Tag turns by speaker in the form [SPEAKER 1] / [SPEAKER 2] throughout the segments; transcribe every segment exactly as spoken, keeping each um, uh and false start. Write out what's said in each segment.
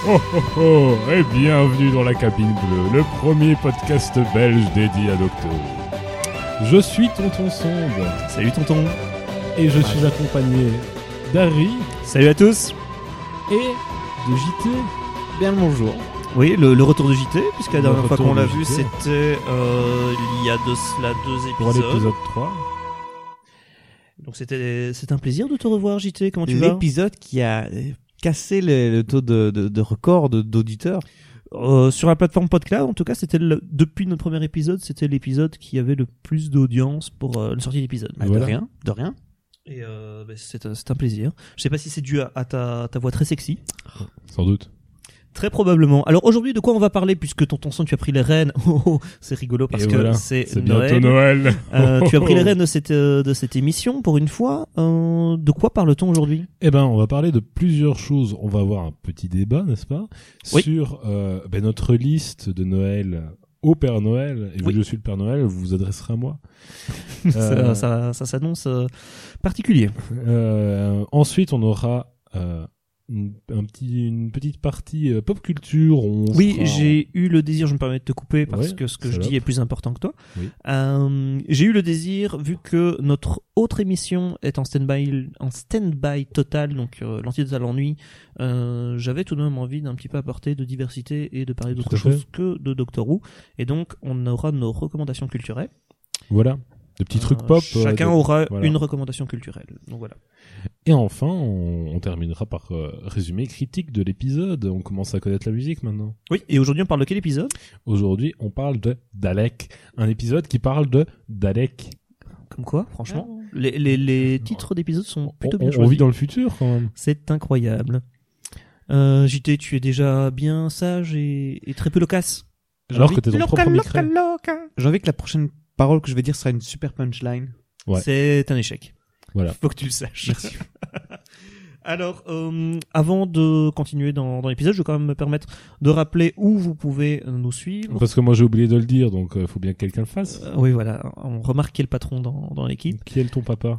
[SPEAKER 1] Oh oh oh, et bienvenue dans la cabine bleue, le premier podcast belge dédié à Doctor Who. Je suis Tonton Sonde.
[SPEAKER 2] Salut Tonton.
[SPEAKER 1] Et je suis accompagné d'Harry.
[SPEAKER 2] Salut à tous.
[SPEAKER 1] Et de J T.
[SPEAKER 2] Bien le bonjour. Oui, le, le retour de J T, puisque la
[SPEAKER 1] Le
[SPEAKER 2] dernière fois
[SPEAKER 1] retour
[SPEAKER 2] qu'on l'a
[SPEAKER 1] de
[SPEAKER 2] vu,
[SPEAKER 1] J T.
[SPEAKER 2] c'était euh, il y a de cela deux
[SPEAKER 1] Pour
[SPEAKER 2] épisodes.
[SPEAKER 1] l'épisode trois.
[SPEAKER 2] Donc c'était c'est un plaisir de te revoir, J T. Comment tu vas?
[SPEAKER 3] L'épisode qui a cassé le, le taux de, de, de record de, d'auditeurs.
[SPEAKER 2] Euh, sur la plateforme PodCloud, en tout cas, c'était le, depuis notre premier épisode, c'était l'épisode qui avait le plus d'audience pour euh, une sortie d'épisode.
[SPEAKER 3] Bah,
[SPEAKER 1] Voilà.
[SPEAKER 3] De rien, de rien.
[SPEAKER 2] Et euh, bah, c'est, c'est un plaisir. Je sais pas si c'est dû à, à ta, ta voix très sexy.
[SPEAKER 1] Sans doute.
[SPEAKER 2] Très probablement. Alors aujourd'hui, de quoi on va parler, puisque Tonton Son, tu as pris les rênes. Oh, oh, c'est rigolo parce
[SPEAKER 1] Et
[SPEAKER 2] que
[SPEAKER 1] voilà,
[SPEAKER 2] c'est,
[SPEAKER 1] c'est
[SPEAKER 2] Noël.
[SPEAKER 1] bientôt Noël.
[SPEAKER 2] Euh, tu as pris les
[SPEAKER 1] Oh.
[SPEAKER 2] rênes de cette, euh, de cette émission pour une fois. Euh, de quoi parle-t-on aujourd'hui?
[SPEAKER 1] Eh ben, on va parler de plusieurs choses. On va avoir un petit débat, n'est-ce pas,
[SPEAKER 2] Oui.
[SPEAKER 1] sur euh, ben, notre liste de Noël au Père Noël. Et vu
[SPEAKER 2] Oui.
[SPEAKER 1] que je suis le Père Noël, vous vous adresserez à moi.
[SPEAKER 2] ça,
[SPEAKER 1] Euh,
[SPEAKER 2] ça, ça s'annonce euh, particulier.
[SPEAKER 1] Euh, ensuite, on aura euh, une, un petit, une petite partie euh, pop culture. On
[SPEAKER 2] Oui,
[SPEAKER 1] fera-
[SPEAKER 2] j'ai eu le désir, je me permets de te couper parce
[SPEAKER 1] Ouais,
[SPEAKER 2] que ce que je
[SPEAKER 1] salope.
[SPEAKER 2] dis est plus important que toi.
[SPEAKER 1] Oui.
[SPEAKER 2] Euh, j'ai eu le désir, vu que notre autre émission est en stand-by, en stand-by total, donc euh, l'antidote à l'ennui, euh, j'avais tout de même envie d'un petit peu apporter de diversité et de parler d'autre
[SPEAKER 1] à fait.
[SPEAKER 2] chose que de Doctor Who. Et donc, on aura nos recommandations culturelles.
[SPEAKER 1] Voilà, des petits trucs
[SPEAKER 2] Euh,
[SPEAKER 1] pop. euh,
[SPEAKER 2] Chacun
[SPEAKER 1] de-
[SPEAKER 2] aura
[SPEAKER 1] voilà.
[SPEAKER 2] une recommandation culturelle. Donc voilà.
[SPEAKER 1] Et enfin, on, on terminera par euh, résumé critique de l'épisode. On commence à connaître la musique maintenant.
[SPEAKER 2] Oui, et aujourd'hui, on parle de quel épisode?
[SPEAKER 1] Aujourd'hui, on parle de Dalek. Un épisode qui parle de Dalek.
[SPEAKER 2] Comme quoi, franchement, les, les, les titres d'épisodes sont plutôt
[SPEAKER 1] on,
[SPEAKER 2] bien
[SPEAKER 1] on
[SPEAKER 2] choisis.
[SPEAKER 1] vit dans le futur quand même.
[SPEAKER 2] C'est incroyable. Euh, J T, tu es déjà bien sage et, et très peu loquace.
[SPEAKER 1] Alors que t'es dans ton propre micro.
[SPEAKER 3] J'ai envie que la prochaine parole que je vais dire sera une super punchline.
[SPEAKER 1] Ouais.
[SPEAKER 2] C'est un échec.
[SPEAKER 1] Voilà.
[SPEAKER 2] Faut que tu le saches.
[SPEAKER 3] Merci.
[SPEAKER 2] Alors, euh, avant de continuer dans, dans l'épisode, je vais quand même me permettre de rappeler où vous pouvez euh, nous suivre.
[SPEAKER 1] Parce que moi j'ai oublié de le dire, donc il faut bien que quelqu'un le fasse.
[SPEAKER 2] Euh, oui, voilà. On remarque qui est le patron dans, dans l'équipe.
[SPEAKER 1] Qui est ton papa?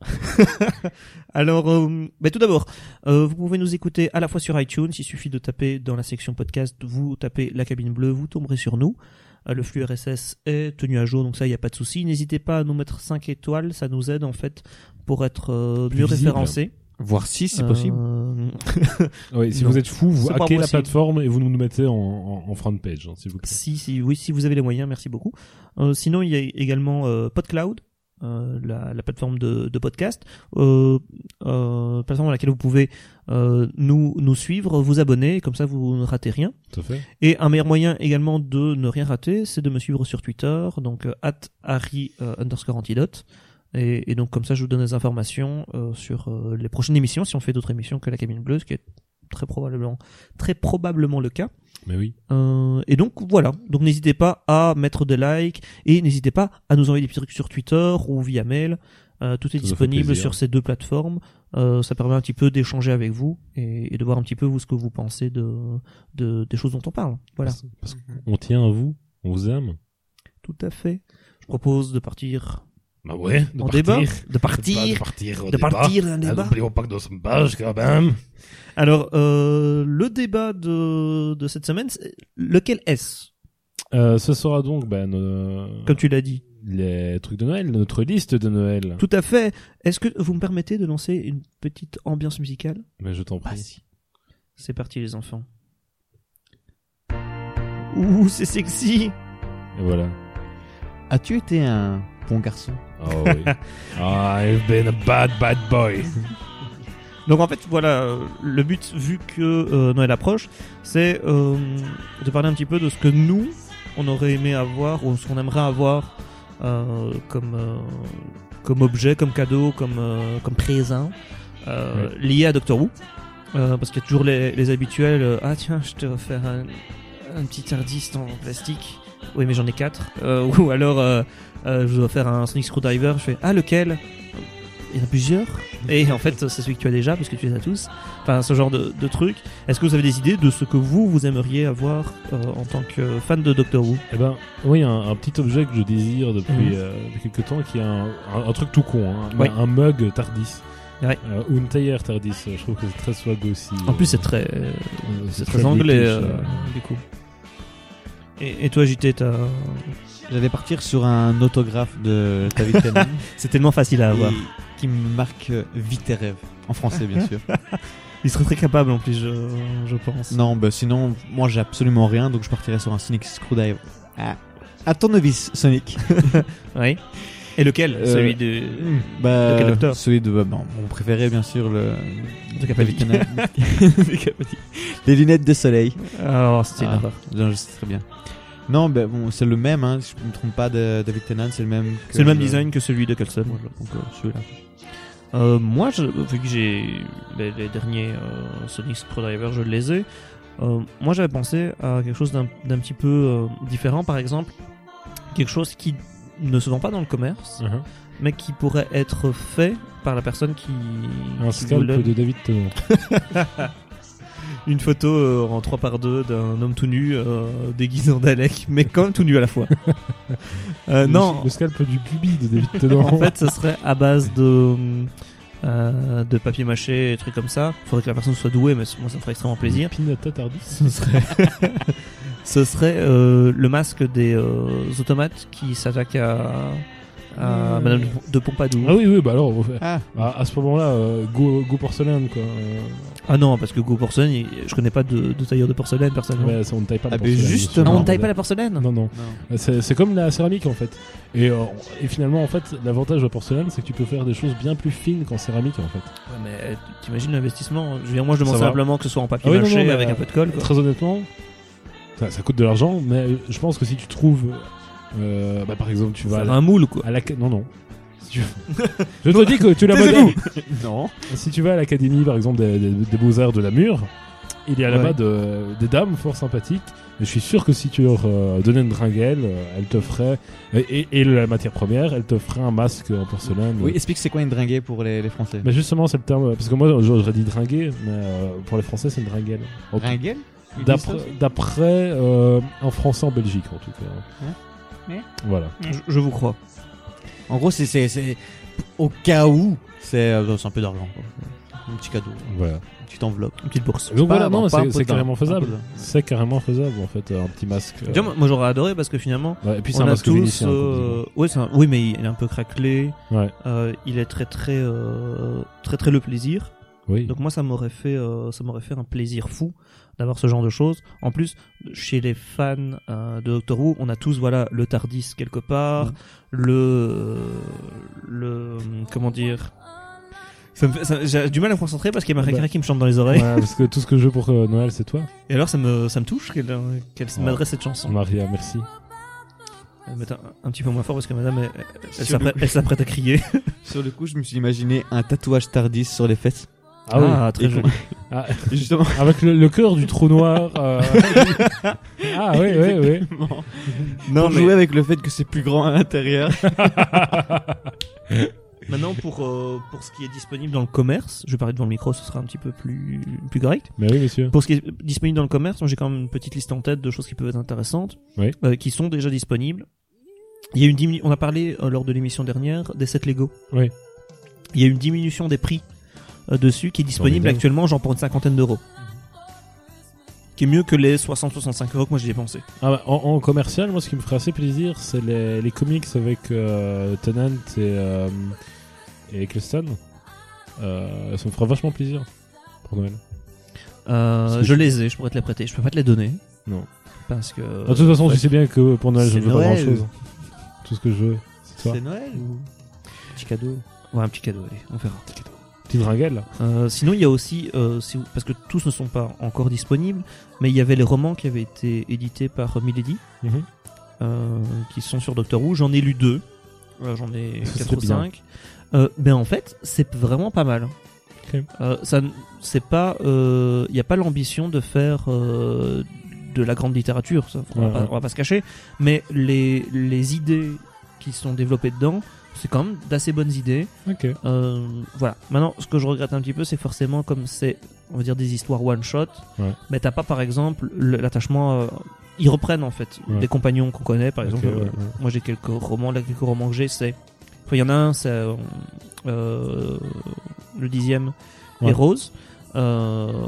[SPEAKER 2] Alors, euh, bah, tout d'abord, euh, vous pouvez nous écouter à la fois sur iTunes. Il suffit de taper dans la section podcast, vous tapez la cabine bleue, vous tomberez sur nous. Euh, le flux R S S est tenu à jour, donc ça, il n'y a pas de souci. N'hésitez pas à nous mettre cinq étoiles, ça nous aide en fait pour être euh,
[SPEAKER 1] Plus
[SPEAKER 2] mieux
[SPEAKER 1] visible.
[SPEAKER 2] référencés.
[SPEAKER 3] Voire si, c'est
[SPEAKER 2] Euh,
[SPEAKER 3] possible.
[SPEAKER 1] Oui, si
[SPEAKER 2] Non.
[SPEAKER 1] vous êtes fou, vous
[SPEAKER 2] C'est pas
[SPEAKER 1] hackez la
[SPEAKER 2] possible.
[SPEAKER 1] plateforme et vous nous mettez en, en, en front page, hein, s'il vous plaît.
[SPEAKER 2] Si, si, oui, si vous avez les moyens, merci beaucoup. Euh, sinon, il y a également euh, PodCloud, euh, la, la plateforme de, de podcast, euh, euh, plateforme à laquelle vous pouvez euh, nous nous suivre, vous abonner, comme ça vous ne ratez rien.
[SPEAKER 1] Tout à fait.
[SPEAKER 2] Et un meilleur moyen également de ne rien rater, c'est de me suivre sur Twitter, donc euh, at Harry euh, underscore antidote. Et, et donc comme ça, je vous donne des informations euh, sur euh, les prochaines émissions, si on fait d'autres émissions que la cabine bleue, ce qui est très probablement très probablement le cas.
[SPEAKER 1] Mais oui.
[SPEAKER 2] Euh, et donc voilà, donc n'hésitez pas à mettre des likes et n'hésitez pas à nous envoyer des petits trucs sur Twitter ou via mail. Euh, tout est
[SPEAKER 1] Ça nous fait
[SPEAKER 2] disponible
[SPEAKER 1] plaisir.
[SPEAKER 2] sur ces deux plateformes. Euh, ça permet un petit peu d'échanger avec vous et, et de voir un petit peu vous ce que vous pensez de, de des choses dont on parle. Voilà.
[SPEAKER 1] Parce, parce qu'on tient à vous, on vous aime.
[SPEAKER 2] Tout à fait. Je propose de partir
[SPEAKER 1] Bah ouais, de
[SPEAKER 2] en
[SPEAKER 1] partir.
[SPEAKER 2] débat, de partir,
[SPEAKER 1] De partir, au
[SPEAKER 2] de
[SPEAKER 1] débat.
[SPEAKER 2] partir d'un
[SPEAKER 1] Ah,
[SPEAKER 2] débat.
[SPEAKER 1] n'oublions pas que dans une page, quand même.
[SPEAKER 2] Alors euh, le débat de de cette semaine, c'est- lequel est-ce?
[SPEAKER 1] Euh, ce sera donc, ben, nos-
[SPEAKER 2] Comme tu l'as dit.
[SPEAKER 1] les trucs de Noël, notre liste de Noël.
[SPEAKER 2] Tout à fait. Est-ce que vous me permettez de lancer une petite ambiance musicale?
[SPEAKER 1] Mais je t'en prie.
[SPEAKER 2] Vas-y. C'est parti les enfants. Ouh, c'est sexy.
[SPEAKER 1] Et voilà.
[SPEAKER 3] As-tu été un bon garçon?
[SPEAKER 1] Oh oui. Ah, I've been a bad, bad boy.
[SPEAKER 2] Donc en fait, voilà, euh, le but, vu que euh, Noël approche, c'est euh, de parler un petit peu de ce que nous, on aurait aimé avoir, ou ce qu'on aimerait avoir euh, comme, euh, comme objet, comme cadeau, comme, euh, comme présent, euh, lié à Doctor Who. Euh, parce qu'il y a toujours les, les habituels, euh, ah tiens, je t'ai offert un, un petit TARDIS en plastique. Oui, mais j'en ai quatre. Euh, ou alors, euh, euh, je dois faire un Sonic Screwdriver. Je fais, ah, lequel? Il y en a plusieurs. Et en fait, c'est celui que tu as déjà, parce que tu les as tous. Enfin, ce genre de, de trucs. Est-ce que vous avez des idées de ce que vous, vous aimeriez avoir euh, en tant que fan de Doctor Who?
[SPEAKER 1] Eh ben, oui, un, un petit objet que je désire depuis,
[SPEAKER 2] Mhm.
[SPEAKER 1] euh, depuis quelques temps, qui est un, un, un truc tout con, hein,
[SPEAKER 2] Ouais.
[SPEAKER 1] un mug TARDIS.
[SPEAKER 2] Ouais.
[SPEAKER 1] Euh, Untayer Tardis, je trouve que c'est très swag aussi.
[SPEAKER 2] En plus, c'est
[SPEAKER 1] euh,
[SPEAKER 2] très,
[SPEAKER 1] euh,
[SPEAKER 2] c'est très anglais,
[SPEAKER 1] british,
[SPEAKER 2] euh,
[SPEAKER 1] euh.
[SPEAKER 2] du coup. Et, et toi, J T, t'as...
[SPEAKER 3] J'allais partir sur un autographe de David Tennant.
[SPEAKER 2] c'est tellement facile à avoir.
[SPEAKER 3] et qui me marque euh, Vie tes rêves. En français, bien sûr.
[SPEAKER 2] Il serait très capable, en plus, je, je pense.
[SPEAKER 3] Non, bah sinon, moi j'ai absolument rien, donc je partirais sur un Sonic Screwdriver. Ah. À ton novice, Sonic.
[SPEAKER 2] Oui. Et lequel
[SPEAKER 3] Euh,
[SPEAKER 2] Celui de...
[SPEAKER 3] Bah,
[SPEAKER 2] De quel docteur
[SPEAKER 3] celui de bah, bon, mon préféré, bien sûr, le.
[SPEAKER 2] De Capaldi.
[SPEAKER 3] David Tennant. Les lunettes de soleil.
[SPEAKER 2] Alors, c'était une
[SPEAKER 3] Ah,
[SPEAKER 2] erreur.
[SPEAKER 3] non, je sais très bien. Non, ben bon, c'est le même, hein, si je me trompe pas, de David Tennant, c'est le même. que
[SPEAKER 2] C'est le même design que celui de Colson.
[SPEAKER 3] Voilà, donc euh, celui-là.
[SPEAKER 2] Euh, moi, je, vu que j'ai les, les derniers euh, Sonic Screwdriver, je les ai. Euh, moi, j'avais pensé à quelque chose d'un d'un petit peu euh, différent, par exemple, quelque chose qui ne se vend pas dans le commerce,
[SPEAKER 1] Uh-huh.
[SPEAKER 2] mais qui pourrait être fait par la personne qui.
[SPEAKER 1] Un
[SPEAKER 2] qui
[SPEAKER 1] scalp
[SPEAKER 2] voulait-
[SPEAKER 1] de David Tennant.
[SPEAKER 2] Une photo euh, en trois par deux d'un homme tout nu euh, déguisé en Dalek, mais quand même tout nu à la fois. Euh,
[SPEAKER 1] Le-
[SPEAKER 2] non,
[SPEAKER 1] Le scalp du pubis de David Tennant.
[SPEAKER 2] en fait, ce serait à base de euh, de papier mâché et trucs comme ça. Il faudrait que la personne soit douée, mais moi ça me ferait extrêmement plaisir.
[SPEAKER 1] Pinata Tardis.
[SPEAKER 2] Ce serait, ce serait euh, le masque des euh, automates qui s'attaquent à, à
[SPEAKER 1] Mmh.
[SPEAKER 2] Madame de Pompadour.
[SPEAKER 1] Ah oui, oui, bah alors, on fait-
[SPEAKER 3] Ah,
[SPEAKER 1] à, à ce moment-là, euh, go, go porcelaine, quoi. Euh,
[SPEAKER 2] Ah non, parce que Go Porcelaine, il- je connais pas de, de tailleur de porcelaine personnellement.
[SPEAKER 1] ouais, ça, on ne taille pas la
[SPEAKER 3] Ah, mais
[SPEAKER 1] porcelaine.
[SPEAKER 3] justement.
[SPEAKER 2] Ah, on ne
[SPEAKER 1] Non,
[SPEAKER 2] taille pas la porcelaine
[SPEAKER 1] Non, non.
[SPEAKER 3] non.
[SPEAKER 1] C'est, c'est comme la céramique en fait. Et, euh, et finalement, en fait, l'avantage de la porcelaine, c'est que tu peux faire des choses bien plus fines qu'en céramique en fait.
[SPEAKER 2] Ouais, mais t'imagines l'investissement. Je veux dire, moi je demande
[SPEAKER 1] Ça va.
[SPEAKER 2] simplement que ce soit en papier
[SPEAKER 1] Ah oui, non,
[SPEAKER 2] mâché
[SPEAKER 1] non, mais,
[SPEAKER 2] avec
[SPEAKER 1] euh,
[SPEAKER 2] un peu de colle. Quoi.
[SPEAKER 1] Très honnêtement, ça, ça coûte de l'argent, mais je pense que si tu trouves, euh, bah, par exemple, tu vas à
[SPEAKER 2] Faire
[SPEAKER 1] la,
[SPEAKER 2] un moule quoi.
[SPEAKER 1] à la- non, non. Si tu- je te dis que tu l'as modèle.
[SPEAKER 3] Non.
[SPEAKER 1] Si tu vas à l'académie, par exemple, des, des- des beaux-arts de Namur, il y a là-bas
[SPEAKER 2] Ouais.
[SPEAKER 1] de- des dames fort sympathiques. Et je suis sûr que si tu leur euh, donnais une dringuelle, euh, elles te feraient, et, et- et la matière première, elles te feraient un masque en porcelaine.
[SPEAKER 3] Oui, explique c'est quoi une dringuée pour les, les Français.
[SPEAKER 1] Mais justement, c'est le terme, parce que moi j'aurais dit dringuer, mais euh, pour les Français c'est une dringuelle. En tout-
[SPEAKER 3] Ringuelle
[SPEAKER 1] D'après, d'après euh, un Français en Belgique en tout cas.
[SPEAKER 3] Hein Ouais.
[SPEAKER 1] Voilà.
[SPEAKER 2] Je, je vous crois.
[SPEAKER 3] En gros, c'est, c'est, c'est au cas où, c'est, euh, c'est un peu d'argent. Quoi. Un petit cadeau,
[SPEAKER 1] Voilà.
[SPEAKER 3] une petite enveloppe.
[SPEAKER 2] Une petite bourse.
[SPEAKER 1] Donc
[SPEAKER 3] Pas-
[SPEAKER 1] voilà, non,
[SPEAKER 3] pas un
[SPEAKER 1] c'est,
[SPEAKER 3] pot
[SPEAKER 1] c'est
[SPEAKER 3] de
[SPEAKER 1] carrément
[SPEAKER 3] vin,
[SPEAKER 1] faisable.
[SPEAKER 3] un pot de vin.
[SPEAKER 1] C'est carrément faisable en fait, un petit masque. euh,
[SPEAKER 2] Déjà, moi moi, j'aurais adoré parce que finalement,
[SPEAKER 1] ouais, et puis c'est
[SPEAKER 2] on
[SPEAKER 1] un
[SPEAKER 2] a
[SPEAKER 1] masque
[SPEAKER 2] tous.
[SPEAKER 1] vénitien. quoi,
[SPEAKER 2] euh, ouais, c'est un- oui, mais il est un peu craquelé.
[SPEAKER 1] Ouais.
[SPEAKER 2] Euh, il est très très euh, très très le plaisir.
[SPEAKER 1] Oui.
[SPEAKER 2] Donc moi ça m'aurait fait euh, ça m'aurait fait un plaisir fou d'avoir ce genre de choses. En plus chez les fans euh, de Doctor Who, on a tous voilà le Tardis quelque part,
[SPEAKER 3] Mm.
[SPEAKER 2] le euh, le comment dire. Ça me fait- ça- j'ai du mal à me concentrer parce qu'il y a ma
[SPEAKER 1] Bah.
[SPEAKER 2] récréa qui me chante dans les oreilles.
[SPEAKER 1] Ouais, parce que tout ce que je veux pour euh, Noël, c'est toi.
[SPEAKER 2] Et alors ça me ça me touche qu'elle qu'elle
[SPEAKER 1] Ouais.
[SPEAKER 2] m'adresse cette chanson.
[SPEAKER 1] Maria, merci.
[SPEAKER 2] Elle va mettre un, un petit peu moins fort parce que madame elle, elle- elle
[SPEAKER 3] Sur le
[SPEAKER 2] s'apprête elle s'apprête à crier.
[SPEAKER 3] Sur le coup, je me suis imaginé un tatouage Tardis sur les fesses.
[SPEAKER 1] Ah, oui.
[SPEAKER 2] très
[SPEAKER 3] Et
[SPEAKER 2] joli.
[SPEAKER 1] Ah,
[SPEAKER 3] Et justement.
[SPEAKER 1] avec le, le cœur du trou noir. euh, ah oui, oui, oui.
[SPEAKER 3] Non, pour jouer avec le fait que c'est plus grand à l'intérieur.
[SPEAKER 2] Maintenant pour euh, pour ce qui est disponible dans le commerce, je vais parler devant le micro, ce sera un petit peu plus plus correct.
[SPEAKER 1] Mais oui, monsieur.
[SPEAKER 2] Pour ce qui est disponible dans le commerce, moi j'ai quand même une petite liste en tête de choses qui peuvent être intéressantes,
[SPEAKER 1] Oui.
[SPEAKER 2] euh, qui sont déjà disponibles. Il y a une diminu- on a parlé euh, lors de l'émission dernière des sets Lego.
[SPEAKER 1] Oui.
[SPEAKER 2] Il y a une diminution des prix euh, dessus qui est disponible
[SPEAKER 1] Formidable.
[SPEAKER 2] actuellement, genre pour une cinquantaine d'euros. Qui est mieux que les soixante à soixante-cinq euros que moi j'ai dépensé.
[SPEAKER 1] Ah bah, en, en commercial, moi, ce qui me ferait assez plaisir, c'est les, les comics avec euh, Tennant et, euh, et Eccleston. Euh, ça me fera vachement plaisir pour Noël.
[SPEAKER 2] Euh,
[SPEAKER 1] Parce que
[SPEAKER 2] je
[SPEAKER 1] je-
[SPEAKER 2] les ai, je pourrais te les prêter. Je peux pas te les donner.
[SPEAKER 1] Non.
[SPEAKER 2] Parce que.
[SPEAKER 1] de toute façon,
[SPEAKER 2] ouais.
[SPEAKER 1] je sais bien que pour Noël, je
[SPEAKER 3] c'est
[SPEAKER 1] ne veux pas
[SPEAKER 3] Noël.
[SPEAKER 1] grand chose. Tout ce que je veux, c'est toi.
[SPEAKER 3] C'est Noël ou petit cadeau?
[SPEAKER 2] Ouais, un petit cadeau, allez, on verra.
[SPEAKER 1] Petite ringuelle, là.
[SPEAKER 2] Euh, sinon, il y a aussi, euh, si vous- parce que tous ne sont pas encore disponibles, mais il y avait les romans qui avaient été édités par Milady,
[SPEAKER 1] Mhm.
[SPEAKER 2] euh, qui sont sur Doctor Who. J'en ai lu deux, Euh, j'en ai
[SPEAKER 1] Ça,
[SPEAKER 2] quatre
[SPEAKER 1] c'est
[SPEAKER 2] ou
[SPEAKER 1] bien.
[SPEAKER 2] cinq. Euh, ben en fait, c'est vraiment pas mal.
[SPEAKER 1] Ok.
[SPEAKER 2] Euh, ça, n- c'est pas, il n'y a pas l'ambition de faire euh, de la grande littérature, ça, on,
[SPEAKER 1] Ouais,
[SPEAKER 2] va pas,
[SPEAKER 1] ouais.
[SPEAKER 2] on va pas se cacher, mais les les idées qui sont développées dedans, c'est quand même d'assez bonnes idées.
[SPEAKER 1] Ok.
[SPEAKER 2] Euh, voilà. Maintenant, ce que je regrette un petit peu, c'est forcément comme c'est, on va dire, des histoires one shot.
[SPEAKER 1] Ouais.
[SPEAKER 2] Mais t'as pas, par exemple, le- l'attachement. euh, ils reprennent en fait
[SPEAKER 1] Ouais.
[SPEAKER 2] des compagnons qu'on connaît, par
[SPEAKER 1] Ok,
[SPEAKER 2] exemple.
[SPEAKER 1] ouais,
[SPEAKER 2] euh,
[SPEAKER 1] ouais.
[SPEAKER 2] Moi, j'ai quelques romans. Là, quelques romans que j'ai, c'est. Enfin, il y en a un, c'est. Euh, euh, le dixième
[SPEAKER 1] Ouais.
[SPEAKER 2] et Rose. Euh,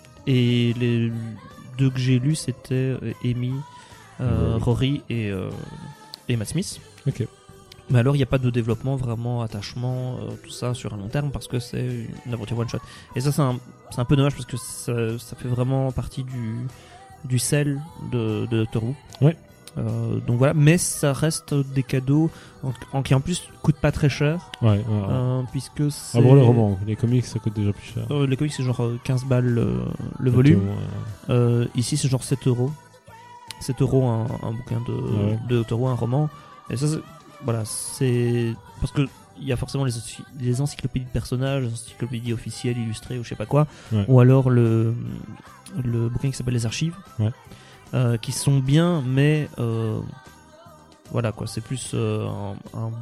[SPEAKER 2] et les deux que j'ai lus, c'était euh, Amy, euh,
[SPEAKER 1] Ouais.
[SPEAKER 2] Rory et, euh, et Matt Smith.
[SPEAKER 1] Ok.
[SPEAKER 2] Mais alors, il n'y a pas de développement, vraiment, attachement, euh, tout ça sur un long terme parce que c'est une aventure one-shot. Et ça, c'est un, c'est un peu dommage parce que ça, ça fait vraiment partie du, du sel de, de Doctor Who.
[SPEAKER 1] Ouais.
[SPEAKER 2] Euh, donc voilà, mais ça reste des cadeaux en, en- qui en plus coûtent pas très cher,
[SPEAKER 1] Ouais, ouais, ouais.
[SPEAKER 2] euh, puisque c'est.
[SPEAKER 1] Ah bon, les romans, les comics ça coûte déjà plus cher.
[SPEAKER 2] Euh, les comics c'est genre euh, quinze balles euh, le volume.
[SPEAKER 1] Exactement, ouais.
[SPEAKER 2] Euh, ici c'est genre sept euros. sept euros un, un bouquin de,
[SPEAKER 1] Ouais.
[SPEAKER 2] de Doctor Who, un roman. Et ça, c'est- voilà, c'est. Parce que il y a forcément les, ency- les encyclopédies de personnages, les encyclopédies officielles, illustrées ou je sais pas quoi.
[SPEAKER 1] Ouais.
[SPEAKER 2] Ou alors le, le bouquin qui s'appelle Les Archives.
[SPEAKER 1] Ouais.
[SPEAKER 2] Euh, qui sont bien, mais. Euh, voilà quoi, c'est plus euh, un, un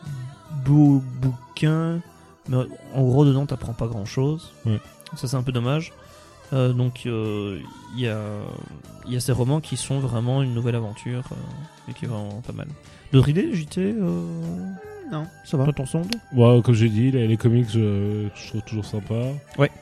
[SPEAKER 2] beau bouquin. Mais en gros, dedans, t'apprends pas grand chose.
[SPEAKER 1] Ouais.
[SPEAKER 2] Ça, c'est un peu dommage. Euh, donc, il euh, y, a, y a ces romans qui sont vraiment une nouvelle aventure euh, et qui est vraiment pas mal. D'autres idées, J T euh...
[SPEAKER 3] Non, ça va.
[SPEAKER 2] Toi, ton sonde
[SPEAKER 1] Ouais, comme j'ai dit, les, les comics, je, je trouve toujours sympa.
[SPEAKER 2] Ouais.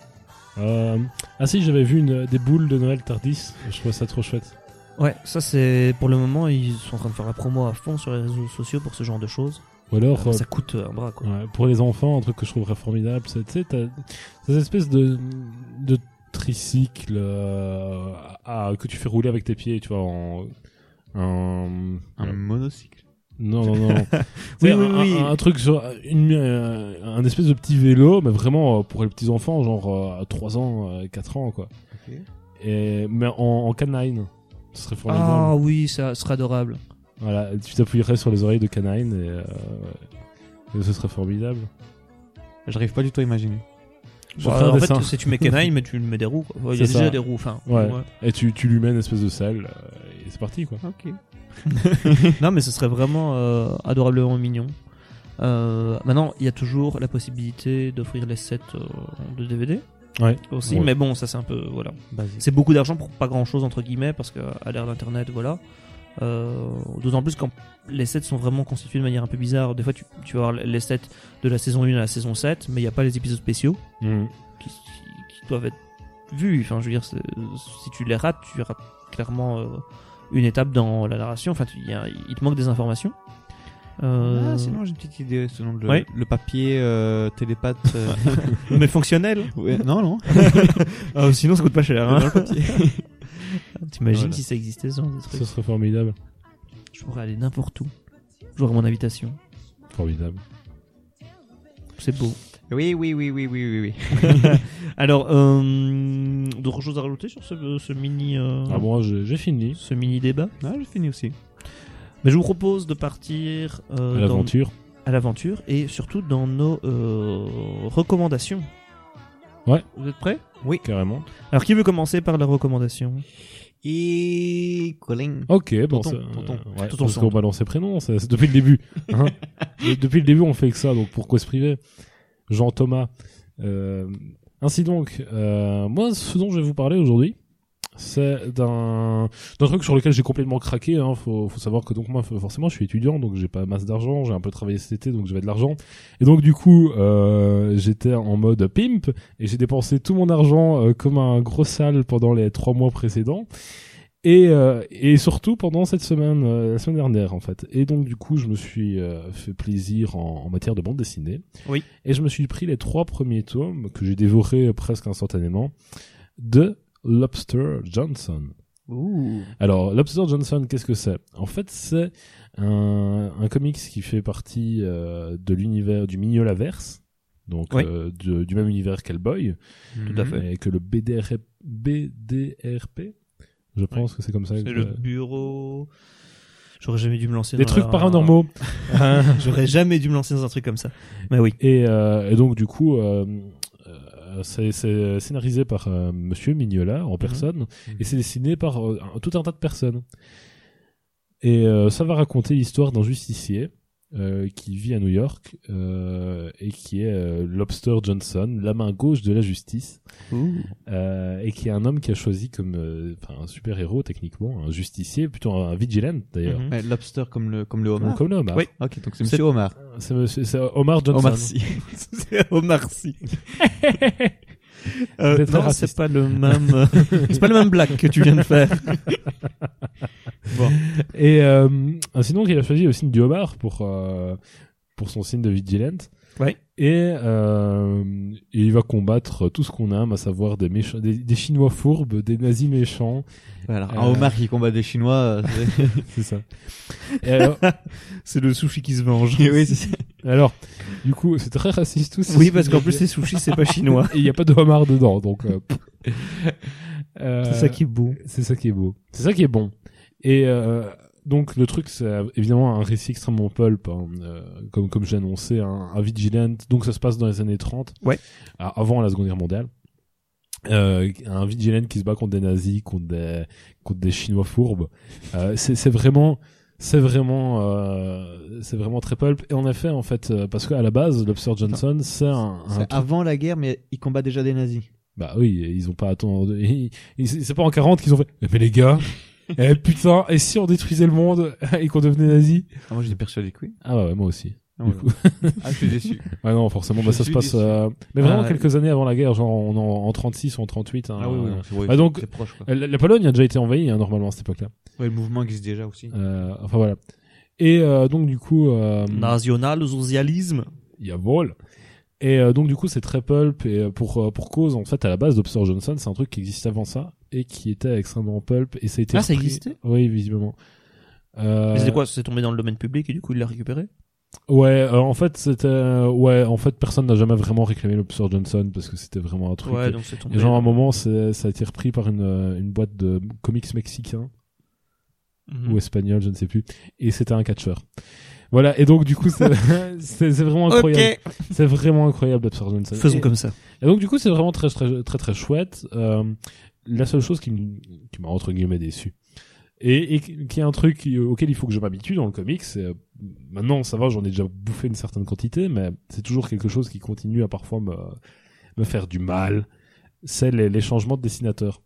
[SPEAKER 1] Euh, ah si, j'avais vu une, des boules de Noël Tardis. Je trouvais ça trop chouette.
[SPEAKER 2] Ouais, ça c'est pour le moment, ils sont en train de faire la promo à fond sur les réseaux sociaux pour ce genre de choses.
[SPEAKER 1] Ou alors,
[SPEAKER 2] Euh,
[SPEAKER 1] euh,
[SPEAKER 2] ça coûte un bras quoi.
[SPEAKER 1] ouais, pour les enfants, un truc que je trouverais formidable, c'est, tu sais, t'as ces espèces de, de tricycles euh, à, à- que tu fais rouler avec tes pieds, tu vois, en... en
[SPEAKER 3] Un monocycle.
[SPEAKER 1] Non, non, non.
[SPEAKER 2] Oui,
[SPEAKER 1] C'est
[SPEAKER 2] oui,
[SPEAKER 1] un,
[SPEAKER 2] oui.
[SPEAKER 1] Un, un truc sur une, euh, un espèce de petit vélo, mais vraiment euh, pour les petits enfants, genre euh, à trois ans, euh, quatre ans, quoi.
[SPEAKER 3] Ok.
[SPEAKER 1] Et, mais en, en canine. Ce serait formidable.
[SPEAKER 2] Ah oui, ça serait adorable.
[SPEAKER 1] Voilà, tu t'appuierais sur les oreilles de canine et, euh, et ce serait formidable.
[SPEAKER 3] J'arrive pas du tout à imaginer.
[SPEAKER 1] Je
[SPEAKER 2] Bah,
[SPEAKER 1] ferais un
[SPEAKER 2] en
[SPEAKER 1] dessin.
[SPEAKER 2] fait, si tu mets canine, mais tu mets des roues. quoi. Ouais, Il y a
[SPEAKER 1] C'est
[SPEAKER 2] déjà
[SPEAKER 1] ça.
[SPEAKER 2] des roues. Enfin,
[SPEAKER 1] Ouais.
[SPEAKER 2] ouais.
[SPEAKER 1] Et tu, tu lui mets une espèce de selle euh, et c'est parti, quoi.
[SPEAKER 3] Ok.
[SPEAKER 2] Non, mais ce serait vraiment euh, adorablement mignon. Euh, maintenant, il y a toujours la possibilité d'offrir les sets euh, de D V D
[SPEAKER 1] Ouais.
[SPEAKER 2] aussi,
[SPEAKER 1] Ouais.
[SPEAKER 2] mais bon, ça c'est un peu voilà.
[SPEAKER 3] Basique.
[SPEAKER 2] C'est beaucoup d'argent pour pas grand chose entre guillemets parce qu'à l'ère d'internet, voilà. Euh, D'autant plus quand les sets sont vraiment constitués de manière un peu bizarre. Des fois, tu, tu vas avoir les sets de la saison un à la saison sept, mais il n'y a pas les épisodes spéciaux
[SPEAKER 1] Mhm.
[SPEAKER 2] qui, qui- qui doivent être vus. Enfin, je veux dire, c'est- si tu les rates, tu rates clairement euh, une étape dans la narration. Enfin, tu- il y a- il te manque des informations. Euh,
[SPEAKER 3] Ah, sinon j'ai une petite idée selon le,
[SPEAKER 2] Ouais.
[SPEAKER 3] le papier euh, télépathe. euh,
[SPEAKER 2] mais fonctionnel.
[SPEAKER 3] ouais, non, non.
[SPEAKER 2] Ah, sinon, ça coûte pas cher. Hein.
[SPEAKER 3] Dans le papier.
[SPEAKER 2] T'imagines
[SPEAKER 3] Voilà.
[SPEAKER 2] si ça existait ce genre de truc.
[SPEAKER 1] Ce serait formidable.
[SPEAKER 2] Je pourrais aller n'importe où. J'aurais mon invitation.
[SPEAKER 1] Formidable.
[SPEAKER 2] C'est beau.
[SPEAKER 3] Oui, oui, oui, oui, oui, oui, oui.
[SPEAKER 2] Alors, euh, d'autres choses à rajouter sur ce, ce mini, euh,
[SPEAKER 1] Ah bon, j'ai j'ai fini.
[SPEAKER 2] ce mini débat.
[SPEAKER 3] Ah, j'ai fini aussi.
[SPEAKER 2] Mais je vous propose de partir euh,
[SPEAKER 1] À
[SPEAKER 2] dans-
[SPEAKER 1] l'aventure.
[SPEAKER 2] à l'aventure et surtout dans nos euh, recommandations.
[SPEAKER 1] Ouais.
[SPEAKER 2] Vous êtes prêts?
[SPEAKER 1] Carrément.
[SPEAKER 2] Alors, qui veut commencer par la recommandation?
[SPEAKER 3] Et Colin.
[SPEAKER 1] Ok, bon,
[SPEAKER 3] Tonton,
[SPEAKER 1] c'est-
[SPEAKER 3] tonton.
[SPEAKER 1] euh, ouais,
[SPEAKER 2] Tonton
[SPEAKER 1] parce
[SPEAKER 2] Sand.
[SPEAKER 1] qu'on balance ses prénoms, c'est c'est depuis le début. Hein. Et depuis le début, on fait que ça, donc pourquoi se priver? Jean Thomas. Euh, ainsi donc, euh, moi, ce dont je vais vous parler aujourd'hui, c'est d'un d'un truc sur lequel j'ai complètement craqué. Hein. Faut, faut savoir que donc moi, forcément, je suis étudiant, donc j'ai pas masse d'argent. J'ai un peu travaillé cet été, donc j'avais de l'argent. Et donc du coup, euh, j'étais en mode pimp et j'ai dépensé tout mon argent euh, comme un gros sale pendant les trois mois précédents. Et, euh, et surtout pendant cette semaine, euh, la semaine dernière en fait. Et donc du coup, je me suis euh, fait plaisir en, en matière de bande dessinée.
[SPEAKER 2] Oui.
[SPEAKER 1] Et je me suis pris les trois premiers tomes que j'ai dévorés presque instantanément de Lobster Johnson.
[SPEAKER 2] Ouh.
[SPEAKER 1] Alors, Lobster Johnson, qu'est-ce que c'est? En fait, c'est un, un comics qui fait partie euh, de l'univers du Mignolaverse, donc
[SPEAKER 2] Oui.
[SPEAKER 1] euh, de- du même univers qu'Hellboy,
[SPEAKER 2] Tout à fait.
[SPEAKER 1] et que le B D R, B D R P, je pense que c'est comme ça.
[SPEAKER 2] C'est
[SPEAKER 1] que-
[SPEAKER 2] le bureau. J'aurais jamais dû me lancer
[SPEAKER 1] Des
[SPEAKER 2] dans
[SPEAKER 1] trucs
[SPEAKER 2] la-
[SPEAKER 1] paranormaux.
[SPEAKER 2] J'aurais jamais dû me lancer dans un truc comme ça. Mais oui.
[SPEAKER 1] Et, euh, et donc, du coup, euh, euh, c'est, c'est scénarisé par euh, Monsieur Mignola en personne, et c'est dessiné par euh, un- tout un tas de personnes. Et euh, ça va raconter l'histoire d'un justicier euh, qui vit à New York euh, et qui est euh, Lobster Johnson, la main gauche de la justice, euh, et qui est un homme qui a choisi comme euh, enfin un super héros techniquement, un justicier, plutôt un, un vigilante d'ailleurs.
[SPEAKER 2] Mhm.
[SPEAKER 3] Ouais, lobster comme le, comme le homard.
[SPEAKER 1] Comme le homard.
[SPEAKER 2] Oui.
[SPEAKER 3] Ok, donc c'est
[SPEAKER 2] C'est-
[SPEAKER 3] monsieur Omar.
[SPEAKER 1] C'est, monsieur- c'est Omar Johnson.
[SPEAKER 3] Omar Sy.
[SPEAKER 2] C'est Omar Sy. Euh,
[SPEAKER 1] C'est très
[SPEAKER 2] non,
[SPEAKER 1] raciste.
[SPEAKER 2] c'est pas le même. euh, c'est pas le même blague que tu viens de faire. Bon.
[SPEAKER 1] Et euh, sinon, il a choisi le signe du homard pour euh, pour son signe de vigilante.
[SPEAKER 2] Ouais.
[SPEAKER 1] Et, euh, et il va combattre tout ce qu'on aime, à savoir des méchants, des, des Chinois fourbes, des nazis méchants.
[SPEAKER 3] Voilà,
[SPEAKER 1] Euh,
[SPEAKER 3] un homard qui combat des Chinois. euh, c'est-
[SPEAKER 1] C'est ça. Et alors,
[SPEAKER 2] C'est le sushi qui se venge.
[SPEAKER 3] oui, c'est ça.
[SPEAKER 1] alors, du coup, c'est très raciste tout ça.
[SPEAKER 2] Oui, parce qu'en plus les sushis c'est pas chinois.
[SPEAKER 1] Et il n'y a pas de homard dedans, donc. Euh, euh,
[SPEAKER 2] C'est ça qui est beau.
[SPEAKER 1] C'est ça qui est beau. C'est ça qui est bon. Et euh, donc le truc, c'est évidemment un récit extrêmement pulp, hein, euh, comme comme j'ai annoncé, un, un vigilante. Donc ça se passe dans les années trente,
[SPEAKER 2] Ouais.
[SPEAKER 1] à- avant la Seconde Guerre mondiale. Euh, un vigilante qui se bat contre des nazis, contre des contre des Chinois fourbes. Euh, c'est c'est vraiment c'est vraiment euh, c'est vraiment très pulp. Et en effet, en fait, euh, parce qu'à la base, Lobster Johnson, c'est un, un
[SPEAKER 3] C'est
[SPEAKER 1] truc-
[SPEAKER 3] avant la guerre, mais il combat déjà des nazis.
[SPEAKER 1] bah oui, ils ont pas attendu. ils- ils- C'est pas en quarante qu'ils ont fait. Mais les gars, eh putain, et si on détruisait le monde et qu'on devenait nazi?
[SPEAKER 3] Ah, moi, j'étais persuadé que oui.
[SPEAKER 1] Ah ouais, moi aussi.
[SPEAKER 3] Ah,
[SPEAKER 1] Du
[SPEAKER 3] ouais.
[SPEAKER 1] coup.
[SPEAKER 3] Ah, je suis déçu.
[SPEAKER 1] Ouais, non, forcément,
[SPEAKER 3] Je
[SPEAKER 1] bah ça se
[SPEAKER 3] suis
[SPEAKER 1] passe.
[SPEAKER 3] déçu.
[SPEAKER 1] euh, Mais vraiment
[SPEAKER 2] Ah,
[SPEAKER 1] quelques années avant la guerre, genre en, en, en trente-six ou en trente-huit. Hein,
[SPEAKER 3] Ah oui, oui,
[SPEAKER 1] euh,
[SPEAKER 3] non, c'est vrai,
[SPEAKER 1] bah donc,
[SPEAKER 3] c'est proche, quoi.
[SPEAKER 1] la, la Pologne a déjà été envahie hein, normalement à cette époque-là.
[SPEAKER 3] Ouais, le mouvement existe déjà aussi.
[SPEAKER 1] Euh, enfin voilà. Et euh, donc du coup, euh,
[SPEAKER 2] National-socialisme.
[SPEAKER 1] jawohl. Et euh, donc du coup c'est très pulp et euh, pour euh, pour cause en fait à la base Lobster Johnson c'est un truc qui existait avant ça et qui était extrêmement pulp et ça a été
[SPEAKER 2] Ah, ça
[SPEAKER 1] repris-
[SPEAKER 2] existait
[SPEAKER 1] Oui, visiblement. Euh,
[SPEAKER 2] Mais c'était quoi? C'est tombé dans le domaine public et du coup il l'a récupéré?
[SPEAKER 1] Ouais, euh, en fait c'était euh, ouais, en fait personne n'a jamais vraiment réclamé Lobster Johnson parce que c'était vraiment un truc.
[SPEAKER 2] Ouais,
[SPEAKER 1] et,
[SPEAKER 2] donc c'est tombé.
[SPEAKER 1] et genre à un moment c'est ça a été repris par une euh, une boîte de comics mexicains
[SPEAKER 2] Mhm.
[SPEAKER 1] ou espagnol, je ne sais plus, et c'était un catcheur. Voilà, et donc du coup c'est c'est c'est vraiment incroyable.
[SPEAKER 2] Ok.
[SPEAKER 1] C'est vraiment incroyable Lobster Johnson.
[SPEAKER 2] Faisons
[SPEAKER 1] Et-
[SPEAKER 2] comme ça.
[SPEAKER 1] Et donc du coup c'est vraiment très très très très chouette. Euh, la seule chose qui, m- qui m'a entre guillemets déçu et, et qui est un truc qui- auquel il faut que je m'habitue dans le comics, c'est euh, maintenant ça va, j'en ai déjà bouffé une certaine quantité, mais c'est toujours quelque chose qui continue à parfois me me faire du mal. C'est les, les changements de dessinateurs.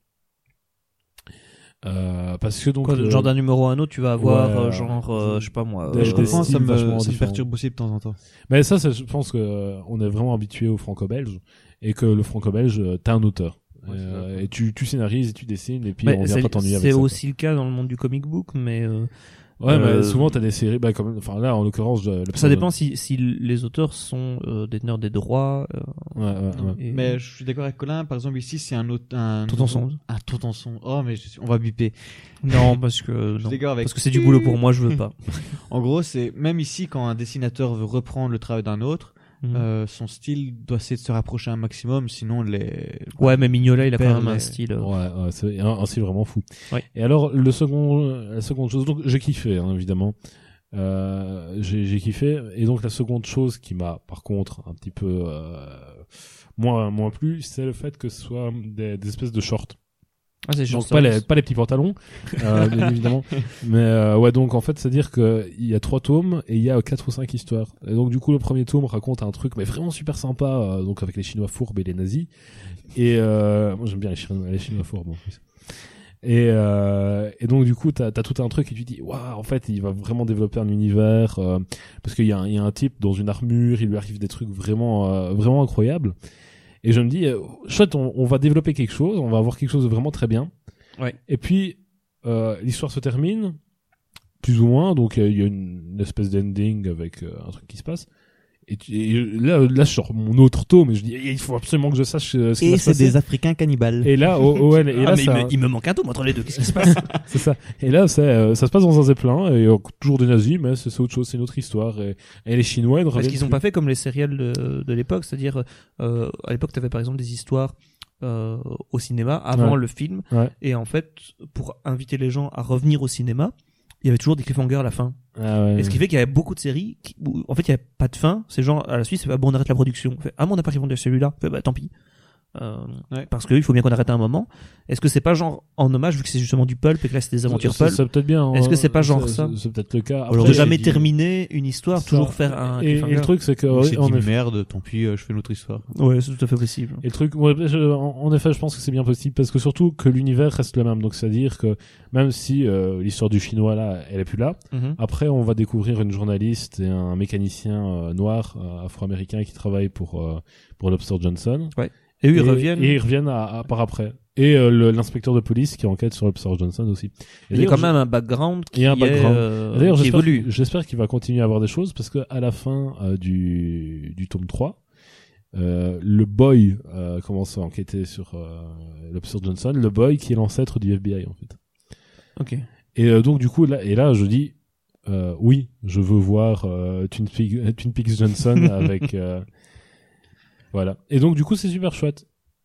[SPEAKER 1] Euh, parce que donc
[SPEAKER 2] Quoi,
[SPEAKER 1] le-
[SPEAKER 2] genre d'un numéro à un autre, tu vas avoir
[SPEAKER 1] Ouais,
[SPEAKER 2] euh, genre, euh, je sais pas moi.
[SPEAKER 1] Des-
[SPEAKER 2] euh,
[SPEAKER 3] je
[SPEAKER 1] des
[SPEAKER 3] comprends,
[SPEAKER 1] styles
[SPEAKER 3] ça me,
[SPEAKER 1] vachement
[SPEAKER 3] ça me
[SPEAKER 1] différents.
[SPEAKER 3] perturbe aussi de temps en temps.
[SPEAKER 1] mais ça, c'est- je pense que euh, on est vraiment habitué au franco-belge et que le franco-belge, euh, t'as un auteur.
[SPEAKER 3] Ouais, c'est
[SPEAKER 1] Euh,
[SPEAKER 3] vrai.
[SPEAKER 1] et tu, tu scénarises et tu dessines et puis
[SPEAKER 2] mais
[SPEAKER 1] on vient
[SPEAKER 2] c'est-
[SPEAKER 1] pas t'ennuyer avec
[SPEAKER 2] C'est
[SPEAKER 1] ça. quoi.
[SPEAKER 2] aussi le cas dans le monde du comic book, mais euh,
[SPEAKER 1] Ouais,
[SPEAKER 2] euh,
[SPEAKER 1] mais souvent t'as des séries, bah comme, enfin là en l'occurrence, je- le
[SPEAKER 2] ça dépend si, si les auteurs sont euh, déteneurs des droits. Euh,
[SPEAKER 1] Ouais, ouais, ouais.
[SPEAKER 2] et-
[SPEAKER 3] Mais je suis d'accord avec Colin, par exemple, ici, c'est un autre, un.
[SPEAKER 2] Tout en son.
[SPEAKER 3] Un tout en son. Oh, mais je suis- on va biper.
[SPEAKER 2] Non, parce que
[SPEAKER 3] Je suis
[SPEAKER 2] non.
[SPEAKER 3] d'accord avec.
[SPEAKER 2] Parce que c'est du boulot pour moi, je veux pas.
[SPEAKER 3] En gros, c'est, même ici, quand un dessinateur veut reprendre le travail d'un autre,
[SPEAKER 2] Mhm.
[SPEAKER 3] euh, son style doit essayer de se rapprocher un maximum, sinon les.
[SPEAKER 2] Ouais, mais Mignola, il a quand
[SPEAKER 3] Père,
[SPEAKER 2] même un
[SPEAKER 3] mais-
[SPEAKER 2] style. euh,
[SPEAKER 1] Ouais, ouais, c'est un, un style vraiment fou.
[SPEAKER 2] Ouais.
[SPEAKER 1] Et alors le second, la seconde chose, donc j'ai kiffé hein, évidemment. Euh, j'ai j'ai kiffé et donc la seconde chose qui m'a par contre un petit peu euh, moins moins plu, c'est le fait que ce soit des, des espèces de shorts.
[SPEAKER 2] Ah, c'est
[SPEAKER 1] Donc
[SPEAKER 2] juste
[SPEAKER 1] pas
[SPEAKER 2] ça.
[SPEAKER 1] les pas les petits pantalons, euh, bien évidemment. Mais euh, ouais, donc en fait c'est à dire que il y a trois tomes et il y a quatre ou cinq histoires. Et donc du coup le premier tome raconte un truc mais vraiment super sympa, euh, donc avec les Chinois fourbes et les nazis. Et euh, moi j'aime bien les Chinois, les Chinois fourbes en plus. Et, euh, et donc du coup t'as as tout un truc et tu te dis waouh, en fait il va vraiment développer un univers euh, parce qu'il y a un, il y a un type dans une armure, il lui arrive des trucs vraiment euh, vraiment incroyables. Et je me dis euh, chouette, on, on va développer quelque chose, on va avoir quelque chose de vraiment très bien.
[SPEAKER 2] Ouais.
[SPEAKER 1] Et puis euh, l'histoire se termine plus ou moins, donc il y a une, une espèce d'ending avec euh, un truc qui se passe. Et, tu, et là, là, je sors mon autre tome et je dis, il faut absolument que je sache euh, ce qui va
[SPEAKER 3] Et
[SPEAKER 1] se
[SPEAKER 3] c'est
[SPEAKER 1] passer.
[SPEAKER 3] des Africains cannibales.
[SPEAKER 1] Et là, oh, oh, ouais, et
[SPEAKER 2] Ah,
[SPEAKER 1] là,
[SPEAKER 2] mais il
[SPEAKER 1] ça,
[SPEAKER 2] me, il me manque un tome entre les deux. Qu'est-ce qui se passe?
[SPEAKER 1] c'est ça. Et là, c'est, euh, ça se passe dans un zeppelin et euh, toujours des nazis, mais c'est c'est autre chose, c'est une autre histoire. Et, et les Chinois, ils ne
[SPEAKER 2] Parce
[SPEAKER 1] reviennent
[SPEAKER 2] qu'ils ont
[SPEAKER 1] plus.
[SPEAKER 2] pas fait comme les séries de, de l'époque, c'est-à-dire euh, à l'époque t'avais par exemple des histoires euh, au cinéma avant
[SPEAKER 1] Ouais.
[SPEAKER 2] le film,
[SPEAKER 1] Ouais.
[SPEAKER 2] et en fait pour inviter les gens à revenir au cinéma, il y avait toujours des cliffhangers à la fin.
[SPEAKER 1] Ah ouais.
[SPEAKER 2] Et ce qui fait qu'il y avait beaucoup de séries qui, où, en fait il y avait pas de fin. C'est genre à la suite, c'est, ah bon, on arrête la production. On fait, ah bon, on n'a pas répondu à celui-là. On fait, bah tant pis. Euh,
[SPEAKER 3] Ouais.
[SPEAKER 2] Parce qu'il faut bien qu'on arrête à un moment. Est-ce que c'est pas genre en hommage, vu que c'est justement du pulp et que là c'est des aventures
[SPEAKER 1] C'est-
[SPEAKER 2] pulp,
[SPEAKER 1] c'est peut-être bien.
[SPEAKER 2] Est-ce
[SPEAKER 1] hein.
[SPEAKER 2] que c'est pas genre
[SPEAKER 1] C'est-
[SPEAKER 2] ça
[SPEAKER 1] C'est peut-être le cas.
[SPEAKER 3] Alors,
[SPEAKER 2] de
[SPEAKER 1] Après,
[SPEAKER 2] jamais
[SPEAKER 3] j'ai dit-
[SPEAKER 2] terminer une histoire,
[SPEAKER 1] ça-
[SPEAKER 2] toujours faire un
[SPEAKER 1] Et, et
[SPEAKER 2] cliffhanger.
[SPEAKER 1] le truc, c'est que,
[SPEAKER 3] Ou
[SPEAKER 1] oui,
[SPEAKER 3] c'est
[SPEAKER 1] en
[SPEAKER 3] dit
[SPEAKER 1] effet.
[SPEAKER 3] merde, tant pis, euh, je fais une autre histoire.
[SPEAKER 2] Ouais, c'est tout à fait possible.
[SPEAKER 1] Et le truc, ouais, je- en, en effet, je pense que c'est bien possible parce que surtout que l'univers reste le même. Donc, c'est-à-dire que même si euh, l'histoire du chinois là, elle est plus là,
[SPEAKER 2] Mhm.
[SPEAKER 1] après, on va découvrir une journaliste et un mécanicien euh, noir euh, afro-américain qui travaillent pour euh, pour Lobster Johnson.
[SPEAKER 2] Et eux, ils
[SPEAKER 1] et,
[SPEAKER 2] reviennent.
[SPEAKER 1] Et ils reviennent à, à par après. Et euh, le- l'inspecteur de police qui enquête sur Lobster Johnson aussi. Et
[SPEAKER 2] Il y a
[SPEAKER 1] d'ailleurs,
[SPEAKER 2] quand
[SPEAKER 1] je-
[SPEAKER 2] même un background qui
[SPEAKER 1] Il y a un background.
[SPEAKER 2] est, euh,
[SPEAKER 1] D'ailleurs,
[SPEAKER 2] qui
[SPEAKER 1] j'espère,
[SPEAKER 2] évolue.
[SPEAKER 1] j'espère qu'il va continuer à avoir des choses parce que à la fin euh, du, du tome trois, euh, le boy euh, commence à enquêter sur euh, Lobster Johnson, le boy qui est l'ancêtre du F B I en fait.
[SPEAKER 2] Ok.
[SPEAKER 1] Et euh, donc du coup là, et là je dis euh, oui, je veux voir euh, Twin, Peaks, Twin Peaks Johnson avec euh, voilà. Et donc du coup c'est super chouette.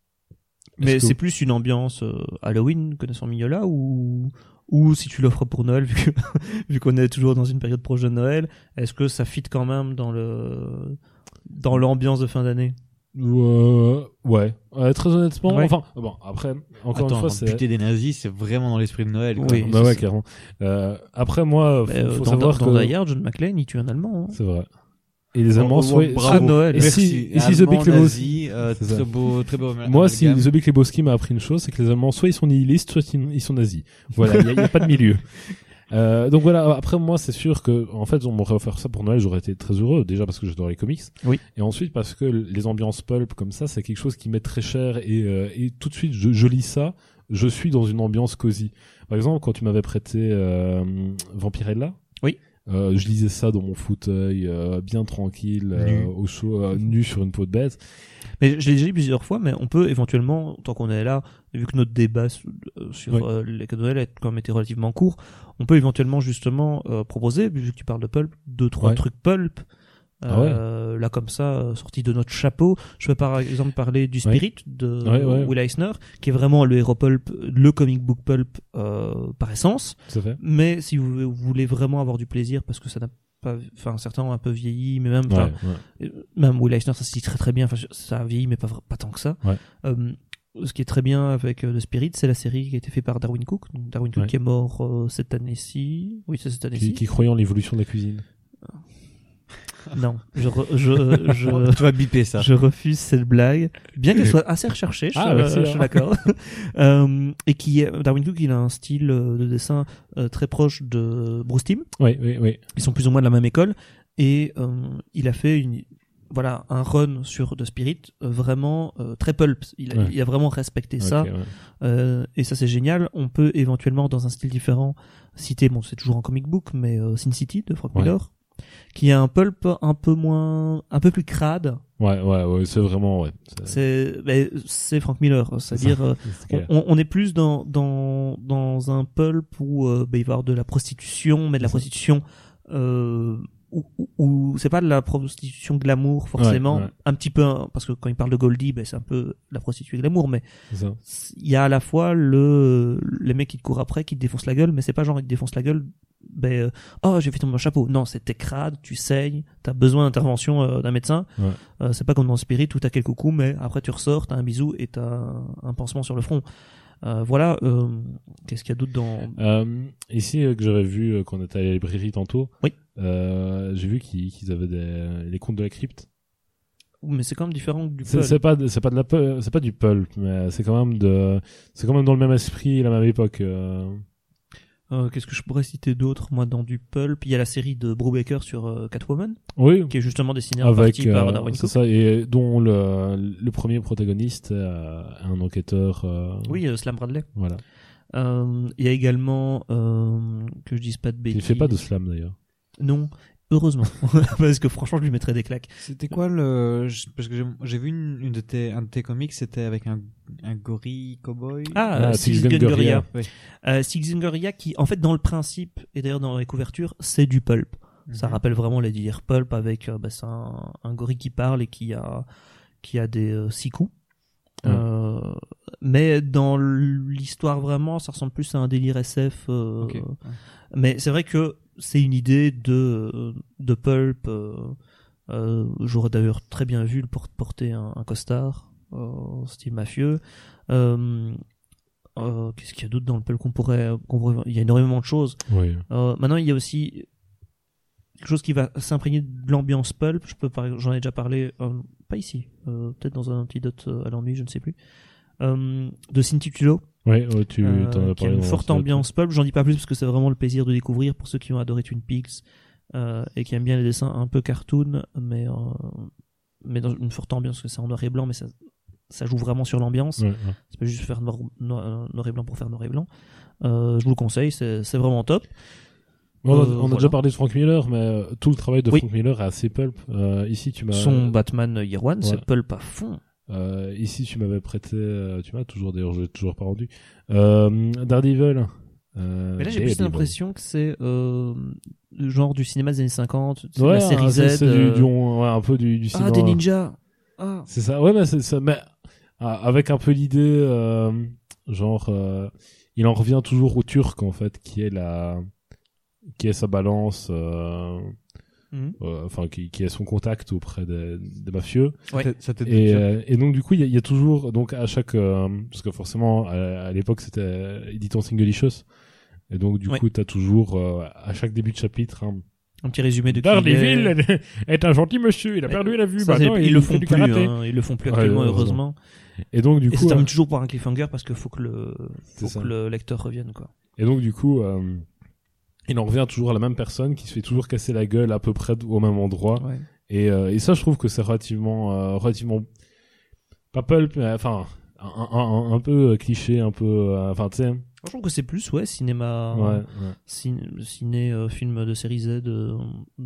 [SPEAKER 2] Mais
[SPEAKER 1] Est-ce que-
[SPEAKER 2] c'est plus une ambiance euh, Halloween, connaissant Mignola, ou ou si tu l'offres pour Noël, vu que vu qu'on est toujours dans une période proche de Noël, est-ce que ça fit quand même dans le dans l'ambiance de fin d'année?
[SPEAKER 1] Euh, ouais. Ouais, très honnêtement,
[SPEAKER 2] Ouais.
[SPEAKER 1] enfin bon après encore
[SPEAKER 3] Attends,
[SPEAKER 1] une fois c'est
[SPEAKER 3] buter des nazis, c'est vraiment dans l'esprit de Noël. quoi.
[SPEAKER 2] Oui.
[SPEAKER 3] Donc,
[SPEAKER 1] bah
[SPEAKER 3] c'est-
[SPEAKER 1] ouais carrément. Euh, après moi faut,
[SPEAKER 2] Mais, euh,
[SPEAKER 1] faut
[SPEAKER 2] dans
[SPEAKER 1] savoir
[SPEAKER 2] dans
[SPEAKER 1] que
[SPEAKER 2] Die Hard, John McClane, il tue un Allemand. Hein.
[SPEAKER 1] c'est vrai. Et les Allemands
[SPEAKER 3] Oh,
[SPEAKER 1] sont
[SPEAKER 3] oh, bravo.
[SPEAKER 2] à Noël.
[SPEAKER 1] Et
[SPEAKER 3] Merci.
[SPEAKER 1] si, et si The
[SPEAKER 3] Allemand,
[SPEAKER 1] Big Lebowski,
[SPEAKER 3] nazi, euh,
[SPEAKER 1] C'est ça.
[SPEAKER 3] très beau, très beau.
[SPEAKER 1] moi si
[SPEAKER 3] amalgame.
[SPEAKER 1] The Big Lebowski m'a appris une chose, c'est que les Allemands soit ils sont nihilistes, soit ils ils sont nazis. Voilà, il y, a- il y a pas de milieu. Euh, donc voilà, après moi c'est sûr que en fait on m'aurait offert ça pour Noël, j'aurais été très heureux déjà parce que j'adore les comics.
[SPEAKER 2] Oui.
[SPEAKER 1] Et ensuite parce que les ambiances pulp comme ça, c'est quelque chose qui m'est très cher et euh, et tout de suite je, je lis ça, je suis dans une ambiance cosy. Par exemple, quand tu m'avais prêté euh, Vampirella,
[SPEAKER 2] Oui.
[SPEAKER 1] Euh, je lisais ça dans mon fauteuil, euh, bien tranquille, euh,
[SPEAKER 3] Nu.
[SPEAKER 1] au chaud, euh, nu sur une peau de bête.
[SPEAKER 2] Mais je l'ai déjà dit plusieurs fois, mais on peut éventuellement, tant qu'on est là, vu que notre débat sur, euh, sur
[SPEAKER 1] Oui.
[SPEAKER 2] euh, les cadeaux de Noël a quand même été relativement court, on peut éventuellement justement euh, proposer, vu que tu parles de pulp, deux trois
[SPEAKER 1] Ouais.
[SPEAKER 2] trucs pulp.
[SPEAKER 1] Ah ouais.
[SPEAKER 2] Euh, là comme ça, euh, sorti de notre chapeau. Je peux par exemple parler du Spirit de
[SPEAKER 1] Ouais, ouais.
[SPEAKER 2] Will Eisner, qui est vraiment le héros pulp, le comic book pulp euh, par essence.
[SPEAKER 1] Ça fait.
[SPEAKER 2] Mais si vous, vous voulez vraiment avoir du plaisir, parce que ça n'a pas, enfin certains ont un peu vieilli, mais même, enfin,
[SPEAKER 1] Ouais, ouais.
[SPEAKER 2] euh, même Will Eisner, ça se dit très très bien. Enfin, ça a vieilli, mais pas, vra- pas tant que ça.
[SPEAKER 1] Ouais.
[SPEAKER 2] Euh, ce qui est très bien avec euh, The Spirit, c'est la série qui a été faite par Darwin Cook. Donc, Darwin Cook
[SPEAKER 1] Ouais.
[SPEAKER 2] qui est mort euh, cette année-ci. Oui, c'est cette année-ci.
[SPEAKER 1] Qui, qui croyait en l'évolution de la cuisine.
[SPEAKER 2] Non, je, re- je, je,
[SPEAKER 3] Tu vas biper ça.
[SPEAKER 2] je refuse cette blague, bien qu'elle soit assez recherchée. Je,
[SPEAKER 1] Ah,
[SPEAKER 2] euh,
[SPEAKER 1] merci,
[SPEAKER 2] je
[SPEAKER 1] hein.
[SPEAKER 2] suis d'accord. euh, et qui est, Darwin Cook, il a un style euh, de dessin euh, très proche de Bruce Timm.
[SPEAKER 1] Oui, oui, oui.
[SPEAKER 2] Ils sont plus ou moins de la même école, et euh, il a fait une voilà un run sur The Spirit euh, vraiment euh, très pulp. Il a,
[SPEAKER 1] Ouais.
[SPEAKER 2] il a vraiment respecté ça,
[SPEAKER 1] Ok, ouais.
[SPEAKER 2] euh, et ça c'est génial. On peut éventuellement dans un style différent citer, bon c'est toujours un comic book, mais euh, Sin City de Frank
[SPEAKER 1] Ouais.
[SPEAKER 2] Miller, qui a un pulp un peu moins, un peu plus crade.
[SPEAKER 1] Ouais, ouais, ouais, c'est vraiment, ouais. C'est-
[SPEAKER 2] C'est ben, c'est Frank Miller, c'est-à-dire euh,
[SPEAKER 1] c'est clair.
[SPEAKER 2] on, on est plus dans dans dans un pulp où euh, ben, il va y avoir de la prostitution, mais de la
[SPEAKER 1] C'est ça.
[SPEAKER 2] prostitution euh, où, où, où c'est pas de la prostitution glamour forcément,
[SPEAKER 1] Ouais, ouais.
[SPEAKER 2] un petit peu hein, parce que quand il parle de Goldie, ben c'est un peu la prostituée glamour, mais
[SPEAKER 1] C'est ça.
[SPEAKER 2] il y a à la fois le les mecs qui te courent après, qui te défoncent la gueule, mais c'est pas genre ils te défoncent la gueule. Ben euh, oh j'ai fait tomber mon chapeau. Non, c'est t'es crade, tu saignes, t'as besoin d'intervention euh, d'un médecin.
[SPEAKER 1] Ouais.
[SPEAKER 2] Euh, c'est pas comme dans Spirit où t'as quelques coups, mais après tu ressors, t'as un bisou et t'as un, un pansement sur le front. Euh, voilà. Euh, qu'est-ce qu'il y a d'autre dans
[SPEAKER 1] Euh, ici, euh, que j'avais vu euh, quand on était à la librairie tantôt.
[SPEAKER 2] Oui.
[SPEAKER 1] Euh, j'ai vu qu'ils, qu'ils avaient des, les contes de la crypte.
[SPEAKER 2] Mais c'est quand même différent du
[SPEAKER 1] C'est,
[SPEAKER 2] pulp.
[SPEAKER 1] c'est pas, de- c'est pas de la, pu- c'est pas du pulp, mais c'est quand même de, c'est quand même dans le même esprit, la même époque. Euh...
[SPEAKER 2] Euh, qu'est-ce que je pourrais citer d'autre moi dans du pulp? Il y a la série de Brubaker sur euh, Catwoman,
[SPEAKER 1] Oui.
[SPEAKER 2] qui est justement dessinée en
[SPEAKER 1] Avec,
[SPEAKER 2] partie par
[SPEAKER 1] euh,
[SPEAKER 2] Darwin
[SPEAKER 1] c'est
[SPEAKER 2] Cook.
[SPEAKER 1] ça, et dont le, le premier protagoniste est euh, un enquêteur. Euh,
[SPEAKER 2] Oui, euh, Slam Bradley.
[SPEAKER 1] Voilà.
[SPEAKER 2] Euh, Il y a également euh, que je dise pas de bêtises.
[SPEAKER 1] Il fait pas de slam d'ailleurs.
[SPEAKER 2] Non, heureusement, parce que franchement, je lui mettrais des claques.
[SPEAKER 3] C'était quoi le je- parce que j'ai- j'ai vu une, une de tes un de tes comics, c'était avec un un gorille cowboy.
[SPEAKER 2] Ah,
[SPEAKER 1] Ah,
[SPEAKER 2] euh,
[SPEAKER 1] Six
[SPEAKER 2] Six
[SPEAKER 1] Gun
[SPEAKER 2] Gun
[SPEAKER 1] Gorilla.
[SPEAKER 2] Gorilla.
[SPEAKER 3] Oui.
[SPEAKER 2] Euh, Six Gun Gorilla qui, en fait, dans le principe, et d'ailleurs dans les couvertures, c'est du pulp. Ça
[SPEAKER 3] Mhm.
[SPEAKER 2] rappelle vraiment les délires pulp avec, euh, bah, c'est un, un gorille qui parle et qui a, qui a des euh, six coups.
[SPEAKER 1] Ouais.
[SPEAKER 2] Euh, mais dans l'histoire vraiment, ça ressemble plus à un délire S F. euh,
[SPEAKER 3] Ok.
[SPEAKER 2] Mais c'est vrai que c'est une idée de, de pulp. Euh, euh, j'aurais d'ailleurs très bien vu le por- porter un, un costard. euh, style mafieux. Euh, euh, qu'est-ce qu'il y a d'autre dans le pulp qu'on pourrait, qu'on pourrait, il y a énormément de choses.
[SPEAKER 1] Oui.
[SPEAKER 2] Euh, maintenant, il y a aussi quelque chose qui va s'imprégner de l'ambiance pulp. Je peux par... J'en ai déjà parlé, euh, pas ici, euh, peut-être dans un antidote à l'ennui, je ne sais plus. Euh, de Cinti Tulo.
[SPEAKER 1] Ouais, ouais, tu
[SPEAKER 2] Euh,
[SPEAKER 1] t'en as
[SPEAKER 2] qui a
[SPEAKER 1] parlé
[SPEAKER 2] une
[SPEAKER 1] dans
[SPEAKER 2] forte
[SPEAKER 1] l'antidote.
[SPEAKER 2] ambiance pulp. J'en dis pas plus parce que c'est vraiment le plaisir de découvrir pour ceux qui ont adoré Twin Peaks euh, et qui aiment bien les dessins un peu cartoon, mais euh, mais dans une forte ambiance, parce que c'est en noir et blanc, mais ça ça joue vraiment sur l'ambiance.
[SPEAKER 1] Ouais, ouais.
[SPEAKER 2] C'est pas juste faire noir, noir, noir et blanc pour faire noir et blanc. Euh, je vous le conseille, c'est c'est vraiment top.
[SPEAKER 1] On a,
[SPEAKER 2] Euh,
[SPEAKER 1] on a
[SPEAKER 2] voilà.
[SPEAKER 1] déjà parlé de Frank Miller, mais euh, tout le travail de
[SPEAKER 2] Oui.
[SPEAKER 1] Frank Miller est assez pulp. Euh, ici, tu m'as.
[SPEAKER 2] Son Batman Year One,
[SPEAKER 1] Ouais.
[SPEAKER 2] c'est pulp à fond.
[SPEAKER 1] Euh, ici, tu m'avais prêté. Euh, tu m'as toujours, d'ailleurs, je l'ai toujours pas rendu. Euh, Daredevil. Euh,
[SPEAKER 2] Mais là, j'ai plus
[SPEAKER 1] Daredevil.
[SPEAKER 2] l'impression que c'est euh, le genre du cinéma des années cinquante, c'est
[SPEAKER 1] Ouais,
[SPEAKER 2] la série
[SPEAKER 1] c'est,
[SPEAKER 2] Z.
[SPEAKER 1] c'est du,
[SPEAKER 2] euh,
[SPEAKER 1] du, ouais, un peu du, du cinéma.
[SPEAKER 2] Ah, des ninjas. Ah.
[SPEAKER 1] C'est ça. Ouais, mais c'est ça. Mais ah, avec un peu l'idée, euh, genre, euh, il en revient toujours au turc en fait, qui est la, qui est sa balance. Euh,
[SPEAKER 2] Mhm.
[SPEAKER 1] euh, enfin, qui, qui est son contact auprès des, des mafieux.
[SPEAKER 2] Ouais.
[SPEAKER 3] Ça t'est- ça t'est
[SPEAKER 1] Et,
[SPEAKER 3] déjà-
[SPEAKER 1] euh, et donc du coup il y a, il y a toujours donc à chaque euh, parce que forcément à, à l'époque c'était édité en Singlicious et donc du
[SPEAKER 2] Ouais.
[SPEAKER 1] coup t'as toujours euh, à chaque début de chapitre hein,
[SPEAKER 2] Un petit résumé de qui il est.
[SPEAKER 1] Daredevil est un gentil monsieur, il a perdu la vue,
[SPEAKER 2] Ça,
[SPEAKER 1] maintenant
[SPEAKER 2] c'est-
[SPEAKER 1] il
[SPEAKER 2] ils le
[SPEAKER 1] fait
[SPEAKER 2] font
[SPEAKER 1] du
[SPEAKER 2] plus,
[SPEAKER 1] karaté.
[SPEAKER 2] hein, ils le font plus
[SPEAKER 1] Ouais,
[SPEAKER 2] actuellement,
[SPEAKER 1] heureusement.
[SPEAKER 2] heureusement.
[SPEAKER 1] Et donc du
[SPEAKER 2] Et
[SPEAKER 1] coup
[SPEAKER 2] ça termine
[SPEAKER 1] euh,
[SPEAKER 2] toujours par un cliffhanger parce qu'il faut que le,
[SPEAKER 1] C'est
[SPEAKER 2] faut
[SPEAKER 1] ça.
[SPEAKER 2] que le lecteur revienne, quoi.
[SPEAKER 1] et donc du coup euh, il en revient toujours à la même personne qui se fait toujours casser la gueule à peu près au même endroit.
[SPEAKER 2] Ouais.
[SPEAKER 1] Et, euh, et ça, je trouve que c'est relativement, euh, relativement pas pulp, mais enfin un, un, un, un peu cliché, un peu, euh, enfin tu sais.
[SPEAKER 2] Moi, je trouve que c'est plus, ouais, cinéma,
[SPEAKER 1] Ouais, ouais.
[SPEAKER 2] ciné, ciné euh, film de série Z de,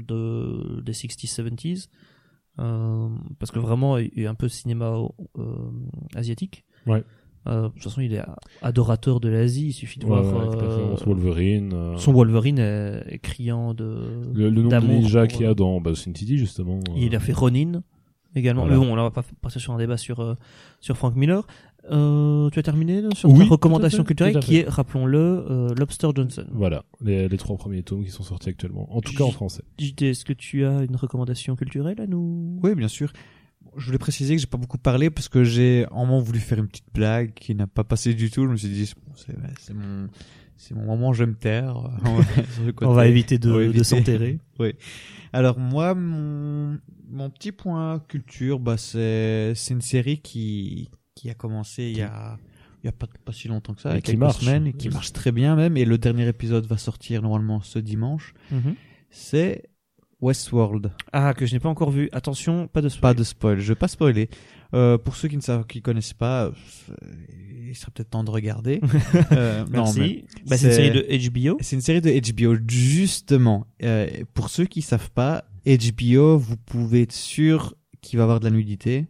[SPEAKER 2] de des sixties, seventies, euh, parce que vraiment, il y a un peu cinéma euh, asiatique.
[SPEAKER 1] Ouais.
[SPEAKER 2] Euh, de toute façon, il est adorateur de l'Asie. Il suffit de
[SPEAKER 1] Ouais,
[SPEAKER 2] voir
[SPEAKER 1] ouais, avec la
[SPEAKER 2] euh,
[SPEAKER 1] référence Wolverine. euh,
[SPEAKER 2] son Wolverine est, est criant de
[SPEAKER 1] le, le nombre de
[SPEAKER 2] d'amour
[SPEAKER 1] ninjas
[SPEAKER 2] pour,
[SPEAKER 1] qu'il y a
[SPEAKER 2] euh,
[SPEAKER 1] dans bah, Sin City justement. euh,
[SPEAKER 2] Il a fait Ronin également.
[SPEAKER 1] Voilà.
[SPEAKER 2] Mais bon, on va pas partir sur un débat sur euh, sur Frank Miller. Euh, tu as terminé sur
[SPEAKER 1] Oui,
[SPEAKER 2] ta
[SPEAKER 1] tout
[SPEAKER 2] recommandation
[SPEAKER 1] à fait,
[SPEAKER 2] culturelle
[SPEAKER 1] tout à fait.
[SPEAKER 2] qui est, rappelons-le, euh, Lobster Johnson.
[SPEAKER 1] Voilà, les, les trois premiers tomes qui sont sortis actuellement. En tout cas en français.
[SPEAKER 2] J T, est-ce que tu as une recommandation culturelle à nous?
[SPEAKER 3] Oui, bien sûr. Je voulais préciser que j'ai pas beaucoup parlé parce que j'ai en moment voulu faire une petite blague qui n'a pas passé du tout. Je me suis dit, bon, c'est, ouais, c'est mon, c'est mon moment, je vais me taire. Sur le côté.
[SPEAKER 2] On va éviter de,
[SPEAKER 3] On va
[SPEAKER 2] de
[SPEAKER 3] éviter.
[SPEAKER 2] s'enterrer.
[SPEAKER 3] Oui. Alors moi, mon, mon petit point culture, bah c'est, c'est une série qui, qui a commencé il y a, il y a pas, pas si longtemps que ça,
[SPEAKER 1] Et
[SPEAKER 3] il y a
[SPEAKER 1] qui
[SPEAKER 3] quelques
[SPEAKER 1] marche.
[SPEAKER 3] semaines, et qui marche très bien même. Et le dernier épisode va sortir normalement ce dimanche.
[SPEAKER 2] Mhm.
[SPEAKER 3] C'est Westworld.
[SPEAKER 2] Ah, que je n'ai pas encore vu. Attention, pas de spoil.
[SPEAKER 3] Pas de spoil, je vais pas spoiler. Euh, pour ceux qui ne savent, qui connaissent pas, euh, il serait peut-être temps de regarder. euh, non,
[SPEAKER 2] Merci.
[SPEAKER 3] mais
[SPEAKER 2] Bah, c'est une
[SPEAKER 3] c'est-
[SPEAKER 2] série de H B O.
[SPEAKER 3] c'est une série de H B O, justement. Euh, pour ceux qui savent pas, H B O, vous pouvez être sûr qu'il va y avoir de la nudité.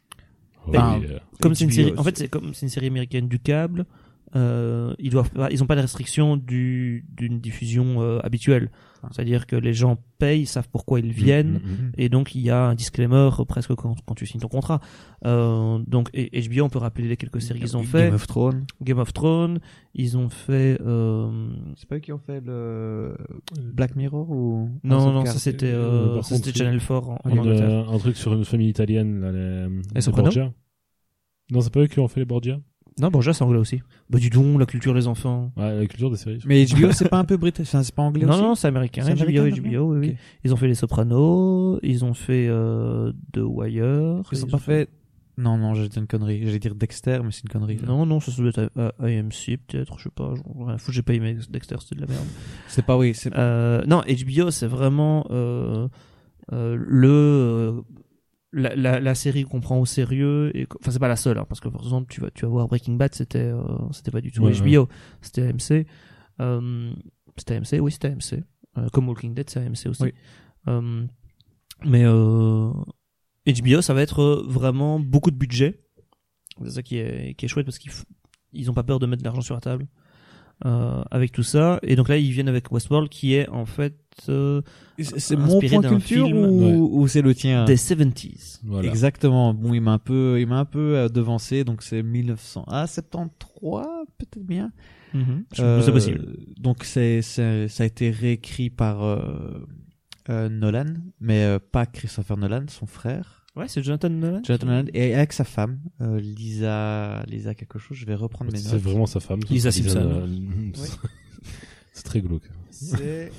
[SPEAKER 3] Enfin,
[SPEAKER 1] Oui, euh,
[SPEAKER 2] Comme c'est une
[SPEAKER 3] H B O,
[SPEAKER 2] série, en fait, c'est comme c'est une série américaine du câble. Euh, ils doivent pas, ils ont pas de restriction du, d'une diffusion euh, habituelle.
[SPEAKER 3] Ah.
[SPEAKER 2] C'est-à-dire que les gens payent, savent pourquoi ils viennent.
[SPEAKER 1] mm, mm, mm.
[SPEAKER 2] Et donc il y a un disclaimer presque quand, quand tu signes ton contrat. Euh, donc et H B O, on peut rappeler les quelques séries qu'ils ont fait.
[SPEAKER 3] Game of Thrones.
[SPEAKER 2] Game of Thrones, ils ont fait. Euh...
[SPEAKER 3] C'est pas eux qui ont fait le Black Mirror ou
[SPEAKER 2] Non,
[SPEAKER 3] House of
[SPEAKER 2] non,
[SPEAKER 3] Cards?
[SPEAKER 2] ça c'était,
[SPEAKER 1] Euh,
[SPEAKER 2] euh,
[SPEAKER 1] par
[SPEAKER 2] ça,
[SPEAKER 1] contre,
[SPEAKER 2] c'était
[SPEAKER 1] c'est-
[SPEAKER 2] Channel four en, en
[SPEAKER 1] Une,
[SPEAKER 2] Angleterre.
[SPEAKER 1] euh, un truc sur une famille italienne, là, les, les
[SPEAKER 2] Sopranos
[SPEAKER 1] Borgia. Non, c'est pas eux qui ont fait les Borgia.
[SPEAKER 2] Non, bon, déjà c'est anglais aussi. Bah dis donc, la culture des enfants.
[SPEAKER 1] Ouais, la culture des séries.
[SPEAKER 3] Mais H B O, c'est pas un peu britannique, enfin, c'est pas anglais
[SPEAKER 2] Non,
[SPEAKER 3] aussi?
[SPEAKER 2] non, c'est américain.
[SPEAKER 3] C'est
[SPEAKER 2] H B O,
[SPEAKER 3] américain,
[SPEAKER 2] H B O, oui, oui.
[SPEAKER 3] ok.
[SPEAKER 2] Ils ont fait les Sopranos, ils ont fait euh, The Wire.
[SPEAKER 3] Ils ont pas fait. Non, non, j'ai dit une connerie. J'allais dire Dexter, mais c'est une connerie. là.
[SPEAKER 2] Non, non, ça doit être à I M C peut-être, je sais pas. J'en ai rien à foutre, j'ai pas aimé Dexter, c'était de la merde.
[SPEAKER 3] C'est pas, oui, c'est
[SPEAKER 2] Euh, non, H B O, c'est vraiment euh, euh, le euh, la, la, la série qu'on prend au sérieux. Et, enfin, c'est pas la seule, hein, parce que par exemple, tu vas tu vas voir Breaking Bad, c'était euh, c'était pas du tout
[SPEAKER 1] Ouais,
[SPEAKER 2] H B O, c'était A M C. Euh, c'était A M C, oui, c'était A M C. Euh, comme Walking Dead, c'est A M C aussi.
[SPEAKER 3] Oui.
[SPEAKER 2] Euh, mais euh, H B O, ça va être euh, vraiment beaucoup de budget. C'est ça qui est qui est chouette parce qu'ils f- ils ont pas peur de mettre de l'argent sur la table. Euh, avec tout ça, et donc là ils viennent avec Westworld qui est en fait euh,
[SPEAKER 3] c'est c'est mon
[SPEAKER 2] inspiré
[SPEAKER 3] point
[SPEAKER 2] d'un
[SPEAKER 3] culture
[SPEAKER 2] film.
[SPEAKER 3] ou,
[SPEAKER 1] Ouais.
[SPEAKER 3] ou c'est le tien?
[SPEAKER 2] des soixante-dix.
[SPEAKER 1] Voilà.
[SPEAKER 3] Exactement. Bon, il m'a un peu, il m'a un peu euh, devancé, donc c'est mille neuf cents, ah, soixante-treize, peut-être bien.
[SPEAKER 2] Mm-hmm.
[SPEAKER 3] Euh,
[SPEAKER 2] C'est possible.
[SPEAKER 3] Donc c'est, c'est, ça a été réécrit par euh, euh, Nolan, mais euh, pas Christopher Nolan, son frère.
[SPEAKER 2] Ouais, c'est Jonathan Nolan.
[SPEAKER 3] Jonathan Nolan et avec sa femme euh, Lisa Lisa quelque chose. Je vais reprendre mes
[SPEAKER 1] C'est
[SPEAKER 3] notes.
[SPEAKER 1] vraiment sa femme.
[SPEAKER 2] Lisa
[SPEAKER 1] c'est
[SPEAKER 2] Simpson.
[SPEAKER 1] euh,
[SPEAKER 2] Ouais.
[SPEAKER 1] C'est très glauque.
[SPEAKER 3] C'est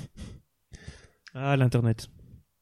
[SPEAKER 2] Ah, l'internet.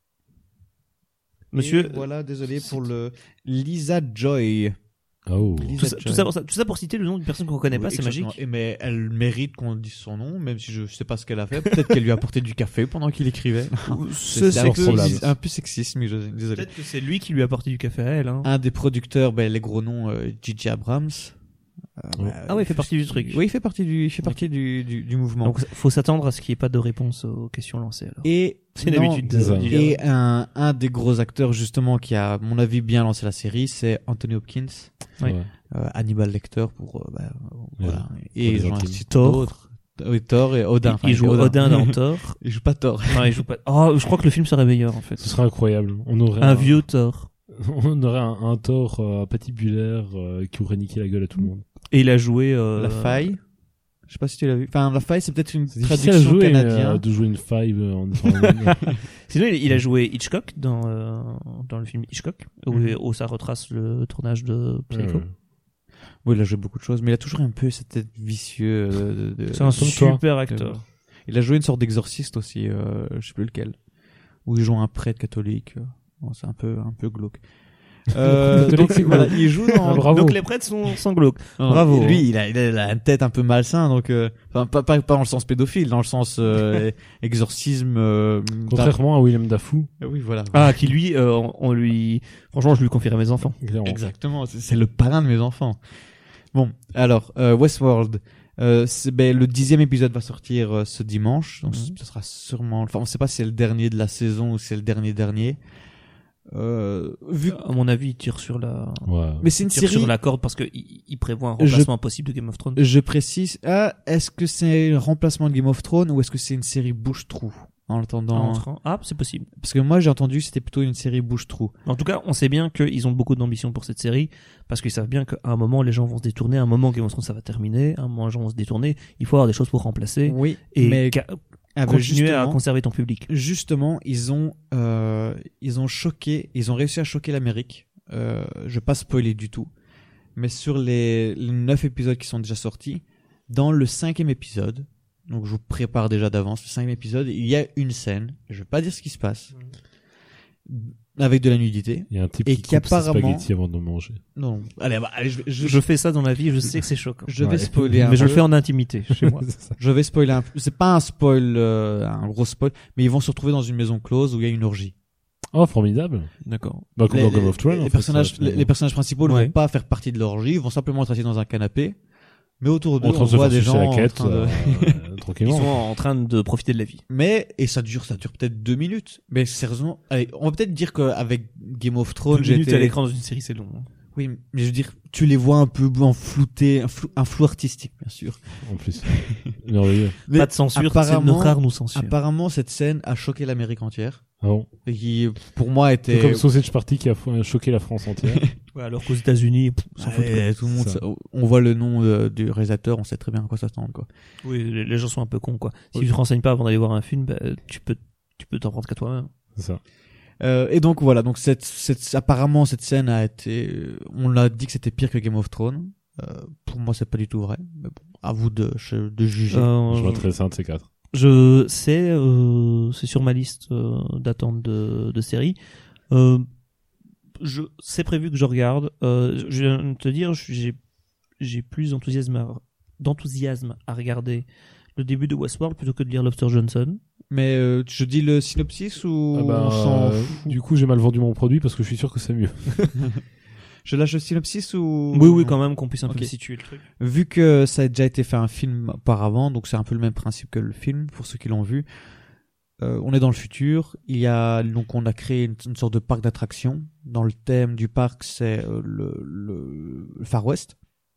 [SPEAKER 2] Monsieur,
[SPEAKER 3] Et voilà, désolé pour le Lisa Joy.
[SPEAKER 1] Oh.
[SPEAKER 2] tout ça, tout, ça pour ça, tout ça pour citer le nom d'une personne qu'on connaît
[SPEAKER 3] Oui,
[SPEAKER 2] pas, c'est
[SPEAKER 3] exactement.
[SPEAKER 2] magique.
[SPEAKER 3] Et mais elle mérite qu'on dise son nom, même si je sais pas ce qu'elle a fait. Peut-être qu'elle lui a apporté du café pendant qu'il écrivait.
[SPEAKER 2] C'est
[SPEAKER 3] C'est un
[SPEAKER 1] fort
[SPEAKER 3] peu,
[SPEAKER 1] probable.
[SPEAKER 3] un peu sexiste, mais je, désolé.
[SPEAKER 2] Peut-être que c'est lui qui lui a apporté du café à elle. Hein.
[SPEAKER 3] Un des producteurs, ben, les gros noms, euh, J J Abrams. Euh,
[SPEAKER 1] Ouais.
[SPEAKER 3] bah,
[SPEAKER 2] Ah ouais, il fait partie du truc.
[SPEAKER 3] Oui, il fait partie du, il fait partie du, du, du mouvement.
[SPEAKER 2] Donc faut s'attendre à ce qu'il n'y ait pas de réponse aux questions lancées. Alors.
[SPEAKER 3] Et
[SPEAKER 2] C'est une
[SPEAKER 3] non,
[SPEAKER 2] habitude
[SPEAKER 1] C'est ça.
[SPEAKER 2] de,
[SPEAKER 3] Et un, un des gros acteurs justement qui a, à mon avis, bien lancé la série, c'est Anthony Hopkins,
[SPEAKER 2] Oui.
[SPEAKER 1] Ouais.
[SPEAKER 3] euh, Hannibal Lecter pour, euh, bah, voilà. Et
[SPEAKER 1] les
[SPEAKER 3] j'en
[SPEAKER 1] intimes.
[SPEAKER 3] cite
[SPEAKER 2] Thor.
[SPEAKER 3] d'autres. Oui, Thor et Odin.
[SPEAKER 2] il,
[SPEAKER 3] Enfin,
[SPEAKER 2] il joue Odin dans Thor.
[SPEAKER 3] Il joue pas Thor.
[SPEAKER 2] Non, il joue pas. Oh, je crois que le film serait meilleur en fait.
[SPEAKER 1] Ce serait incroyable. On aurait
[SPEAKER 2] Un vieux Thor.
[SPEAKER 1] on aurait un, un Thor euh, patibulaire euh, qui aurait niqué la gueule à tout le monde.
[SPEAKER 2] Et il a joué. Euh...
[SPEAKER 3] La faille. Je sais pas si tu l'as vu. Enfin, la faille, c'est peut-être une
[SPEAKER 1] C'est difficile à
[SPEAKER 3] traduction
[SPEAKER 1] jouer,
[SPEAKER 3] canadienne.
[SPEAKER 1] euh, de jouer une five euh, en étant un-
[SPEAKER 2] Sinon, il, il a joué Hitchcock dans euh, dans le film Hitchcock, où,
[SPEAKER 3] Mhm.
[SPEAKER 2] où ça retrace le tournage de Psycho.
[SPEAKER 1] Ouais.
[SPEAKER 3] Oui, il a joué beaucoup de choses, mais il a toujours un peu cette tête vicieuse. De, de-
[SPEAKER 2] C'est un
[SPEAKER 1] Comme toi.
[SPEAKER 2] super acteur.
[SPEAKER 3] Il a joué une sorte d'exorciste aussi, euh, je sais plus lequel, où il joue un prêtre catholique. euh, Bon, c'est un peu un peu glauque. Euh,
[SPEAKER 1] Catholique,
[SPEAKER 3] donc
[SPEAKER 1] c'est
[SPEAKER 3] voilà,
[SPEAKER 1] glauque.
[SPEAKER 3] il joue
[SPEAKER 1] Ah,
[SPEAKER 3] dans.
[SPEAKER 1] bravo.
[SPEAKER 2] Donc les prêtres sont, sont glauques.
[SPEAKER 3] Non,
[SPEAKER 2] Bravo.
[SPEAKER 3] Lui, il a, il a une tête un peu malsain, donc euh, enfin pas, pas pas dans le sens pédophile, dans le sens euh, exorcisme. Euh,
[SPEAKER 1] Contrairement à William Dafoe.
[SPEAKER 3] d'un- Oui, voilà.
[SPEAKER 2] Ah, qui lui, euh, on, on lui, franchement, je lui confierais mes enfants.
[SPEAKER 1] Clairement.
[SPEAKER 3] Exactement, c'est c'est le parrain de mes enfants. Bon, alors euh, Westworld. Euh, c'est- ben, le dixième épisode va sortir euh, ce dimanche, donc
[SPEAKER 2] Mhm.
[SPEAKER 3] ce sera sûrement. Enfin, on sait pas si c'est le dernier de la saison ou si c'est le dernier dernier. Euh, vu,
[SPEAKER 2] À mon avis, il tire sur la,
[SPEAKER 1] Ouais.
[SPEAKER 3] mais c'est une
[SPEAKER 2] il tire
[SPEAKER 3] série.
[SPEAKER 2] sur la corde parce que il, il prévoit un
[SPEAKER 3] Je-
[SPEAKER 2] remplacement possible de Game of Thrones.
[SPEAKER 3] Je précise. Ah, est-ce que c'est un remplacement de Game of Thrones ou est-ce que c'est une série bouche-trou en attendant?
[SPEAKER 2] En entrant. Ah, c'est possible.
[SPEAKER 3] Parce que moi j'ai entendu que c'était plutôt une série bouche-trou.
[SPEAKER 2] En tout cas, on sait bien qu'ils ont beaucoup d'ambition pour cette série parce qu'ils savent bien qu'à un moment, les gens vont se détourner, à un moment, Game of Thrones, ça va terminer, à un moment, les gens vont se détourner. Il faut avoir des choses pour remplacer
[SPEAKER 3] Oui,
[SPEAKER 2] et
[SPEAKER 3] mais
[SPEAKER 2] ca-
[SPEAKER 3] ah, ben,
[SPEAKER 2] continuer à
[SPEAKER 3] justement-
[SPEAKER 2] conserver ton public.
[SPEAKER 3] Justement, ils ont, euh, ils ont choqué, ils ont réussi à choquer l'Amérique. Euh, je vais pas spoiler du tout, mais sur les, les neuf épisodes qui sont déjà sortis, dans le cinquième épisode, donc je vous prépare déjà d'avance, le cinquième épisode, il y a une scène, je vais pas dire ce qui se passe, avec de la nudité.
[SPEAKER 1] Il y a un type
[SPEAKER 3] Et
[SPEAKER 1] qui
[SPEAKER 3] qui
[SPEAKER 1] coupe ses
[SPEAKER 3] apparemment-
[SPEAKER 1] spaghettis avant de manger.
[SPEAKER 3] Non, allez, bah, allez, je, vais- je,
[SPEAKER 2] Je fais ça dans la vie, je sais que c'est choquant.
[SPEAKER 3] je vais
[SPEAKER 1] Ouais.
[SPEAKER 3] spoiler un
[SPEAKER 2] Mais je
[SPEAKER 3] peu.
[SPEAKER 2] le fais en intimité chez moi.
[SPEAKER 1] C'est ça.
[SPEAKER 3] Je vais spoiler un peu. C'est pas un spoil, euh, un gros spoil, mais ils vont se retrouver dans une maison close où il y a une orgie.
[SPEAKER 1] Oh, formidable.
[SPEAKER 2] D'accord.
[SPEAKER 1] Bah, comme
[SPEAKER 3] Les,
[SPEAKER 1] dans Game
[SPEAKER 3] les-
[SPEAKER 1] of Thrones.
[SPEAKER 3] les
[SPEAKER 1] en fait,
[SPEAKER 3] personnages,
[SPEAKER 1] ça,
[SPEAKER 3] les, les personnages principaux ne
[SPEAKER 2] Ouais.
[SPEAKER 3] vont pas faire partie de l'orgie, ils vont simplement être assis dans un canapé. Mais autour d'eux,
[SPEAKER 1] en
[SPEAKER 3] on
[SPEAKER 1] train de se
[SPEAKER 3] voit
[SPEAKER 1] faire
[SPEAKER 3] des
[SPEAKER 1] sucer
[SPEAKER 3] gens
[SPEAKER 1] la
[SPEAKER 3] en
[SPEAKER 1] quête,
[SPEAKER 3] train de...
[SPEAKER 1] euh,
[SPEAKER 2] Ils
[SPEAKER 1] tranquillement.
[SPEAKER 2] sont en train de profiter de la vie.
[SPEAKER 3] Mais, et ça dure, ça dure peut-être deux minutes. Mais sérieusement, allez, on va peut-être dire qu'avec Game of Thrones,
[SPEAKER 2] Deux minutes
[SPEAKER 3] j'étais...
[SPEAKER 2] à l'écran dans une série, c'est long. hein.
[SPEAKER 3] Oui, mais je veux dire, tu les vois un peu en flouté, un flou, un flou artistique, bien sûr.
[SPEAKER 1] En plus. Merveilleux.
[SPEAKER 3] Mais
[SPEAKER 2] Pas de censure, c'est
[SPEAKER 3] apparemment-
[SPEAKER 2] notre art nous censure.
[SPEAKER 3] Apparemment, cette scène a choqué l'Amérique entière.
[SPEAKER 1] Ah bon.
[SPEAKER 3] Et qui, pour moi,
[SPEAKER 1] C'est
[SPEAKER 3] était...
[SPEAKER 1] comme Sausage Party qui a fo- choqué la France entière.
[SPEAKER 2] Ouais, alors qu'aux États-Unis, pff, ils s'en foutent,
[SPEAKER 3] Ouais, tout le monde,
[SPEAKER 1] Ça.
[SPEAKER 3] sa- on voit le nom de- du réalisateur, on sait très bien à quoi s'attendre, quoi.
[SPEAKER 2] quoi. Oui, les, les gens sont un peu cons, quoi. Si
[SPEAKER 3] Oui.
[SPEAKER 2] tu te renseignes pas avant d'aller voir un film, bah, tu peux, tu peux t'en prendre qu'à toi-même.
[SPEAKER 1] C'est ça.
[SPEAKER 3] Euh, et donc voilà, donc cette, cette, apparemment cette scène a été, euh, on l'a dit que c'était pire que Game of Thrones. Euh, pour moi, c'est pas du tout vrai. Mais bon, à vous de, de juger.
[SPEAKER 2] Euh,
[SPEAKER 1] Je voterai ça un de ces quatre.
[SPEAKER 2] Je sais, euh, c'est sur ma liste euh, d'attente de, de séries. Euh, je, c'est prévu que je regarde. Euh, je viens de te dire, j'ai, j'ai plus d'enthousiasme à, d'enthousiasme à regarder le début de Westworld plutôt que de lire Lobster Johnson.
[SPEAKER 3] Mais euh, je dis le synopsis ou
[SPEAKER 1] Ah bah,
[SPEAKER 3] on s'en
[SPEAKER 1] euh,
[SPEAKER 3] fout.
[SPEAKER 1] du coup, j'ai mal vendu mon produit parce que je suis sûr que c'est mieux.
[SPEAKER 3] Je lâche le synopsis ou
[SPEAKER 2] Oui, oui, quand même, qu'on puisse un
[SPEAKER 3] Ok.
[SPEAKER 2] peu situer le truc.
[SPEAKER 3] Vu que ça a déjà été fait un film auparavant, donc c'est un peu le même principe que le film pour ceux qui l'ont vu. Euh, on est dans le futur. Il y a donc on a créé une, une sorte de parc d'attractions. Dans le thème du parc, c'est euh, le, le, le Far West.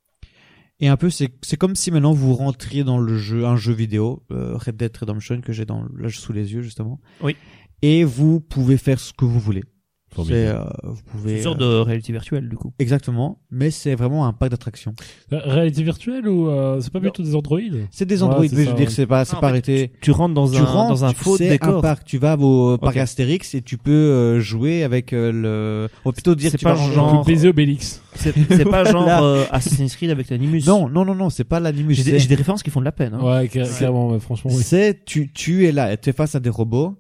[SPEAKER 3] Et un peu, c'est c'est comme si maintenant vous rentriez dans le jeu, un jeu vidéo, euh, Red Dead Redemption que j'ai dans là sous les yeux justement.
[SPEAKER 2] Oui.
[SPEAKER 3] Et vous pouvez faire ce que vous voulez.
[SPEAKER 1] Formidable.
[SPEAKER 3] C'est, euh, vous
[SPEAKER 2] C'est
[SPEAKER 3] pouvez.
[SPEAKER 2] une sorte
[SPEAKER 3] euh,
[SPEAKER 2] de réalité virtuelle, du coup.
[SPEAKER 3] Exactement, mais c'est vraiment un parc d'attractions.
[SPEAKER 1] Euh, Réalité virtuelle ou euh, c'est pas plutôt des androïdes?
[SPEAKER 3] C'est des
[SPEAKER 1] Ouais,
[SPEAKER 3] androïdes,
[SPEAKER 1] c'est
[SPEAKER 3] mais je
[SPEAKER 1] ça,
[SPEAKER 3] veux dire,
[SPEAKER 1] ouais.
[SPEAKER 3] c'est pas, c'est
[SPEAKER 2] Ah, en
[SPEAKER 3] pas
[SPEAKER 2] fait,
[SPEAKER 3] arrêté.
[SPEAKER 2] Tu rentres dans
[SPEAKER 3] Tu
[SPEAKER 2] un,
[SPEAKER 3] rentres,
[SPEAKER 2] dans un
[SPEAKER 3] tu-
[SPEAKER 2] faux
[SPEAKER 3] c'est
[SPEAKER 2] décor.
[SPEAKER 3] un parc. Tu vas au parc
[SPEAKER 2] Ok.
[SPEAKER 3] Astérix et tu peux euh, jouer avec euh, le. On va plutôt dire
[SPEAKER 2] C'est
[SPEAKER 3] que tu
[SPEAKER 2] pas
[SPEAKER 3] vas ranger-
[SPEAKER 2] genre-
[SPEAKER 1] On peut baiser Obélix.
[SPEAKER 2] C'est, c'est pas genre
[SPEAKER 3] Là.
[SPEAKER 2] euh, Assassin's Creed avec l'animus.
[SPEAKER 3] Non, non, non, non, c'est pas l'animus.
[SPEAKER 2] J'ai des,
[SPEAKER 3] c'est-
[SPEAKER 2] j'ai des références qui font de la peine. Hein.
[SPEAKER 1] Ouais, car- carrément, ouais, franchement, oui.
[SPEAKER 3] C'est tu tu es là, tu es face à des robots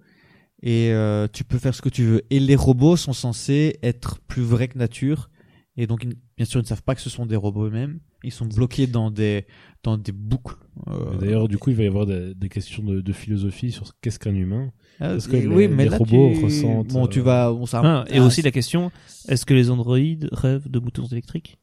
[SPEAKER 3] et euh, tu peux faire ce que tu veux. Et les robots sont censés être plus vrais que nature et donc ils- bien sûr ils ne savent pas que ce sont des robots eux-mêmes. Ils sont bloqués dans des dans des boucles. Euh,
[SPEAKER 1] Et D'ailleurs, du coup, il va y avoir des, des questions de, de philosophie sur ce qu'est-ce qu'un humain.
[SPEAKER 3] euh,
[SPEAKER 1] parce que
[SPEAKER 3] et-
[SPEAKER 1] les-
[SPEAKER 3] oui, mais
[SPEAKER 1] les
[SPEAKER 3] là,
[SPEAKER 1] robots
[SPEAKER 3] tu...
[SPEAKER 1] ressentent,
[SPEAKER 3] Bon, tu
[SPEAKER 1] euh,
[SPEAKER 3] vas. On s'en-
[SPEAKER 2] Ah, et
[SPEAKER 3] ah,
[SPEAKER 2] aussi la question, est-ce que les androïdes rêvent de boutons électriques?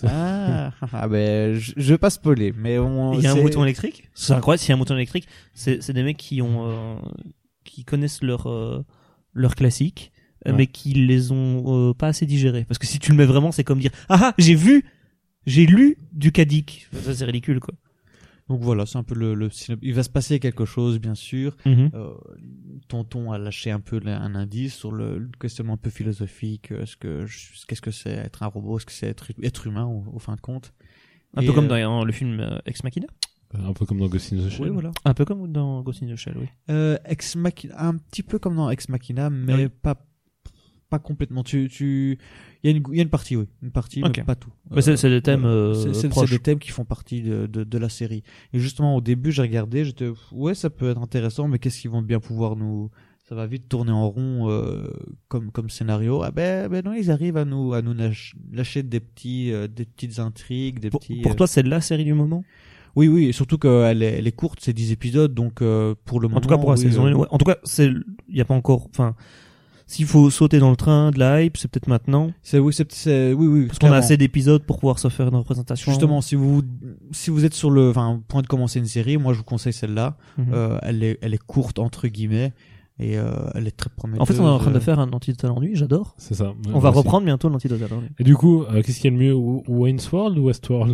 [SPEAKER 3] Ah, ah, ben je, je vais pas spoiler, mais on.
[SPEAKER 2] Il y a un
[SPEAKER 3] c'est-
[SPEAKER 2] bouton électrique? C'est incroyable, s'il y a un bouton électrique, c'est, c'est des mecs qui ont, euh, qui connaissent leur, euh, leur classique, euh,
[SPEAKER 1] Ouais.
[SPEAKER 2] mais qui les ont euh, pas assez digérés. Parce que si tu le mets vraiment, c'est comme dire, ah ah, j'ai vu, j'ai lu du Kadik. Ça, c'est ridicule, quoi.
[SPEAKER 3] Donc voilà, c'est un peu le, le synop- il va se passer quelque chose, bien sûr.
[SPEAKER 2] Mhm.
[SPEAKER 3] Euh, Tonton a lâché un peu un indice sur le, le questionnement un peu philosophique. Est-ce que je- qu'est-ce que c'est être un robot, est-ce que c'est être être humain au, au fin de compte.
[SPEAKER 2] Un
[SPEAKER 3] Et,
[SPEAKER 2] peu comme
[SPEAKER 3] euh,
[SPEAKER 2] dans le film euh, Ex Machina.
[SPEAKER 1] Un peu comme dans Ghost in the Shell.
[SPEAKER 3] Oui, voilà.
[SPEAKER 2] Un peu comme dans Ghost in the Shell, oui.
[SPEAKER 3] Euh, Ex Machina, un petit peu comme dans Ex Machina, mais
[SPEAKER 2] Oui.
[SPEAKER 3] pas pas complètement. Tu tu il y a une il y a une partie, oui, une partie,
[SPEAKER 2] Ok.
[SPEAKER 3] mais pas tout.
[SPEAKER 2] Mais c'est- c'est des thèmes,
[SPEAKER 3] voilà.
[SPEAKER 2] euh,
[SPEAKER 3] c'est, c'est,
[SPEAKER 2] proches.
[SPEAKER 3] c'est des thèmes qui font partie de, de de la série. Et justement au début, j'ai regardé, j'étais ouais, ça peut être intéressant, mais qu'est-ce qu'ils vont bien pouvoir nous ça va vite tourner en rond euh, comme comme scénario. Ah ben ben non, ils arrivent à nous à nous lâch- lâcher des petits euh, des petites intrigues, des
[SPEAKER 2] Pour,
[SPEAKER 3] petits.
[SPEAKER 2] pour
[SPEAKER 3] euh,
[SPEAKER 2] toi, c'est la série du moment?
[SPEAKER 3] Oui oui, et surtout qu'elle est elle est courte, c'est dix épisodes, donc euh, pour le moment.
[SPEAKER 2] En tout cas, pour la
[SPEAKER 3] oui,
[SPEAKER 2] saison
[SPEAKER 3] euh,
[SPEAKER 2] un, ouais. En tout cas, c'est, il y a pas encore, enfin, s'il faut sauter dans le train de la hype, c'est peut-être maintenant.
[SPEAKER 3] C'est oui, c'est, c'est oui oui.
[SPEAKER 2] Parce qu'on a
[SPEAKER 3] clairement.
[SPEAKER 2] assez d'épisodes pour pouvoir se faire une représentation.
[SPEAKER 3] Justement, si vous si vous êtes sur le enfin point de commencer une série, moi je vous conseille celle-là.
[SPEAKER 2] Mhm.
[SPEAKER 3] Euh, elle est elle est courte entre guillemets et euh, elle est très prometteuse.
[SPEAKER 2] En fait, on est en train de
[SPEAKER 3] euh,
[SPEAKER 2] faire un antidote à l'ennui, j'adore.
[SPEAKER 1] C'est ça.
[SPEAKER 2] On va reprendre bientôt l'antidote à l'ennui.
[SPEAKER 1] Et du coup, euh, qu'est-ce qu'il y a le mieux, Wa- Wayne's World ou Westworld?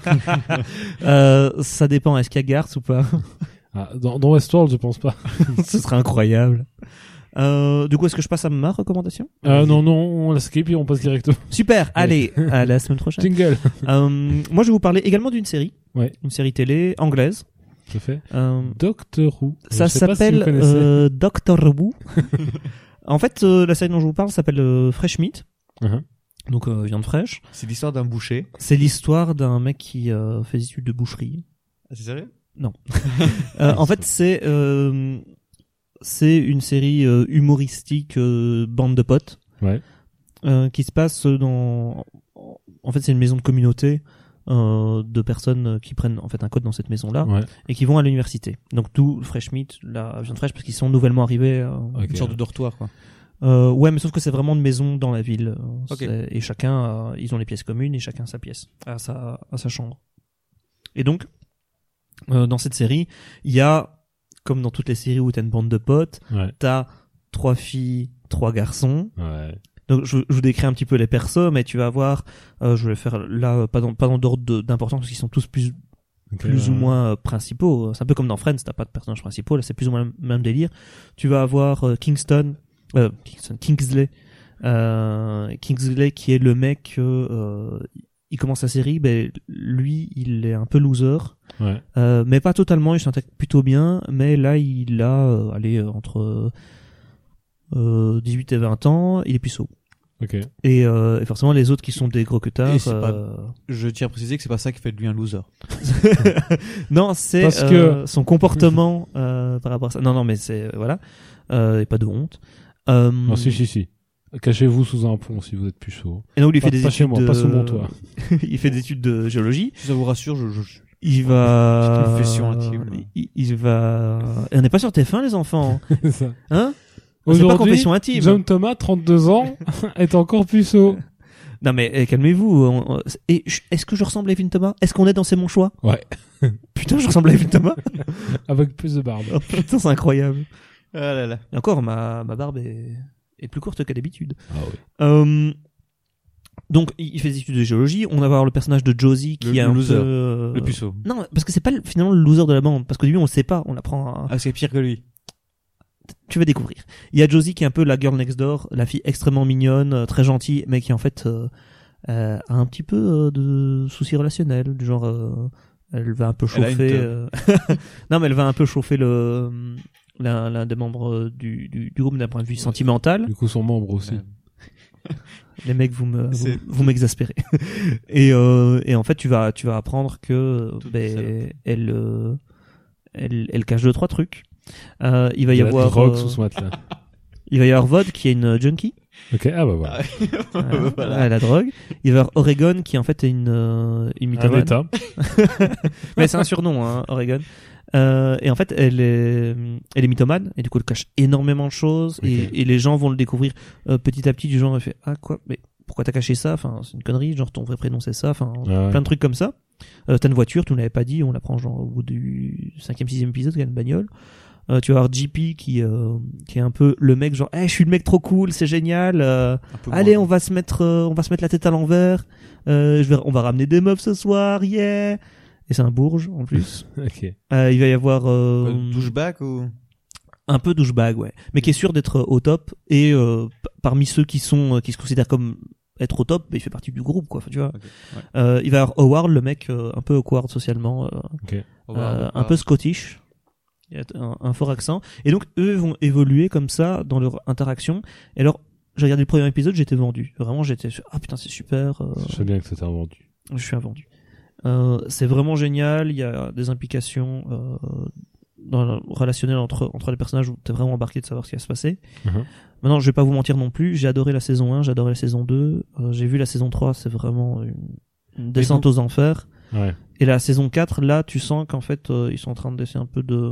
[SPEAKER 2] euh, ça dépend, est-ce qu'il y a Garth ou pas?
[SPEAKER 1] Ah, dans, dans Westworld, je pense pas.
[SPEAKER 2] Ce serait incroyable. Euh, du coup, est-ce que je passe à ma recommandation?
[SPEAKER 1] Euh, non, non, on la skip et on passe direct au
[SPEAKER 2] Super, allez, à la semaine prochaine.
[SPEAKER 1] jingle.
[SPEAKER 2] Euh, moi, je vais vous parler également d'une série.
[SPEAKER 1] Ouais.
[SPEAKER 2] Une série télé anglaise.
[SPEAKER 1] Tout fait.
[SPEAKER 2] Euh,
[SPEAKER 1] Doctor Who.
[SPEAKER 2] ça
[SPEAKER 1] Je sais pas si
[SPEAKER 2] s'appelle
[SPEAKER 1] vous connaissez.
[SPEAKER 2] euh, Doctor Who. En fait, euh, la série dont je vous parle s'appelle euh, Fresh Meat.
[SPEAKER 1] Uh-huh.
[SPEAKER 2] Donc, euh, viande fraîche.
[SPEAKER 3] C'est l'histoire d'un boucher.
[SPEAKER 2] C'est l'histoire d'un mec qui euh, fait des études de boucherie.
[SPEAKER 3] Ah, c'est sérieux?
[SPEAKER 2] Euh, en fait, c'est euh, c'est une série euh, humoristique euh, bande de potes
[SPEAKER 1] Ouais.
[SPEAKER 2] euh, qui se passe dans. En fait, c'est une maison de communauté euh, de personnes qui prennent en fait un code dans cette maison-là
[SPEAKER 1] Ouais.
[SPEAKER 2] et qui vont à l'université. Donc tout Fresh Meat, la viande fraîche, parce qu'ils sont nouvellement arrivés. Euh,
[SPEAKER 1] Ok.
[SPEAKER 3] Une sorte de dortoir quoi.
[SPEAKER 2] euh, ouais, mais sauf que c'est vraiment une maison dans la ville. Euh,
[SPEAKER 3] Ok.
[SPEAKER 2] c'est- Et chacun, euh, ils ont les pièces communes et chacun sa pièce, à sa à sa chambre. Et donc, euh, dans cette série, il y a, comme dans toutes les séries où t'as une bande de potes,
[SPEAKER 1] Ouais.
[SPEAKER 2] t'as trois filles, trois garçons.
[SPEAKER 1] Ouais.
[SPEAKER 2] Donc je, je vous décris un petit peu les persos, mais tu vas voir, euh, je vais faire là euh, pas dans pas dans d'ordre de- d'importance parce qu'ils sont tous plus
[SPEAKER 1] Ok,
[SPEAKER 2] plus
[SPEAKER 1] ouais.
[SPEAKER 2] ou moins euh, principaux. C'est un peu comme dans Friends, t'as pas de personnages principaux, là c'est plus ou moins le même délire. Tu vas avoir euh, Kingston, euh, Kingston, Kingsley, euh, Kingsley qui est le mec, euh, il commence la série, ben lui il est un peu loser,
[SPEAKER 1] Ouais.
[SPEAKER 2] euh, mais pas totalement, il s'intègre plutôt bien, mais là il a, euh, allez, euh, entre euh, dix-huit et vingt ans, il est puceau.
[SPEAKER 1] Ok.
[SPEAKER 2] Et, euh, et forcément les autres qui sont des gros
[SPEAKER 3] Et
[SPEAKER 2] queutards.
[SPEAKER 3] c'est pas-
[SPEAKER 2] euh,
[SPEAKER 3] Je tiens à préciser que c'est pas ça qui fait de lui un loser.
[SPEAKER 2] non, c'est
[SPEAKER 1] Parce
[SPEAKER 2] euh, son comportement euh, par rapport à ça. Non, non, mais c'est euh, voilà, euh, et pas de honte. Euh,
[SPEAKER 1] Non, si, si, si. Cachez-vous sous un pont si vous êtes plus chaud.
[SPEAKER 2] Et donc il
[SPEAKER 1] Pas,
[SPEAKER 2] fait des
[SPEAKER 1] pas
[SPEAKER 2] études
[SPEAKER 1] chez moi,
[SPEAKER 2] de...
[SPEAKER 1] pas sous mon toit.
[SPEAKER 2] il fait des études de géologie.
[SPEAKER 3] Si ça vous rassure, je, je, je-
[SPEAKER 2] Il va.
[SPEAKER 3] Petite confession intime.
[SPEAKER 2] Il, il va. Et on n'est pas sur T F un les enfants,
[SPEAKER 1] C'est ça.
[SPEAKER 2] hein? C'est pas
[SPEAKER 1] Aujourd'hui,
[SPEAKER 2] confession intime.
[SPEAKER 1] John Thomas, trente-deux ans, est encore puceau.
[SPEAKER 2] Non mais eh, calmez-vous. on- on- Et je- est-ce que je ressemble à Evan Thomas? Est-ce qu'on est dans C'est mon choix?
[SPEAKER 1] Ouais.
[SPEAKER 2] Putain, je ressemble à Evan Thomas.
[SPEAKER 1] Avec plus de barbe.
[SPEAKER 2] Oh, putain, c'est incroyable.
[SPEAKER 3] Ah là là.
[SPEAKER 2] Et encore, ma ma barbe est, est plus courte qu'à d'habitude.
[SPEAKER 1] Ah oui.
[SPEAKER 2] Euh, donc, il il fait des études de géologie. On va voir le personnage de Josie qui
[SPEAKER 3] Le-
[SPEAKER 2] est
[SPEAKER 3] le
[SPEAKER 2] un
[SPEAKER 3] loser.
[SPEAKER 2] peu... euh,
[SPEAKER 3] Le puceau.
[SPEAKER 2] Non, parce que c'est pas le- finalement le loser de la bande. Parce qu'au début, on le sait pas. On l'apprend à...
[SPEAKER 3] Ah, c'est pire que lui.
[SPEAKER 2] tu vas découvrir. Il y a Josie qui est un peu la girl next door, la fille extrêmement mignonne, euh, très gentille, mais qui en fait euh, euh, a un petit peu euh, de soucis relationnels, du genre euh, elle va un peu
[SPEAKER 3] Elle a
[SPEAKER 2] chauffer.
[SPEAKER 3] une
[SPEAKER 2] Euh... non, mais elle va un peu chauffer le l'un, l'un des membres du, du, du groupe d'un point de vue sentimental.
[SPEAKER 1] Du coup, son membre aussi.
[SPEAKER 3] Ouais.
[SPEAKER 2] Les mecs, vous me vous,
[SPEAKER 3] C'est-
[SPEAKER 2] vous m'exaspérez. et euh, et en fait, tu vas tu vas apprendre que
[SPEAKER 3] Tout
[SPEAKER 2] ben
[SPEAKER 3] salope.
[SPEAKER 2] elle euh, elle elle cache deux trois trucs. Euh, il va y
[SPEAKER 1] Il y a
[SPEAKER 2] avoir
[SPEAKER 1] la drogue
[SPEAKER 2] euh,
[SPEAKER 1] sous son matelas.
[SPEAKER 2] il va y avoir Vod qui est une junkie.
[SPEAKER 1] Ok, ah bah voilà.
[SPEAKER 2] Voilà,
[SPEAKER 3] Voilà.
[SPEAKER 2] ouais, la drogue. Il va y avoir Oregon qui en fait est une euh, une
[SPEAKER 1] Un
[SPEAKER 2] mythomane.
[SPEAKER 1] état.
[SPEAKER 2] Mais c'est un surnom, hein, Oregon. Euh, et en fait, elle est, elle est mythomane, et du coup, elle cache énormément de choses,
[SPEAKER 1] Ok.
[SPEAKER 2] et, et les gens vont le découvrir euh, petit à petit, du genre, elle fait, ah, quoi, mais pourquoi t'as caché ça? Enfin, c'est une connerie, genre, ton vrai prénom, c'est ça, enfin,
[SPEAKER 1] Ah ouais.
[SPEAKER 2] plein de trucs comme ça. Euh, t'as une voiture, tu ne l'avais pas dit, on l'apprend, genre, au bout du cinquième, sixième épisode, qu'il y a une bagnole. Euh, tu vas avoir J P qui, euh, qui est un peu le mec, genre, hey, je suis le mec trop cool, c'est génial, euh,
[SPEAKER 3] Un peu
[SPEAKER 2] allez,
[SPEAKER 3] moins.
[SPEAKER 2] on va se mettre, euh, on va se mettre la tête à l'envers, euh, je vais, on va ramener des meufs ce soir, yeah! Et c'est un bourge, en plus.
[SPEAKER 1] Ok.
[SPEAKER 2] Euh, il va y avoir euh,
[SPEAKER 3] Quoi, douchebag ou
[SPEAKER 2] un peu douchebag, ouais, mais qui est sûr d'être au top et euh, p- parmi ceux qui sont euh, qui se considèrent comme être au top, bah, il fait partie du groupe, quoi. Enfin, tu vois.
[SPEAKER 3] Ok, ouais.
[SPEAKER 2] Euh, il va y avoir Howard, le mec euh, un peu awkward socialement, euh,
[SPEAKER 3] Au revoir,
[SPEAKER 2] euh,
[SPEAKER 3] au
[SPEAKER 2] un
[SPEAKER 3] revoir.
[SPEAKER 2] peu scottish. Il y a un, un fort accent. Et donc eux vont évoluer comme ça dans leur interaction. Et alors, j'ai regardé le premier épisode, j'étais vendu. Vraiment, j'étais ah putain, c'est super. euh,
[SPEAKER 1] Je sais bien que c'était vendu.
[SPEAKER 2] je suis un vendu. Euh, c'est vraiment génial. Il y a des implications euh, dans le relationnel entre entre les personnages où t'es vraiment embarqué de savoir ce qui va se passer.
[SPEAKER 1] Mhm.
[SPEAKER 2] Maintenant, je vais pas vous mentir non plus. J'ai adoré la saison un, j'ai adoré la saison deux. Euh, j'ai vu la saison trois, c'est vraiment une, une descente aux enfers.
[SPEAKER 1] Ouais.
[SPEAKER 2] Et la saison quatre, là, tu sens qu'en fait, euh, ils sont en train d'essayer un peu de,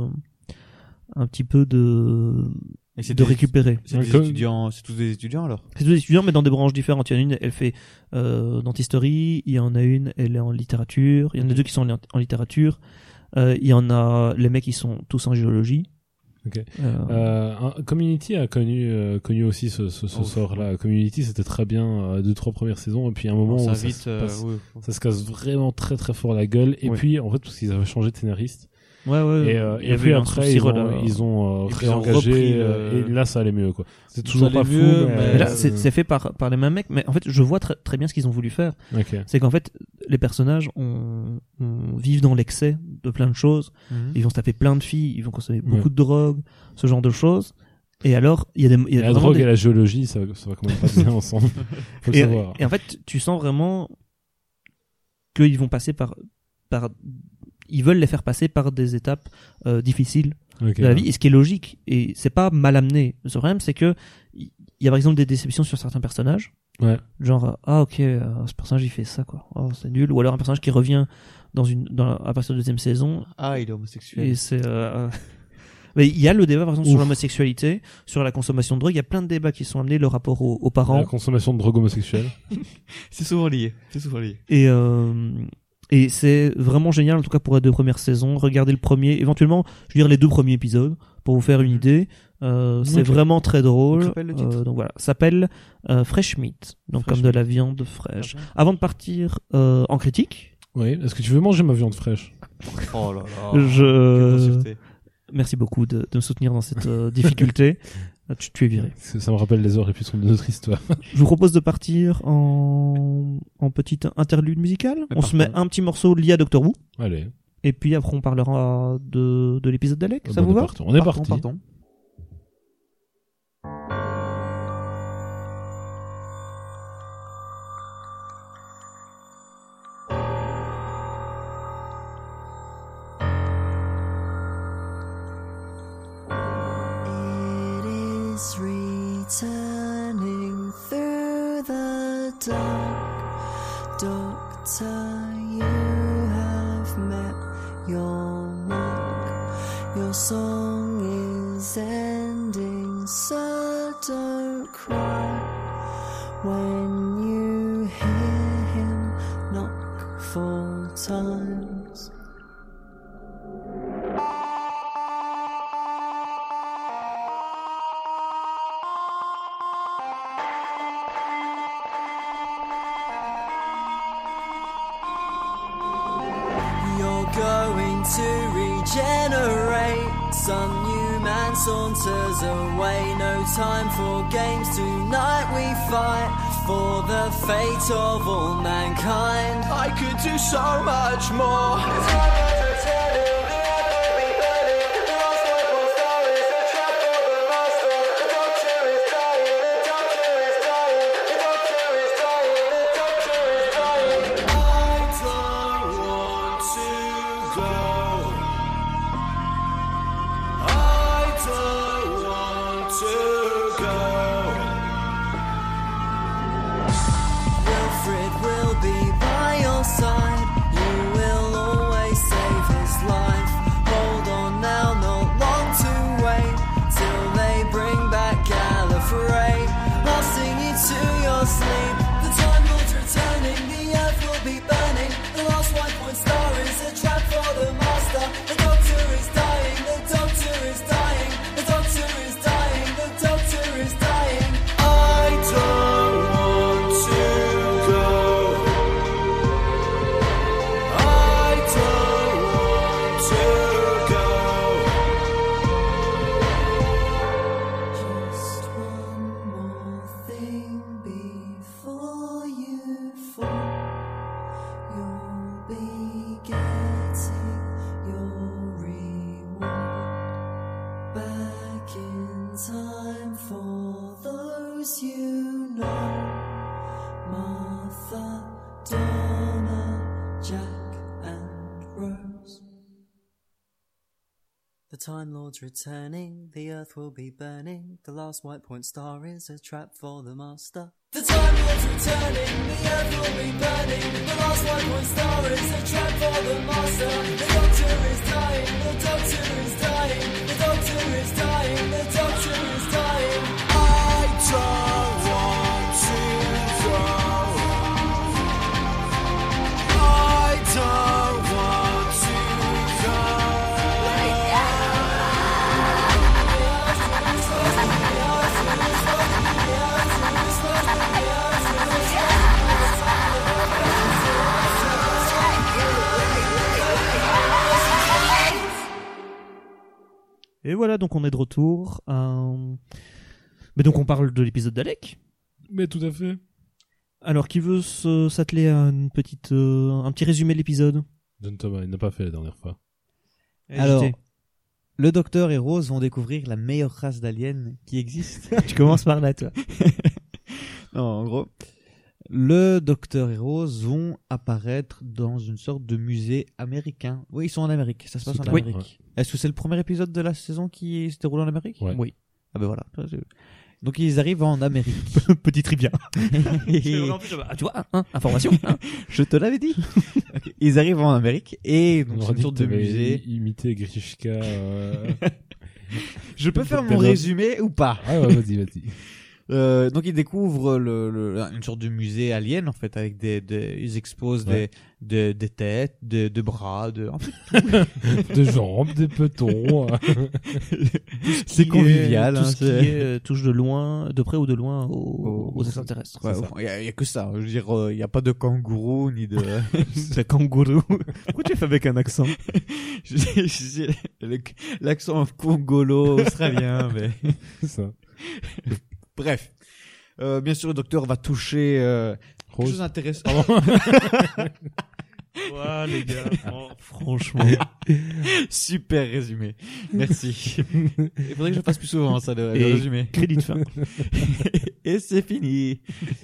[SPEAKER 2] un petit peu de,
[SPEAKER 3] Et c'est
[SPEAKER 2] de
[SPEAKER 3] des-
[SPEAKER 2] récupérer.
[SPEAKER 3] C'est des
[SPEAKER 1] Comme-
[SPEAKER 3] étudiants, c'est tous des étudiants alors.
[SPEAKER 2] C'est tous des étudiants, mais dans des branches différentes. Il y en a une, elle fait euh, dentisterie. Il y en a une, elle est en littérature. Il y en a deux qui sont en, en littérature. Euh, il y en a les mecs qui sont tous en géologie.
[SPEAKER 1] Ok.
[SPEAKER 2] Euh,
[SPEAKER 1] Euh, un- Community a connu euh, connu aussi ce, ce, ce
[SPEAKER 3] Oh.
[SPEAKER 1] sort-là. Community, c'était très bien euh, deux trois premières saisons, et puis à un moment
[SPEAKER 3] On
[SPEAKER 1] où ça
[SPEAKER 3] s'invite.
[SPEAKER 1] se,
[SPEAKER 3] euh,
[SPEAKER 1] passe-
[SPEAKER 3] ouais.
[SPEAKER 1] ça se casse vraiment très très fort la gueule. Et
[SPEAKER 2] Oui.
[SPEAKER 1] puis en fait parce qu'ils avaient changé de scénariste.
[SPEAKER 2] ouais, ouais.
[SPEAKER 1] et euh,
[SPEAKER 2] il y
[SPEAKER 1] et
[SPEAKER 2] avait
[SPEAKER 1] puis
[SPEAKER 2] un
[SPEAKER 1] après
[SPEAKER 2] souci
[SPEAKER 1] ils ont,
[SPEAKER 2] rela-
[SPEAKER 1] ils ont euh,
[SPEAKER 3] Et puis ils ont
[SPEAKER 1] réengagé
[SPEAKER 3] repris
[SPEAKER 1] euh,
[SPEAKER 3] le-
[SPEAKER 1] et là ça allait mieux quoi. C'est
[SPEAKER 3] Ça
[SPEAKER 1] toujours
[SPEAKER 3] allait
[SPEAKER 1] pas fou,
[SPEAKER 3] mieux,
[SPEAKER 1] mais,
[SPEAKER 3] mais
[SPEAKER 2] Mais là,
[SPEAKER 1] euh,
[SPEAKER 2] c'est c'est fait par, par les mêmes mecs, mais en fait, je vois très, très bien ce qu'ils ont voulu faire.
[SPEAKER 1] ok.
[SPEAKER 2] C'est qu'en fait, les personnages ont, ont- vivent dans l'excès de plein de choses.
[SPEAKER 3] Mhm.
[SPEAKER 2] Ils vont se taper plein de filles, ils vont consommer
[SPEAKER 1] Ouais.
[SPEAKER 2] beaucoup de drogue, ce genre de choses. Et alors, il y a des, il y a
[SPEAKER 1] Et la
[SPEAKER 2] vraiment
[SPEAKER 1] drogue
[SPEAKER 2] des-
[SPEAKER 1] et la géologie, ça, ça va quand même pas bien ensemble. Faut le
[SPEAKER 2] et,
[SPEAKER 1] savoir.
[SPEAKER 2] et en fait, tu sens vraiment qu'ils vont passer par, par, ils veulent les faire passer par des étapes euh, difficiles
[SPEAKER 1] Ok.
[SPEAKER 2] de la vie, et ce qui est logique. Et c'est pas mal amené. Le problème, c'est que il y a par exemple des déceptions sur certains personnages.
[SPEAKER 1] Ouais.
[SPEAKER 2] Genre, ah ok, euh, ce personnage il fait ça quoi. Oh, c'est nul. Ou alors un personnage qui revient dans une, dans, à partir de la deuxième saison.
[SPEAKER 3] Ah, il est homosexuel.
[SPEAKER 2] Et c'est. Euh... Mais il y a le débat par exemple
[SPEAKER 1] Ouf.
[SPEAKER 2] sur l'homosexualité, sur la consommation de drogue. Il y a plein de débats qui sont amenés, le rapport aux, aux parents.
[SPEAKER 1] La consommation de drogue homosexuelle.
[SPEAKER 3] C'est souvent lié. C'est souvent lié.
[SPEAKER 2] Et, euh, et c'est vraiment génial, en tout cas pour les deux premières saisons. Regardez le premier, éventuellement, je veux dire les deux premiers épisodes, pour vous faire une idée. Euh, c'est
[SPEAKER 1] Ok.
[SPEAKER 2] vraiment très drôle.
[SPEAKER 3] Donc, s'appelle le titre
[SPEAKER 2] Euh, donc voilà, ça s'appelle euh, Fresh Meat, donc
[SPEAKER 3] Fresh
[SPEAKER 2] comme de
[SPEAKER 3] meat.
[SPEAKER 2] la viande fraîche. Avant de partir euh, en critique,
[SPEAKER 1] Oui. Est-ce que tu veux manger ma viande fraîche?
[SPEAKER 3] Oh là là.
[SPEAKER 2] je
[SPEAKER 3] Quelle grossièreté.
[SPEAKER 2] merci beaucoup de, de me soutenir dans cette euh, difficulté. tu, tu es viré.
[SPEAKER 1] Ça ça me rappelle les heures les plus sombres de notre histoire.
[SPEAKER 2] Je vous propose de partir en, en petite interlude musicale.
[SPEAKER 3] Mais
[SPEAKER 2] On se
[SPEAKER 3] partons.
[SPEAKER 2] met un petit morceau lié à Doctor Who.
[SPEAKER 1] Allez.
[SPEAKER 2] Et puis après, on parlera de, de l'épisode d'Alec. Ça
[SPEAKER 1] Bon,
[SPEAKER 2] vous
[SPEAKER 1] on est
[SPEAKER 2] va?
[SPEAKER 1] parti. On est
[SPEAKER 3] Partons,
[SPEAKER 1] parti.
[SPEAKER 3] partons.
[SPEAKER 4] It is returning through the dark. Doctor, you have met your mark. Your song is ending, so don't cry. When you hear him knock four times. You're going to regenerate, son, you man saunters away. No time for games, tonight we fight for the fate of all mankind.
[SPEAKER 5] I could do so much more.
[SPEAKER 4] The Time Lord's returning, the earth will be burning. The last white point star is a trap for the master. The Time Lord's returning, the earth will be burning. The last white point star is a trap for the master. The doctor is dying, the doctor is dying. The doctor is dying, the doctor is dying. I don't want to go. I don't want to go.
[SPEAKER 2] Et voilà, donc on est de retour. Euh... Mais donc on parle de l'épisode d'Alec.
[SPEAKER 1] Mais tout à fait.
[SPEAKER 2] Alors, qui veut se, s'atteler à une petite, euh, un petit résumé de l'épisode?
[SPEAKER 1] John Thomas, il n'a pas fait la dernière fois.
[SPEAKER 3] Alors, le docteur et Rose vont découvrir la meilleure race d'aliens qui existe.
[SPEAKER 2] Tu commences par là, toi.
[SPEAKER 3] Non, en gros, le docteur et Rose vont apparaître dans une sorte de musée américain. Oui, ils sont en Amérique. Ça se passe en
[SPEAKER 1] Oui.
[SPEAKER 3] Amérique. Est-ce que c'est le premier épisode de la saison qui se déroule en Amérique?
[SPEAKER 1] Ouais.
[SPEAKER 2] Oui.
[SPEAKER 3] Ah ben voilà. Donc ils arrivent en Amérique.
[SPEAKER 2] Petit trivia. Ah, tu vois, hein, information. Hein.
[SPEAKER 3] Je te l'avais dit. Okay. Ils arrivent en Amérique et
[SPEAKER 1] On
[SPEAKER 3] donc c'est
[SPEAKER 1] aurait
[SPEAKER 3] une
[SPEAKER 1] dit
[SPEAKER 3] sorte
[SPEAKER 1] que
[SPEAKER 3] de
[SPEAKER 1] t'avais
[SPEAKER 3] musée.
[SPEAKER 1] imité Grishka. Euh...
[SPEAKER 3] Je peux faire mon
[SPEAKER 1] Pardon.
[SPEAKER 3] résumé ou pas?
[SPEAKER 1] Ah ouais, vas-y, vas-y.
[SPEAKER 3] Euh, donc ils découvrent le, le, une sorte de musée alien en fait avec des, des ils exposent
[SPEAKER 1] Ouais.
[SPEAKER 3] des, des des têtes, des, des bras, de en fait,
[SPEAKER 1] Des jambes, des petons.
[SPEAKER 3] c'est convivial.
[SPEAKER 2] Tout
[SPEAKER 3] hein,
[SPEAKER 2] ce qui
[SPEAKER 3] c'est-
[SPEAKER 2] est, euh, touche de loin, de près ou de loin aux,
[SPEAKER 3] Aux-
[SPEAKER 2] aux extraterrestres.
[SPEAKER 3] Ouais,
[SPEAKER 2] C'est ça.
[SPEAKER 3] il y, a- y a que ça. Je veux dire, il y a pas de kangourou ni de.
[SPEAKER 2] C'est kangourou. Pourquoi tu fais avec un accent?
[SPEAKER 3] Je sais- je sais, le- L'accent congolo australien, mais
[SPEAKER 1] C'est ça.
[SPEAKER 3] bref. Euh, bien sûr, le docteur va toucher euh, quelque
[SPEAKER 1] Rose.
[SPEAKER 3] chose d'intéressant.
[SPEAKER 2] Ouais, les gars. Oh, franchement.
[SPEAKER 3] Super résumé. Merci. Il faudrait que je fasse plus souvent ça, le, le
[SPEAKER 2] Et
[SPEAKER 3] résumé.
[SPEAKER 2] crédit de fin.
[SPEAKER 3] Et c'est fini.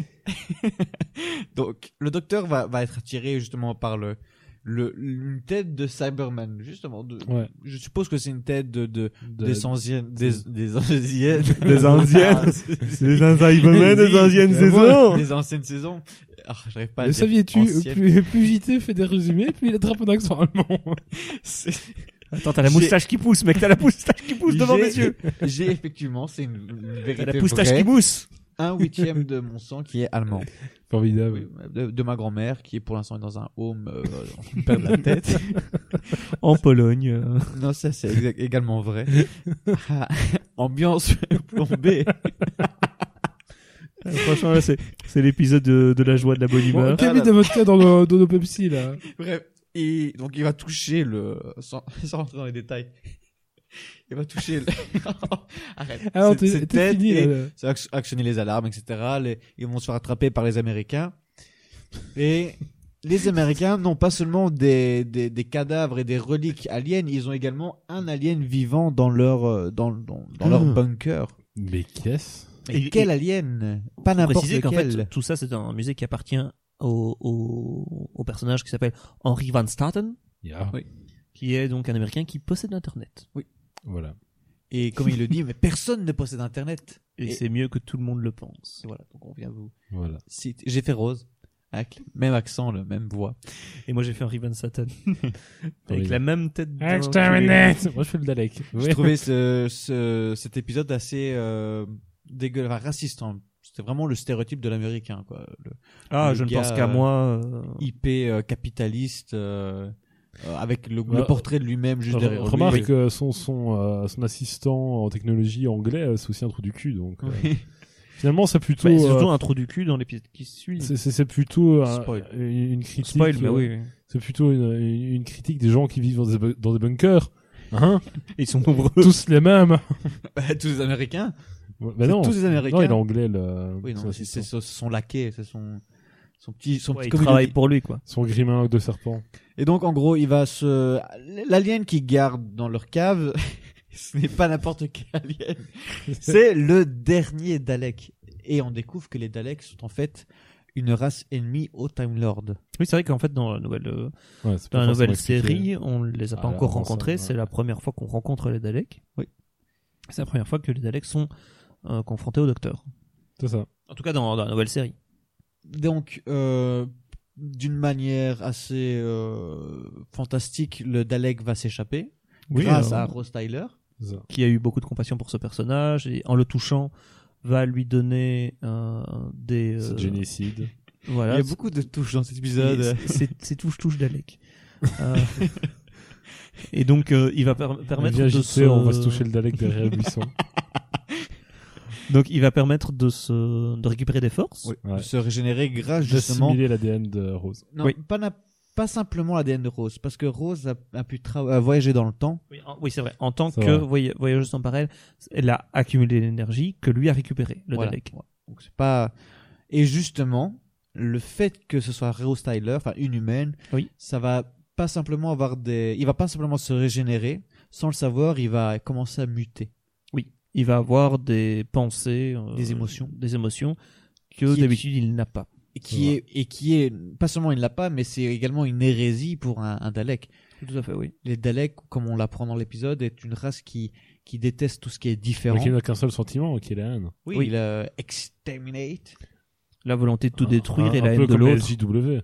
[SPEAKER 3] Donc, le docteur va, va être attiré justement par le, le, une tête de Cyberman, justement. De,
[SPEAKER 1] Ouais.
[SPEAKER 3] Je suppose que c'est une tête de, de,
[SPEAKER 1] De-
[SPEAKER 3] des anciennes, des, des anciennes,
[SPEAKER 2] Des anciennes. C'est un Cyberman des anciennes saisons.
[SPEAKER 3] Des anciennes saisons. Ah, j'arrive pas à
[SPEAKER 1] Le
[SPEAKER 3] dire
[SPEAKER 1] saviez-tu,
[SPEAKER 3] ancienne.
[SPEAKER 1] plus, plus J T fait des résumés, plus il attrape un accent allemand.
[SPEAKER 3] C'est-
[SPEAKER 2] Attends, t'as la
[SPEAKER 3] J'ai-
[SPEAKER 2] moustache qui pousse, mec. T'as la moustache qui pousse devant
[SPEAKER 3] J'ai-
[SPEAKER 2] mes yeux.
[SPEAKER 3] J'ai effectivement, c'est une, une
[SPEAKER 2] T'as
[SPEAKER 3] vérité
[SPEAKER 2] la moustache
[SPEAKER 3] vraie.
[SPEAKER 2] qui mousse.
[SPEAKER 3] Un huitième de mon sang qui est allemand.
[SPEAKER 1] Formidable.
[SPEAKER 3] De, de ma grand-mère qui est pour l'instant dans un home, euh, on perd la tête.
[SPEAKER 2] En Pologne. euh.
[SPEAKER 3] Non, ça c'est exa- également vrai. Ah, ambiance plombée.
[SPEAKER 2] Euh, Franchement, là, c'est, c'est l'épisode de, de la joie, de la bonne
[SPEAKER 1] Bon,
[SPEAKER 2] humeur.
[SPEAKER 1] quel de vodka dans nos, dans nos Pepsi, là?
[SPEAKER 3] Bref, et donc il va toucher le, sans, sans rentrer dans les détails, Il va toucher. Le... Arrête.
[SPEAKER 1] Alors,
[SPEAKER 3] C'est-
[SPEAKER 1] t'es,
[SPEAKER 3] c'est
[SPEAKER 1] t'es
[SPEAKER 3] tête
[SPEAKER 1] fini,
[SPEAKER 3] et
[SPEAKER 1] là.
[SPEAKER 3] ça va ac- actionner les alarmes, et cetera. Les- Ils vont se faire attraper par les Américains. Et les Américains n'ont pas seulement des, des, des cadavres et des reliques aliens, ils ont également un alien vivant dans leur, euh, dans, dans, dans leur
[SPEAKER 1] Ah.
[SPEAKER 3] bunker.
[SPEAKER 1] Mais qu'est-ce?
[SPEAKER 3] Mais
[SPEAKER 2] Et-
[SPEAKER 3] quel
[SPEAKER 2] et-
[SPEAKER 3] alien? Pas
[SPEAKER 2] Faut
[SPEAKER 3] n'importe
[SPEAKER 2] préciser qu'en fait,
[SPEAKER 3] lequel.
[SPEAKER 2] tout ça, c'est un musée qui appartient au, au, au personnage qui s'appelle Henry Van Staten,
[SPEAKER 1] Yeah.
[SPEAKER 3] Oui.
[SPEAKER 2] qui est donc un Américain qui possède l'Internet.
[SPEAKER 1] Voilà.
[SPEAKER 3] Et comme il le dit, mais personne ne possède Internet.
[SPEAKER 2] Et,
[SPEAKER 3] Et-
[SPEAKER 2] c'est mieux que tout le monde le pense.
[SPEAKER 3] Voilà, donc on vient vous.
[SPEAKER 1] Voilà.
[SPEAKER 3] Si- J'ai fait Rose. Avec le même accent, le même voix.
[SPEAKER 2] Et moi, j'ai fait Henry Van Staten. Avec
[SPEAKER 1] Oui.
[SPEAKER 2] la même tête d'un
[SPEAKER 1] Exterminate! Moi, je fais le Dalek.
[SPEAKER 3] J'ai
[SPEAKER 1] Ouais.
[SPEAKER 3] trouvé ce, ce, cet épisode assez euh, dégueulasse, enfin, raciste. Hein. C'était vraiment le stéréotype de l'américain, quoi. Le
[SPEAKER 2] Ah,
[SPEAKER 3] Le
[SPEAKER 2] je ne
[SPEAKER 3] gars,
[SPEAKER 2] pense qu'à
[SPEAKER 3] euh,
[SPEAKER 2] moi. euh,
[SPEAKER 3] I P euh, capitaliste, euh, euh, avec le,
[SPEAKER 1] Ouais.
[SPEAKER 3] le portrait de lui-même juste derrière lui.
[SPEAKER 1] Remarque
[SPEAKER 3] Oui.
[SPEAKER 1] que son, son, euh, son assistant en technologie anglais, euh, c'est aussi un trou du cul, donc. euh,
[SPEAKER 3] Oui.
[SPEAKER 1] Finalement, c'est plutôt.
[SPEAKER 2] bah, c'est
[SPEAKER 1] euh,
[SPEAKER 2] surtout un trou du cul dans l'épisode qui suit.
[SPEAKER 1] c'est, c'est, c'est plutôt euh,
[SPEAKER 2] Spoil.
[SPEAKER 1] une, une critique.
[SPEAKER 2] Spoil, mais
[SPEAKER 1] euh,
[SPEAKER 2] oui. oui.
[SPEAKER 1] C'est plutôt une, une, une critique des gens qui vivent dans des, bu- dans des bunkers. Hein?
[SPEAKER 2] Ils sont nombreux.
[SPEAKER 1] Tous les mêmes.
[SPEAKER 3] Bah, tous les Américains.
[SPEAKER 1] Ouais,
[SPEAKER 3] C'est
[SPEAKER 1] bah non.
[SPEAKER 3] tous des Américains.
[SPEAKER 1] Non, il est anglais, le.
[SPEAKER 3] Oui,
[SPEAKER 1] son
[SPEAKER 3] non, c'est
[SPEAKER 1] assistant.
[SPEAKER 3] c'est son laquais, c'est son, son petit, son
[SPEAKER 2] Ouais,
[SPEAKER 3] petit
[SPEAKER 2] ils
[SPEAKER 3] comme il
[SPEAKER 2] travaillent
[SPEAKER 3] dit.
[SPEAKER 2] pour lui, quoi.
[SPEAKER 1] Son grimain de serpent.
[SPEAKER 3] Et donc, en gros, il va se, l'alien qu'ils gardent dans leur cave, ce n'est pas n'importe quel alien. C'est le dernier Dalek. Et on découvre que les Daleks sont en fait une race ennemie au Time Lord.
[SPEAKER 2] Oui, c'est vrai qu'en fait, dans la nouvelle, euh,
[SPEAKER 1] Ouais, c'est
[SPEAKER 2] dans
[SPEAKER 1] pas
[SPEAKER 2] la
[SPEAKER 1] forcément
[SPEAKER 2] nouvelle
[SPEAKER 1] expliqué.
[SPEAKER 2] série, on les a pas
[SPEAKER 1] Ah,
[SPEAKER 2] encore
[SPEAKER 1] avant ça,
[SPEAKER 2] rencontrés.
[SPEAKER 1] ouais.
[SPEAKER 2] C'est la première fois qu'on rencontre les Daleks.
[SPEAKER 3] Oui.
[SPEAKER 2] C'est la première fois que les Daleks sont euh, confrontés au Docteur.
[SPEAKER 1] C'est ça.
[SPEAKER 2] En tout cas, dans, dans la nouvelle série.
[SPEAKER 3] Donc, euh, d'une manière assez euh, fantastique, le Dalek va s'échapper
[SPEAKER 2] Oui,
[SPEAKER 3] grâce
[SPEAKER 2] euh,
[SPEAKER 3] à Rose Tyler.
[SPEAKER 1] C'est ça.
[SPEAKER 2] Qui a eu beaucoup de compassion pour ce personnage et en le touchant, va lui donner euh, des.
[SPEAKER 1] C'est
[SPEAKER 2] euh,
[SPEAKER 1] génicide.
[SPEAKER 2] Voilà.
[SPEAKER 3] Il y a beaucoup de touches dans cet épisode.
[SPEAKER 2] C'est- C'est c'est touche touche Dalek. Euh, et donc, euh, il va per- permettre
[SPEAKER 1] Viens,
[SPEAKER 2] de
[SPEAKER 1] J C,
[SPEAKER 2] se.
[SPEAKER 1] on va se toucher le Dalek derrière le buisson.
[SPEAKER 2] Donc, il va permettre de se de récupérer des forces.
[SPEAKER 3] Oui,
[SPEAKER 1] Ouais.
[SPEAKER 3] de se régénérer grâce justement.
[SPEAKER 1] D'assimiler l'A D N de Rose.
[SPEAKER 3] Non,
[SPEAKER 2] Oui.
[SPEAKER 3] pas, na- pas simplement l'A D N de Rose, parce que Rose a, a pu tra- a voyager dans le temps.
[SPEAKER 2] Oui, en- oui, c'est vrai. En tant
[SPEAKER 1] C'est
[SPEAKER 2] que
[SPEAKER 1] vrai.
[SPEAKER 2] voy- voyageuse temporelle, elle a accumulé l'énergie que lui a récupérée, le
[SPEAKER 3] Voilà.
[SPEAKER 2] Dalek.
[SPEAKER 3] Ouais. Donc c'est pas. Et justement, le fait que ce soit Rose Tyler, enfin une humaine,
[SPEAKER 2] Oui.
[SPEAKER 3] ça va pas simplement avoir des. Il va pas simplement se régénérer. Sans le savoir, il va commencer à muter.
[SPEAKER 2] Oui, il va avoir des pensées, euh,
[SPEAKER 3] Des émotions.
[SPEAKER 2] des émotions que
[SPEAKER 3] Qui-
[SPEAKER 2] d'habitude il n'a pas.
[SPEAKER 3] Et qui
[SPEAKER 1] Ouais.
[SPEAKER 3] est et qui est pas seulement il ne l'a pas, mais c'est également une hérésie pour un, un Dalek.
[SPEAKER 2] Tout à fait, oui.
[SPEAKER 3] Les Daleks, comme on l'apprend dans l'épisode, est une race qui qui déteste tout ce qui est différent.
[SPEAKER 1] Donc il n'a qu'un seul sentiment, qui est la haine.
[SPEAKER 3] Oui,
[SPEAKER 2] Oui.
[SPEAKER 3] il euh, exterminate.
[SPEAKER 2] La volonté de tout détruire
[SPEAKER 1] un,
[SPEAKER 2] et la
[SPEAKER 1] un
[SPEAKER 2] haine
[SPEAKER 1] peu
[SPEAKER 2] de
[SPEAKER 1] comme
[SPEAKER 2] l'autre.
[SPEAKER 1] S J W.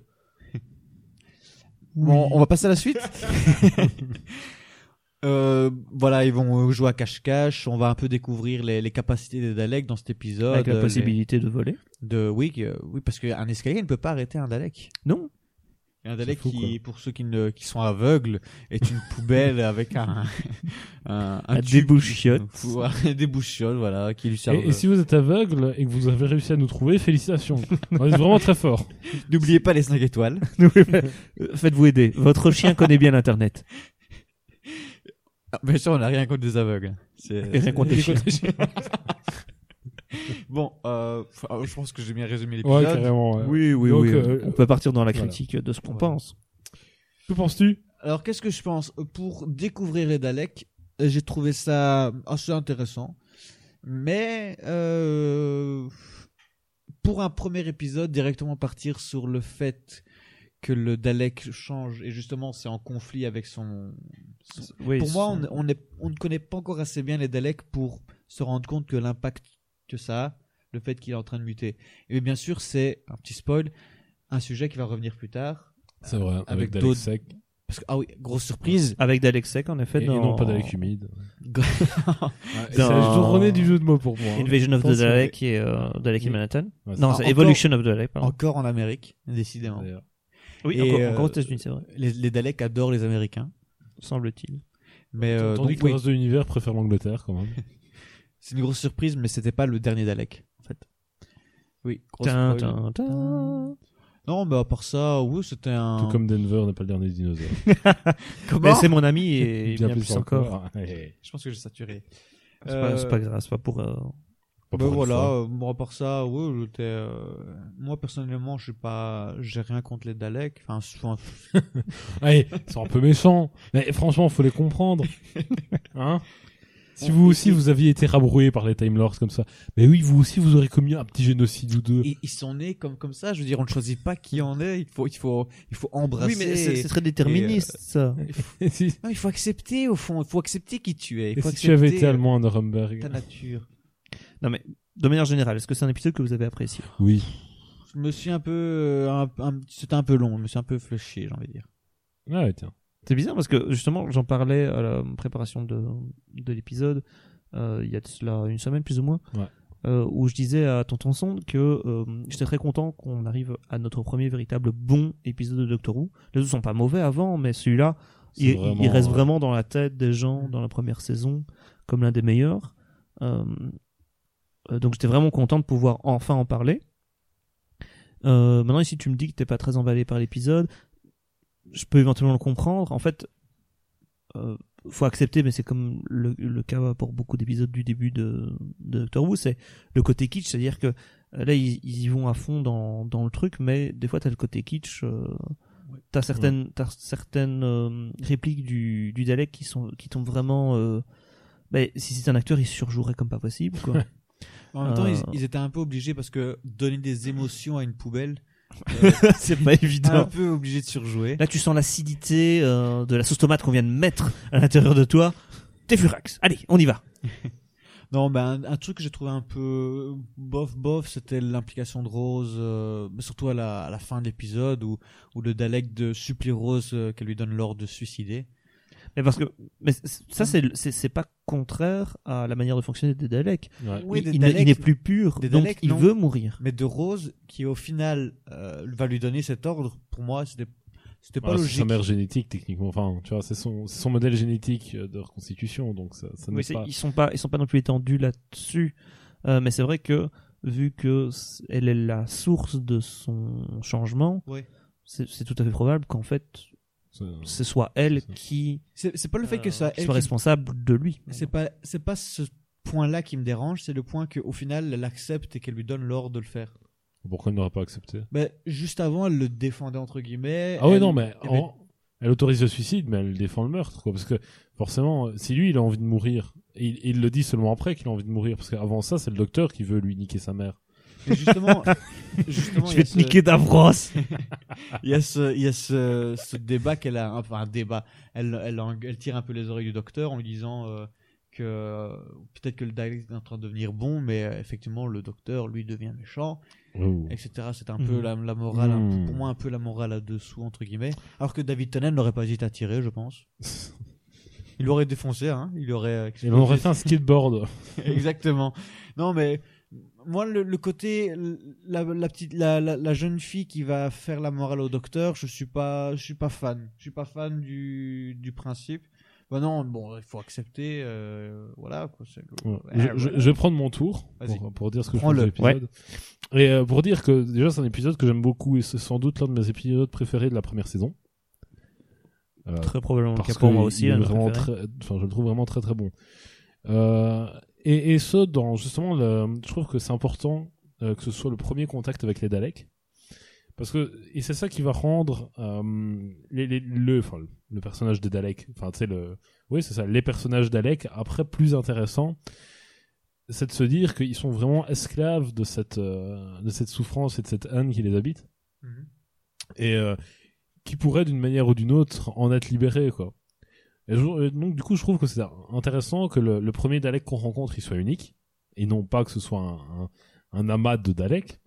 [SPEAKER 3] Bon, on va passer à la suite. Euh, voilà, ils vont jouer à cache-cache. On va un peu découvrir les, les capacités des Daleks dans cet épisode.
[SPEAKER 2] Avec la
[SPEAKER 3] euh,
[SPEAKER 2] possibilité de voler.
[SPEAKER 3] les- de oui, euh, oui, parce qu'un escalier ne peut pas arrêter un Dalek.
[SPEAKER 2] Non.
[SPEAKER 3] Et un Dalek
[SPEAKER 1] fou,
[SPEAKER 3] qui, pour ceux qui ne qui sont aveugles, est une poubelle avec un un,
[SPEAKER 2] Un
[SPEAKER 3] tube-
[SPEAKER 2] débouche-chiottes.
[SPEAKER 3] Faut- un débouche-chiottes, voilà, qui lui servent.
[SPEAKER 1] Et, et si vous êtes aveugle et que vous avez réussi à nous trouver, félicitations. On est vraiment très fort.
[SPEAKER 3] N'oubliez pas les cinq étoiles.
[SPEAKER 2] Euh, Faites-vous aider. Votre chien connaît bien l'Internet.
[SPEAKER 3] Ah, bien sûr, on n'a rien contre des aveugles. C'est
[SPEAKER 2] Et rien contre les chiens.
[SPEAKER 3] Bon, euh, f- je pense que j'ai bien résumé
[SPEAKER 1] Ouais,
[SPEAKER 3] l'épisode.
[SPEAKER 1] carrément. ouais.
[SPEAKER 2] Oui, oui,
[SPEAKER 1] Donc,
[SPEAKER 2] oui.
[SPEAKER 1] euh,
[SPEAKER 2] On peut partir dans la
[SPEAKER 1] voilà.
[SPEAKER 2] critique de ce qu'on
[SPEAKER 1] Voilà.
[SPEAKER 2] pense.
[SPEAKER 1] Que penses-tu?
[SPEAKER 3] Alors, qu'est-ce que je pense? Pour découvrir les Daleks, euh, j'ai trouvé ça assez intéressant. Mais, euh, pour un premier épisode, directement partir sur le fait que le Dalek change, et justement, c'est en conflit avec son... son-
[SPEAKER 2] Oui,
[SPEAKER 3] pour moi,
[SPEAKER 2] son-
[SPEAKER 3] on, on, est- on ne connaît pas encore assez bien les Daleks pour se rendre compte que l'impact que ça a, le fait qu'il est en train de muter. Et bien sûr, c'est, un petit spoil, un sujet qui va revenir plus tard.
[SPEAKER 1] C'est vrai, avec,
[SPEAKER 3] avec
[SPEAKER 1] Dalek
[SPEAKER 3] d'autres-
[SPEAKER 1] sec.
[SPEAKER 3] Parce que, ah oui, grosse surprise.
[SPEAKER 2] Avec Dalek Sec, en efffait,
[SPEAKER 1] Et, et
[SPEAKER 2] dans
[SPEAKER 1] non pas Dalek humide.
[SPEAKER 3] Go-
[SPEAKER 1] Ouais,
[SPEAKER 2] Dans-
[SPEAKER 1] c'est la journée du jeu de mots pour moi. hein.
[SPEAKER 2] Invasion of the
[SPEAKER 1] Attention.
[SPEAKER 2] Dalek et euh, Dalek in
[SPEAKER 1] Oui.
[SPEAKER 2] Manhattan.
[SPEAKER 1] Ouais,
[SPEAKER 2] Non,
[SPEAKER 3] Ah,
[SPEAKER 2] c'est
[SPEAKER 3] encore-
[SPEAKER 2] Evolution of the Dalek, pardon.
[SPEAKER 3] Encore en Amérique, décidément.
[SPEAKER 1] D'ailleurs.
[SPEAKER 2] Oui,
[SPEAKER 3] Et,
[SPEAKER 2] encore,
[SPEAKER 3] euh,
[SPEAKER 2] encore aux États-Unis, c'est vrai.
[SPEAKER 3] Les, les Daleks adorent les Américains.
[SPEAKER 2] Semble-t-il.
[SPEAKER 3] Mais euh,
[SPEAKER 1] Tandis
[SPEAKER 3] donc,
[SPEAKER 1] que
[SPEAKER 3] oui,
[SPEAKER 1] le reste de l'univers préfère l'Angleterre quand même.
[SPEAKER 3] c'est une grosse surprise, mais c'était pas le dernier Dalek, en fait. Oui, grosse
[SPEAKER 2] Tin,
[SPEAKER 3] spoil.
[SPEAKER 2] tin, tin.
[SPEAKER 3] Non, mais à part ça, oui, c'était un.
[SPEAKER 1] Tout comme Denver n'est pas le dernier dinosaure.
[SPEAKER 2] Mais c'est mon ami et
[SPEAKER 1] Bien
[SPEAKER 2] bien
[SPEAKER 1] plus
[SPEAKER 2] plus encore.
[SPEAKER 1] encore. Ouais.
[SPEAKER 3] Je pense que j'ai saturé.
[SPEAKER 2] C'est pas, c'est pas grave, c'est pas pour. euh,
[SPEAKER 1] Pas
[SPEAKER 3] Ben
[SPEAKER 1] pour une
[SPEAKER 3] voilà,
[SPEAKER 1] fois.
[SPEAKER 3] euh, bon, à part ça, oui, j'étais. euh, Moi personnellement, je suis pas, j'ai rien contre les Daleks. Enfin, souvent-
[SPEAKER 1] Allez, ils sont un peu méchants. Mais franchement, faut les comprendre. Hein? Si vous aussi, vous aviez été rabroué par les Time Lords comme ça. Mais oui, vous aussi, vous aurez commis un petit génocide ou deux.
[SPEAKER 3] ils, ils sont nés comme comme ça. Je veux dire, on ne choisit pas qui en est. Il faut, il faut, il faut embrasser.
[SPEAKER 2] Oui, mais c'est c'est très déterministe ça.
[SPEAKER 1] Et si,
[SPEAKER 3] Non, il faut accepter au fond. Il faut accepter qui tu es. Il
[SPEAKER 1] et
[SPEAKER 3] faut
[SPEAKER 1] si tu avais été
[SPEAKER 3] accepter, euh,
[SPEAKER 1] allemand à Nuremberg?
[SPEAKER 3] ta nature.
[SPEAKER 2] Non mais de manière générale, est-ce que c'est un épisode que vous avez apprécié?
[SPEAKER 1] Oui.
[SPEAKER 3] Je me suis un peu, euh, un, un- c'était un peu long. Je me suis un peu fléché, j'ai envie de dire.
[SPEAKER 1] Ah ouais, tiens.
[SPEAKER 2] C'est bizarre parce que justement, j'en parlais à la préparation de, de l'épisode euh, il y a de cela une semaine plus ou moins,
[SPEAKER 1] Ouais.
[SPEAKER 2] euh, où je disais à Tonton Sonde que euh, j'étais très content qu'on arrive à notre premier véritable bon épisode de Doctor Who. Les autres sont pas mauvais avant, mais celui-là,
[SPEAKER 1] C'est
[SPEAKER 2] il,
[SPEAKER 1] vraiment,
[SPEAKER 2] il reste
[SPEAKER 1] euh,
[SPEAKER 2] vraiment dans la tête des gens dans la première saison comme l'un des meilleurs. Euh, euh, donc j'étais vraiment content de pouvoir enfin en parler. Euh, maintenant ici tu me dis que t'es pas très emballé par l'épisode, je peux éventuellement le comprendre. En fait, euh, faut accepter, mais c'est comme le, le cas pour beaucoup d'épisodes du début de, de Doctor Who, c'est le côté kitsch, c'est-à-dire que euh, là ils, ils y vont à fond dans, dans le truc, mais des fois t'as le côté kitsch. Euh, T'as certaines, ouais. t'as certaines euh, répliques du, du Dalek qui sont qui tombent vraiment. Euh, bah, si c'est un acteur, il surjouerait comme pas possible, quoi.
[SPEAKER 3] En même temps,
[SPEAKER 2] Euh.
[SPEAKER 3] ils, ils étaient un peu obligés parce que donner des émotions à une poubelle, euh,
[SPEAKER 2] C'est pas évident.
[SPEAKER 3] un peu obligé de surjouer.
[SPEAKER 2] Là, tu sens l'acidité euh, de la sauce tomate qu'on vient de mettre à l'intérieur de toi. T'es furax. Allez, on y va.
[SPEAKER 3] Non, ben un, un truc que j'ai trouvé un peu bof bof, c'était l'implication de Rose, euh, mais surtout à la, à la fin de l'épisode où où le Dalek de supplie Rose euh, qu'elle lui donne l'ordre de se suicider.
[SPEAKER 2] Mais parce que, mais c- ça, c'est c'est c'est pas contraire à la manière de fonctionner des Daleks.
[SPEAKER 1] Ouais.
[SPEAKER 3] Oui,
[SPEAKER 2] il,
[SPEAKER 3] des
[SPEAKER 2] il n'est- il
[SPEAKER 3] Daleks-
[SPEAKER 2] n'est plus pur,
[SPEAKER 3] des
[SPEAKER 2] donc
[SPEAKER 3] Daleks,
[SPEAKER 2] il
[SPEAKER 3] non.
[SPEAKER 2] veut mourir.
[SPEAKER 3] Mais de Rose qui au final euh, va lui donner cet ordre, pour moi c'était c'était pas
[SPEAKER 1] Ah, c'est
[SPEAKER 3] logique.
[SPEAKER 1] sa mère génétique, techniquement. Enfin, tu vois, c'est son, c'est son modèle génétique euh, de reconstitution, donc ça, ça
[SPEAKER 2] Oui,
[SPEAKER 1] n'est
[SPEAKER 2] c'est-
[SPEAKER 1] pas.
[SPEAKER 2] ils sont pas, ils sont pas non plus étendus là-dessus. Euh, mais c'est vrai que vu que c- elle est la source de son changement,
[SPEAKER 3] Ouais.
[SPEAKER 2] c'est c'est tout à fait probable qu'en fait
[SPEAKER 1] c'est-
[SPEAKER 2] ce soit elle
[SPEAKER 1] c'est ça.
[SPEAKER 2] qui
[SPEAKER 3] C'est c'est pas le fait que ça
[SPEAKER 2] euh, qui
[SPEAKER 3] elle
[SPEAKER 2] soit
[SPEAKER 3] qui-
[SPEAKER 2] responsable de lui.
[SPEAKER 3] c'est pas c'est pas ce point-là qui me dérange, c'est le point qu'au final elle accepte et qu'elle lui donne l'ordre de le faire.
[SPEAKER 1] Pourquoi elle n'aurait pas accepté?
[SPEAKER 3] Mais juste avant, elle le défendait entre guillemets.
[SPEAKER 1] Ah ouais,
[SPEAKER 3] Elle-
[SPEAKER 1] non, mais
[SPEAKER 3] eh ben,
[SPEAKER 1] en- elle autorise le suicide, mais elle défend le meurtre, quoi. Parce que forcément, si lui, il a envie de mourir, et il, il le dit seulement après qu'il a envie de mourir, parce qu'avant ça, c'est le docteur qui veut lui niquer sa mère.
[SPEAKER 3] mais justement, justement,
[SPEAKER 2] Je
[SPEAKER 3] il y
[SPEAKER 2] vais
[SPEAKER 3] a
[SPEAKER 2] te
[SPEAKER 3] ce-
[SPEAKER 2] niquer Davros.
[SPEAKER 3] Il y a ce, il y a ce, ce débat qu'elle a, enfin un débat. Elle, elle, en- elle tire un peu les oreilles du docteur en lui disant euh, que euh, peut-être que le Dalek est en train de devenir bon, mais euh, effectivement le docteur lui devient méchant,
[SPEAKER 1] Oh.
[SPEAKER 3] et cetera. C'est un peu
[SPEAKER 2] Mhm.
[SPEAKER 3] la, la morale, un-
[SPEAKER 1] Mhm.
[SPEAKER 3] pour moi un peu la morale à dessous entre guillemets. Alors que David Tennant n'aurait pas hésité à tirer, je pense. Il l'aurait défoncé, hein. Il aurait. euh,
[SPEAKER 1] Il en aurait fait un skateboard.
[SPEAKER 3] Exactement. Non, mais moi, le, le côté, la, la petite, la, la, la jeune fille qui va faire la morale au docteur, je suis pas, je suis pas fan. Je suis pas fan du, du principe. Bah non, bon, il faut accepter, euh, voilà. Quoi, c'est le-
[SPEAKER 1] Ouais.
[SPEAKER 3] Ouais,
[SPEAKER 1] je,
[SPEAKER 3] voilà.
[SPEAKER 1] je- je vais prendre mon tour
[SPEAKER 3] Vas-y.
[SPEAKER 1] pour, pour dire ce que je
[SPEAKER 3] Prends-le.
[SPEAKER 1] pense de l'épisode. Et euh, pour dire que déjà c'est un épisode que j'aime beaucoup et c'est sans doute l'un de mes épisodes préférés de la première saison. Euh,
[SPEAKER 2] Très probablement le
[SPEAKER 1] parce
[SPEAKER 2] cas pour
[SPEAKER 1] que
[SPEAKER 2] moi
[SPEAKER 1] il
[SPEAKER 2] aussi.
[SPEAKER 1] est
[SPEAKER 2] hein, le
[SPEAKER 1] vraiment
[SPEAKER 2] préféré.
[SPEAKER 1] très, enfin je le trouve vraiment très très bon. Euh, et, et ce dans justement le, je trouve que c'est important euh, que ce soit le premier contact avec les Daleks. Parce que et c'est ça qui va rendre euh, les, les, le, enfin, le personnage des Daleks, enfin tu sais le, oui c'est ça, les personnages Daleks après plus intéressants, c'est de se dire qu'ils sont vraiment esclaves de cette euh, de cette souffrance et de cette haine qui les habite
[SPEAKER 3] Mhm.
[SPEAKER 1] et euh, qui pourraient d'une manière ou d'une autre en être libérés quoi. Et, je- et donc du coup je trouve que c'est intéressant que le, le premier Dalek qu'on rencontre il soit unique et non pas que ce soit un, un, un amas de Daleks.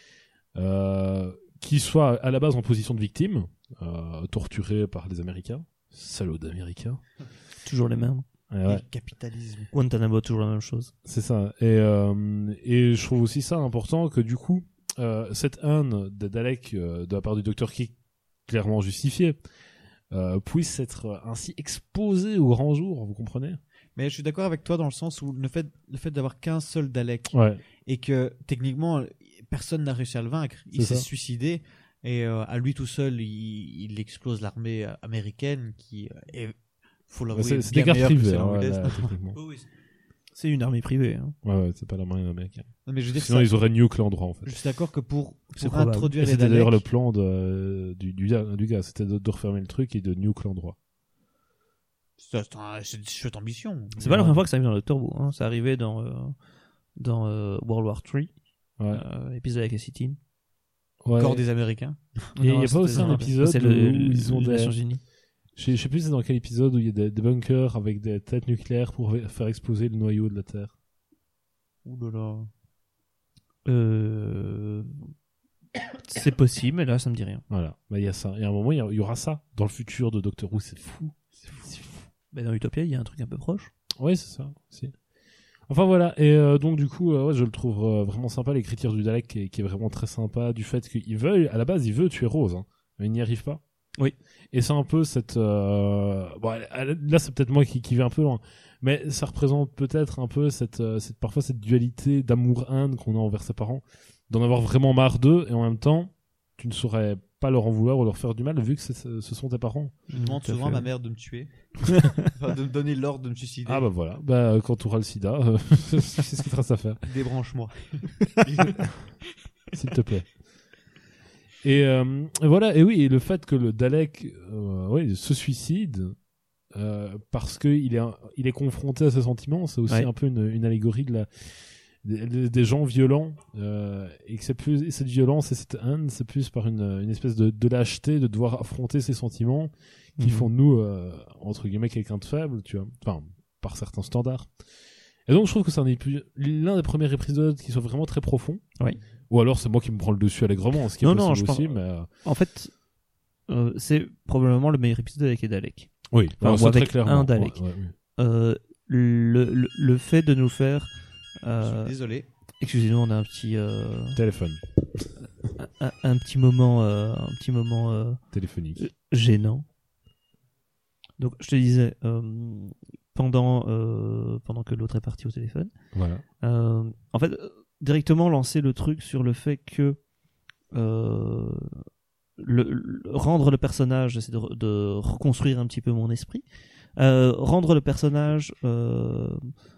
[SPEAKER 1] Euh, qui soit à la base en position de victime, euh, torturé par les Américains, salauds d'Américains.
[SPEAKER 2] Toujours les mêmes.
[SPEAKER 1] Ouais,
[SPEAKER 3] Et
[SPEAKER 1] ouais,
[SPEAKER 3] le capitalisme.
[SPEAKER 2] Guantanamo, toujours la même chose.
[SPEAKER 1] c'est ça. Et, euh, et je trouve aussi ça important que du coup, euh, cette haine des Daleks euh, de la part du docteur qui est clairement justifiée, euh, puisse être ainsi exposée au grand jour, vous comprenez?
[SPEAKER 3] Mais je suis d'accord avec toi dans le sens où le fait, le fait d'avoir qu'un seul Dalek
[SPEAKER 1] Ouais.
[SPEAKER 3] et que techniquement personne n'a réussi à le vaincre, il
[SPEAKER 1] C'est
[SPEAKER 3] s'est
[SPEAKER 1] ça.
[SPEAKER 3] suicidé. Et euh, à lui tout seul, il, il explose l'armée euh, américaine qui euh, est, faut l'avouer,
[SPEAKER 1] c'est c'est
[SPEAKER 3] bien
[SPEAKER 1] des gardes
[SPEAKER 3] meilleure que
[SPEAKER 1] privés,
[SPEAKER 3] celle
[SPEAKER 1] hein,
[SPEAKER 3] anglaise.
[SPEAKER 1] là, techniquement.
[SPEAKER 2] Oui, oui. C'est une armée privée. Hein.
[SPEAKER 1] Ouais, ouais, c'est pas la marine américaine.
[SPEAKER 3] Non, mais je veux dire,
[SPEAKER 1] Sinon,
[SPEAKER 3] ça,
[SPEAKER 1] ils auraient nuke l'endroit, en fait.
[SPEAKER 3] je suis d'accord que pour,
[SPEAKER 2] C'est
[SPEAKER 3] pour
[SPEAKER 2] probable.
[SPEAKER 3] introduire
[SPEAKER 1] Et
[SPEAKER 3] les
[SPEAKER 1] c'était d'ailleurs le
[SPEAKER 3] Daleks,
[SPEAKER 1] plan de, du, du, du gars, c'était de, de refermer le truc et de nuke l'endroit.
[SPEAKER 3] c'est c'est un- c'est une chouette ambition.
[SPEAKER 2] C'est pas la première fois que ça arrive dans Doctor Who. Hein. Ça arrivait dans, euh, dans euh, World War trois,
[SPEAKER 1] Ouais.
[SPEAKER 2] euh, épisode avec Acetine.
[SPEAKER 1] Ouais.
[SPEAKER 3] Encore des Américains.
[SPEAKER 1] Et il
[SPEAKER 2] Non,
[SPEAKER 1] y a pas
[SPEAKER 2] c'était
[SPEAKER 1] aussi un
[SPEAKER 2] dans-
[SPEAKER 1] épisode
[SPEAKER 2] c'est
[SPEAKER 1] où,
[SPEAKER 2] le,
[SPEAKER 1] où
[SPEAKER 2] le-
[SPEAKER 1] ils ont
[SPEAKER 2] les
[SPEAKER 1] des,
[SPEAKER 2] Nations Unies.
[SPEAKER 1] je sais, je sais plus c'est dans quel épisode où il y a des, des bunkers avec des têtes nucléaires pour faire exploser le noyau de la Terre.
[SPEAKER 3] Ouh là là.
[SPEAKER 2] Euh... C'est possible, mais là, ça me dit rien.
[SPEAKER 1] Voilà. Bah, il y a ça. Et à un moment, il y, a- il y aura ça dans le futur de Doctor Who. C'est fou. C'est fou. C'est fou.
[SPEAKER 2] Mais dans Utopia, il y a un truc un peu proche.
[SPEAKER 1] Ouais, c'est ça. Si. Enfin voilà. Et euh, donc du coup, euh, ouais, je le trouve euh, vraiment sympa, l'écriture du Dalek qui est, qui est vraiment très sympa, du fait qu'il veut, à la base, il veut tuer Rose, hein, mais il n'y arrive pas.
[SPEAKER 2] Oui.
[SPEAKER 1] Et c'est un peu cette. Euh... Bon, elle- elle- là, c'est peut-être moi qui, qui vais un peu loin, mais ça représente peut-être un peu cette, euh, cette parfois cette dualité d'amour-haine qu'on a envers ses parents, d'en avoir vraiment marre d'eux, et en même temps, tu ne saurais pas leur en vouloir ou leur faire du mal vu que c'est- ce sont tes parents.
[SPEAKER 3] Je demande
[SPEAKER 2] Tout à
[SPEAKER 3] souvent à
[SPEAKER 2] fait,
[SPEAKER 3] ma
[SPEAKER 2] ouais.
[SPEAKER 3] mère de me tuer. Enfin, de me donner l'ordre de me suicider.
[SPEAKER 1] Ah bah voilà. Bah quand tu auras le sida, euh, c'est ce qu'il te reste à faire.
[SPEAKER 3] Débranche-moi.
[SPEAKER 1] S'il te plaît. Et, euh, et voilà, et oui, et le fait que le Dalek euh, ouais, se suicide euh, parce qu'il est, un- il est confronté à ses sentiments, c'est aussi
[SPEAKER 2] Ouais.
[SPEAKER 1] un peu une, une allégorie de la, des, des gens violents, euh, et que c'est plus, et cette violence et cette haine, c'est plus par une, une espèce de, de lâcheté de devoir affronter ses sentiments qui
[SPEAKER 2] Mhm.
[SPEAKER 1] font de nous, euh, entre guillemets, quelqu'un de faible, tu vois, enfin, par certains standards. Et donc je trouve que c'est un épi- l'un des premiers épisodes qui soit vraiment très profond.
[SPEAKER 2] Oui.
[SPEAKER 1] Ou alors c'est moi qui me prends le dessus allègrement, ce qui est
[SPEAKER 2] Non, non,
[SPEAKER 1] possible
[SPEAKER 2] je pense-
[SPEAKER 1] aussi, mais euh,
[SPEAKER 2] En fait, euh, c'est probablement le meilleur épisode avec les Daleks.
[SPEAKER 1] oui,
[SPEAKER 2] Enfin,
[SPEAKER 1] alors,
[SPEAKER 2] ou
[SPEAKER 1] c'est très
[SPEAKER 2] avec
[SPEAKER 1] clairement.
[SPEAKER 2] un Dalek.
[SPEAKER 1] Ouais, ouais, oui.
[SPEAKER 2] Euh, le, le, le fait de nous faire...
[SPEAKER 3] Je
[SPEAKER 2] Euh,
[SPEAKER 3] suis désolé.
[SPEAKER 2] excusez-nous, on a un petit... Euh,
[SPEAKER 1] Téléphone,
[SPEAKER 2] un, un petit moment, euh, un petit moment euh,
[SPEAKER 1] téléphonique.
[SPEAKER 2] gênant. Donc, je te disais, euh, pendant, euh, pendant que l'autre est parti au téléphone,
[SPEAKER 1] Voilà.
[SPEAKER 2] euh, en fait, euh, directement lancer le truc sur le fait que euh, le, le- rendre le personnage, c'est de, re- de reconstruire un petit peu mon esprit, euh, rendre le personnage euh,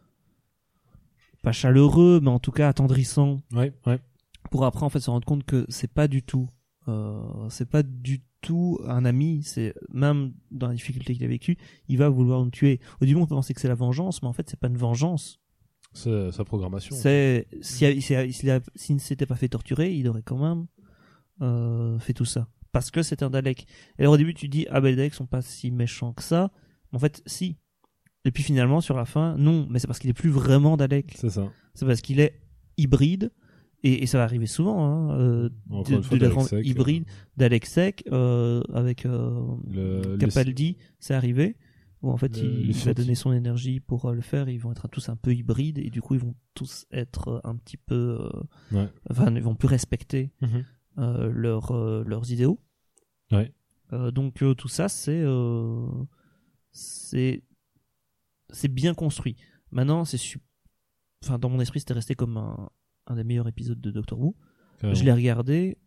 [SPEAKER 2] pas chaleureux, mais en tout cas attendrissant,
[SPEAKER 1] Ouais, ouais.
[SPEAKER 2] pour après en fait se rendre compte que c'est pas du tout euh, c'est pas du tout un ami, c'est même dans la difficulté qu'il a vécue, il va vouloir nous tuer. Au début on peut penser que c'est la vengeance, mais en fait c'est pas une vengeance,
[SPEAKER 1] C'est sa programmation.
[SPEAKER 2] c'est si s'il si, a- s'il ne s'était pas fait torturer, il aurait quand même euh, fait tout ça parce que c'est un Dalek. Et alors au début tu dis ah ben les Daleks sont pas si méchants que ça, mais en fait si, et puis finalement sur la fin non, mais c'est parce qu'il est plus vraiment Dalek,
[SPEAKER 1] C'est ça.
[SPEAKER 2] c'est parce qu'il est hybride. Et, et ça va arriver souvent, hein, euh,
[SPEAKER 1] Encore
[SPEAKER 2] de,
[SPEAKER 1] une fois,
[SPEAKER 2] de les
[SPEAKER 1] Dalek
[SPEAKER 2] rendre
[SPEAKER 1] sec,
[SPEAKER 2] hybrides. Dalek sec, euh, avec euh,
[SPEAKER 1] Le-
[SPEAKER 2] Capaldi, c'est arrivé, où en fait
[SPEAKER 1] Le-
[SPEAKER 2] il,
[SPEAKER 1] les
[SPEAKER 2] il va
[SPEAKER 1] fautes.
[SPEAKER 2] donner son énergie pour euh, le faire, ils vont être tous un peu hybrides, et du coup ils vont tous être euh, un petit peu... euh,
[SPEAKER 1] Ouais.
[SPEAKER 2] enfin, ils vont plus respecter
[SPEAKER 1] Mhm.
[SPEAKER 2] euh, leurs, euh, leurs idéaux.
[SPEAKER 1] Ouais.
[SPEAKER 2] Euh, donc euh, tout ça, c'est... euh, c'est c'est bien construit. Maintenant, c'est... Su- enfin, dans mon esprit, c'était resté comme un, un des meilleurs épisodes de Doctor Who.
[SPEAKER 1] Carrément.
[SPEAKER 2] Je l'ai regardé.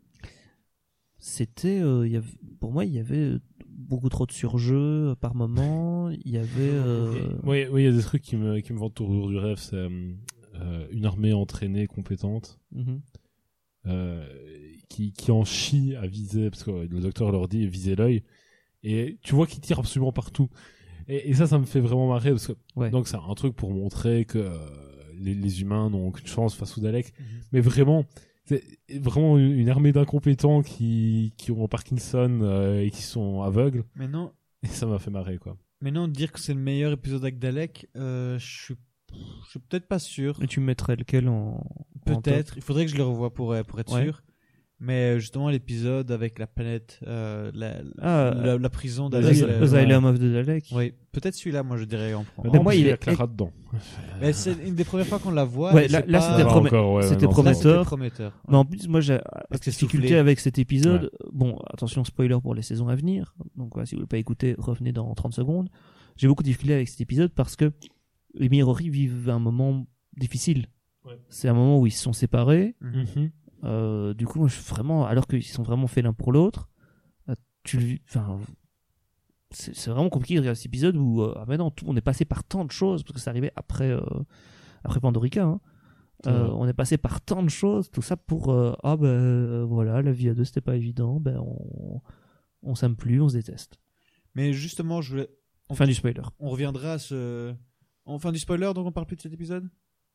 [SPEAKER 2] C'était, euh, il y avait, pour moi, il y avait beaucoup trop de surjeux euh, par moment. Il y avait. euh,
[SPEAKER 1] Oui, oui, il y a des trucs qui me, qui me vendent toujours du rêve. C'est euh, une armée entraînée, compétente,
[SPEAKER 2] mhm.
[SPEAKER 1] euh, qui, qui en chie à viser, parce que ouais, le docteur leur dit viser l'œil, et tu vois qu'ils tirent absolument partout. Et, et ça, ça me fait vraiment marrer, parce que
[SPEAKER 2] Ouais.
[SPEAKER 1] donc c'est un truc pour montrer que euh, les, les humains n'ont aucune chance face aux Daleks.
[SPEAKER 3] Mhm.
[SPEAKER 1] Mais vraiment, c'est vraiment une, une armée d'incompétents qui, qui ont Parkinson euh, et qui sont aveugles.
[SPEAKER 3] Mais non,
[SPEAKER 1] Et ça m'a fait marrer, quoi.
[SPEAKER 3] mais non, dire que c'est le meilleur épisode avec Dalek, euh, je suis, je suis peut-être pas sûr.
[SPEAKER 2] Et tu mettrais lequel en. en
[SPEAKER 3] Peut-être. Il faudrait que je le revoie pour, pour être
[SPEAKER 2] Ouais.
[SPEAKER 3] sûr. Mais justement, l'épisode avec la planète, euh, la,
[SPEAKER 2] Ah,
[SPEAKER 3] la, la prison
[SPEAKER 2] top
[SPEAKER 3] d'Alex.
[SPEAKER 1] Asylum-
[SPEAKER 3] euh,
[SPEAKER 2] Asylum of the Dalek.
[SPEAKER 3] Oui, peut-être celui-là, moi je dirais en premier.
[SPEAKER 1] Pour
[SPEAKER 2] moi, il est-
[SPEAKER 1] Clara dedans.
[SPEAKER 3] Mais c'est une des premières fois qu'on la voit.
[SPEAKER 2] Ouais,
[SPEAKER 3] et
[SPEAKER 2] là-
[SPEAKER 3] c'est
[SPEAKER 2] là,
[SPEAKER 3] pas-
[SPEAKER 2] c'était
[SPEAKER 1] Ah,
[SPEAKER 2] promet-
[SPEAKER 1] encore, ouais,
[SPEAKER 2] c'était
[SPEAKER 1] non,
[SPEAKER 2] prometteur.
[SPEAKER 3] C'était prometteur.
[SPEAKER 2] Mais en plus, moi, j'ai
[SPEAKER 3] Parce que
[SPEAKER 2] difficulté
[SPEAKER 3] soufflé.
[SPEAKER 2] avec cet épisode. Bon, attention, spoiler pour les saisons à venir. Donc, voilà, si vous ne l'avez pas écouté, revenez dans trente secondes. J'ai beaucoup de difficulté avec cet épisode parce que les Mirori vivent un moment difficile.
[SPEAKER 1] Ouais.
[SPEAKER 2] C'est un moment où ils se sont séparés.
[SPEAKER 1] Mhm.
[SPEAKER 2] Euh, du coup, moi, je suis vraiment, alors qu'ils sont vraiment faits l'un pour l'autre, euh, tu, enfin, c'est, c'est vraiment compliqué de regarder cet épisode où, euh, ah ben non, tout, on est passé par tant de choses parce que ça arrivait après, euh, après Pandorica. Hein. Euh, on est passé par tant de choses, tout ça pour, euh, ah ben euh, voilà, la vie à deux c'était pas évident, ben on, on s'aime plus, on se déteste.
[SPEAKER 3] Mais justement, je voulais.
[SPEAKER 2] Fin du spoiler.
[SPEAKER 3] On reviendra à ce. En fin du spoiler, donc on parle plus de cet épisode.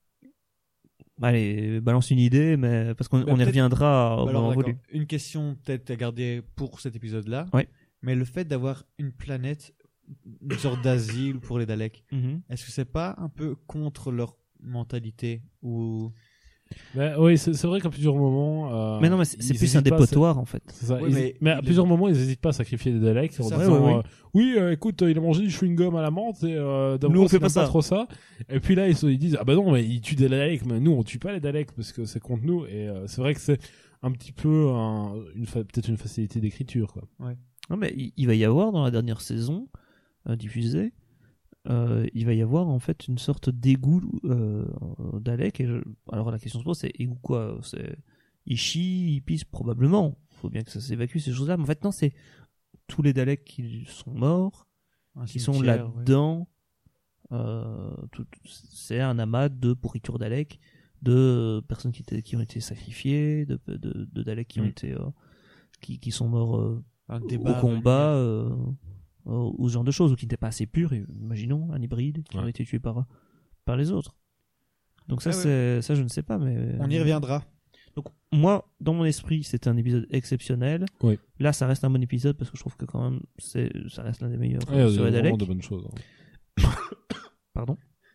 [SPEAKER 2] Allez, balance une idée, mais parce qu'on
[SPEAKER 3] Bah,
[SPEAKER 2] on y
[SPEAKER 3] peut-être-
[SPEAKER 2] reviendra au
[SPEAKER 3] Bah alors,
[SPEAKER 2] moment
[SPEAKER 3] d'accord.
[SPEAKER 2] voulu.
[SPEAKER 3] Une question peut-être à garder pour cet épisode-là.
[SPEAKER 2] Ouais.
[SPEAKER 3] Mais le fait d'avoir une planète, une sorte d'asile pour les Daleks,
[SPEAKER 2] Mhm.
[SPEAKER 3] est-ce que c'est pas un peu contre leur mentalité ou
[SPEAKER 1] Mais, oui, c'est, c'est vrai qu'à plusieurs moments. euh,
[SPEAKER 2] Mais non, mais c'est, c'est
[SPEAKER 1] ils
[SPEAKER 2] plus un
[SPEAKER 1] hésitent pas à-
[SPEAKER 2] dépotoir en fait.
[SPEAKER 1] C'est ça.
[SPEAKER 3] Oui,
[SPEAKER 1] Ils-
[SPEAKER 3] mais
[SPEAKER 1] mais, à
[SPEAKER 3] il est-
[SPEAKER 1] plusieurs moments, ils n'hésitent pas à sacrifier des Daleks en
[SPEAKER 3] ça,
[SPEAKER 1] disant
[SPEAKER 2] ouais, ouais.
[SPEAKER 1] euh, oui, euh, écoute, euh, il a mangé du chewing-gum à la menthe et euh, d'abord,
[SPEAKER 2] Nous, on
[SPEAKER 1] c'est
[SPEAKER 2] fait pas
[SPEAKER 1] même
[SPEAKER 2] ça.
[SPEAKER 1] trop ça. Et puis là, ils, se- ils disent ah bah non, mais ils tuent des Daleks, mais nous on tue pas les Daleks parce que c'est contre nous. Et euh, c'est vrai que c'est un petit peu un, une fa- peut-être une facilité d'écriture quoi.
[SPEAKER 2] Non, mais il, il va y avoir dans la dernière saison euh, diffusée, euh, il va y avoir en fait une sorte d'égout euh, Dalek. Et je- Alors la question se pose, c'est égout quoi? C'est il chie, il pisse probablement. Faut bien que ça s'évacue ces choses-là. Mais en fait non, c'est tous les Daleks qui sont morts,
[SPEAKER 3] un
[SPEAKER 2] qui sont
[SPEAKER 3] cimetière, ouais.
[SPEAKER 2] là-dedans. Euh, tout- c'est un amas de pourriture Dalek, de personnes qui, étaient- qui ont été sacrifiées, de, de, de Daleks qui ont
[SPEAKER 1] Mm.
[SPEAKER 2] été euh, qui, qui sont morts euh,
[SPEAKER 3] Un
[SPEAKER 2] au
[SPEAKER 3] débat à
[SPEAKER 2] combat,
[SPEAKER 3] venir.
[SPEAKER 2] euh, euh, ou ce genre de choses, ou qui n'étaient pas assez purs. et- Imaginons un hybride qui
[SPEAKER 1] Ouais.
[SPEAKER 2] aurait été tué par par les autres. Donc ça,
[SPEAKER 3] Ah ouais.
[SPEAKER 2] c'est ça, je ne sais pas, mais
[SPEAKER 3] On y reviendra.
[SPEAKER 2] Donc moi, dans mon esprit, c'était un épisode exceptionnel.
[SPEAKER 1] Oui.
[SPEAKER 2] Là, ça reste un bon épisode parce que je trouve que quand même, c'est ça reste l'un des meilleurs
[SPEAKER 1] Ouais, il y a
[SPEAKER 2] sur les
[SPEAKER 1] vraiment
[SPEAKER 2] Daleks.
[SPEAKER 1] de bonnes choses. hein.
[SPEAKER 2] Pardon.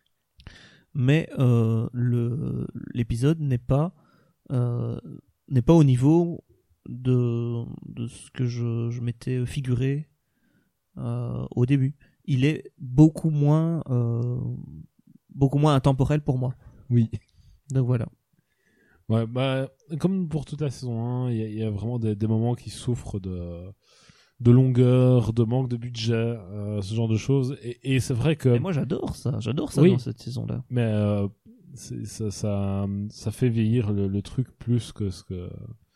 [SPEAKER 2] Mais euh, le l'épisode n'est pas euh, n'est pas au niveau de de ce que je, je m'étais figuré euh, au début. Il est beaucoup moins euh, beaucoup moins intemporel pour moi.
[SPEAKER 1] Oui.
[SPEAKER 2] Donc voilà.
[SPEAKER 1] Ouais, bah, comme pour toute la saison un, il y, a- il y a vraiment des, des moments qui souffrent de, de longueur, de manque de budget, euh, ce genre de choses. Et, et c'est vrai que.
[SPEAKER 2] Et moi j'adore ça, j'adore ça
[SPEAKER 1] Oui.
[SPEAKER 2] dans cette saison-là.
[SPEAKER 1] Mais euh, c'est- ça, ça, ça fait vieillir le, le truc plus que ce que.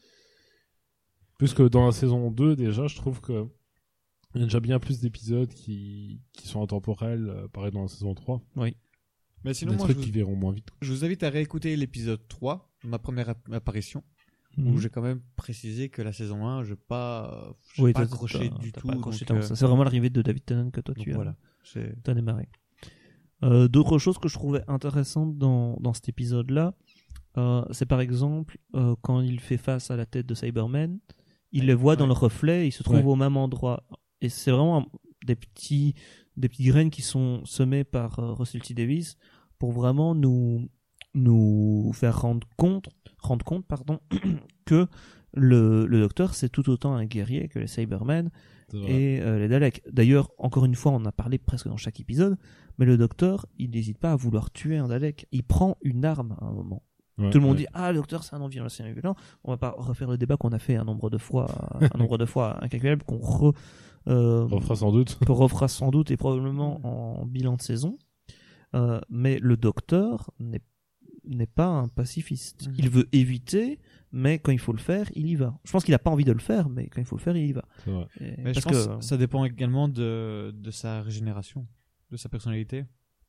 [SPEAKER 1] Plus que dans la saison deux, déjà, je trouve que. Il y a déjà bien plus d'épisodes qui, qui sont intemporels, euh, pareil dans la saison trois.
[SPEAKER 3] Mais sinon,
[SPEAKER 1] des
[SPEAKER 3] moi,
[SPEAKER 1] trucs
[SPEAKER 3] je vous,
[SPEAKER 1] qui verront moins vite.
[SPEAKER 3] je vous invite à réécouter l'épisode trois, ma première app- apparition,
[SPEAKER 2] Mhm.
[SPEAKER 3] où j'ai quand même précisé que la saison un, je n'ai pas, j'ai
[SPEAKER 2] Oui,
[SPEAKER 3] pas
[SPEAKER 2] t'as-
[SPEAKER 3] accroché
[SPEAKER 2] t'as-
[SPEAKER 3] du
[SPEAKER 2] t'as
[SPEAKER 3] tout.
[SPEAKER 2] pas accroché
[SPEAKER 3] donc,
[SPEAKER 2] tant que
[SPEAKER 3] euh,
[SPEAKER 2] ça. C'est vraiment l'arrivée de David Tennant que toi
[SPEAKER 3] donc
[SPEAKER 2] tu as.
[SPEAKER 3] voilà. C'est-
[SPEAKER 2] T'as démarré. Euh, D'autres choses que je trouvais intéressantes dans, dans cet épisode-là, euh, c'est par exemple euh, quand il fait face à la tête de Cyberman, il les voit dans
[SPEAKER 3] Ouais.
[SPEAKER 2] le reflet, il se trouve
[SPEAKER 1] Ouais.
[SPEAKER 2] au même endroit. Et c'est vraiment des petits, des petites graines qui sont semées par euh, Russell T Davies pour vraiment nous, nous faire rendre compte, rendre compte pardon, que le, le docteur c'est tout autant un guerrier que les Cybermen
[SPEAKER 1] C'est vrai.
[SPEAKER 2] et euh, les Daleks. D'ailleurs, encore une fois, on en a parlé presque dans chaque épisode, mais le docteur, il n'hésite pas à vouloir tuer un Dalek. Il prend une arme à un moment.
[SPEAKER 1] Ouais,
[SPEAKER 2] Tout le monde
[SPEAKER 1] ouais.
[SPEAKER 2] dit ah le docteur c'est un non-violent, c'est un violent. On va pas refaire le débat qu'on a fait un nombre de fois, un nombre de fois incalculable qu'on re, euh,
[SPEAKER 1] On fera sans doute.
[SPEAKER 2] qu'on refera sans doute et probablement en bilan de saison. Euh, mais le docteur n'est n'est pas un pacifiste.
[SPEAKER 3] Mhm.
[SPEAKER 2] Il veut éviter, mais quand il faut le faire, il y va. Je pense qu'il a pas envie de le faire, mais quand il faut le faire, il y va.
[SPEAKER 1] C'est vrai.
[SPEAKER 2] Et-
[SPEAKER 3] Mais je
[SPEAKER 2] parce
[SPEAKER 3] pense
[SPEAKER 2] que
[SPEAKER 3] que ça dépend également de, de sa régénération, de sa personnalité.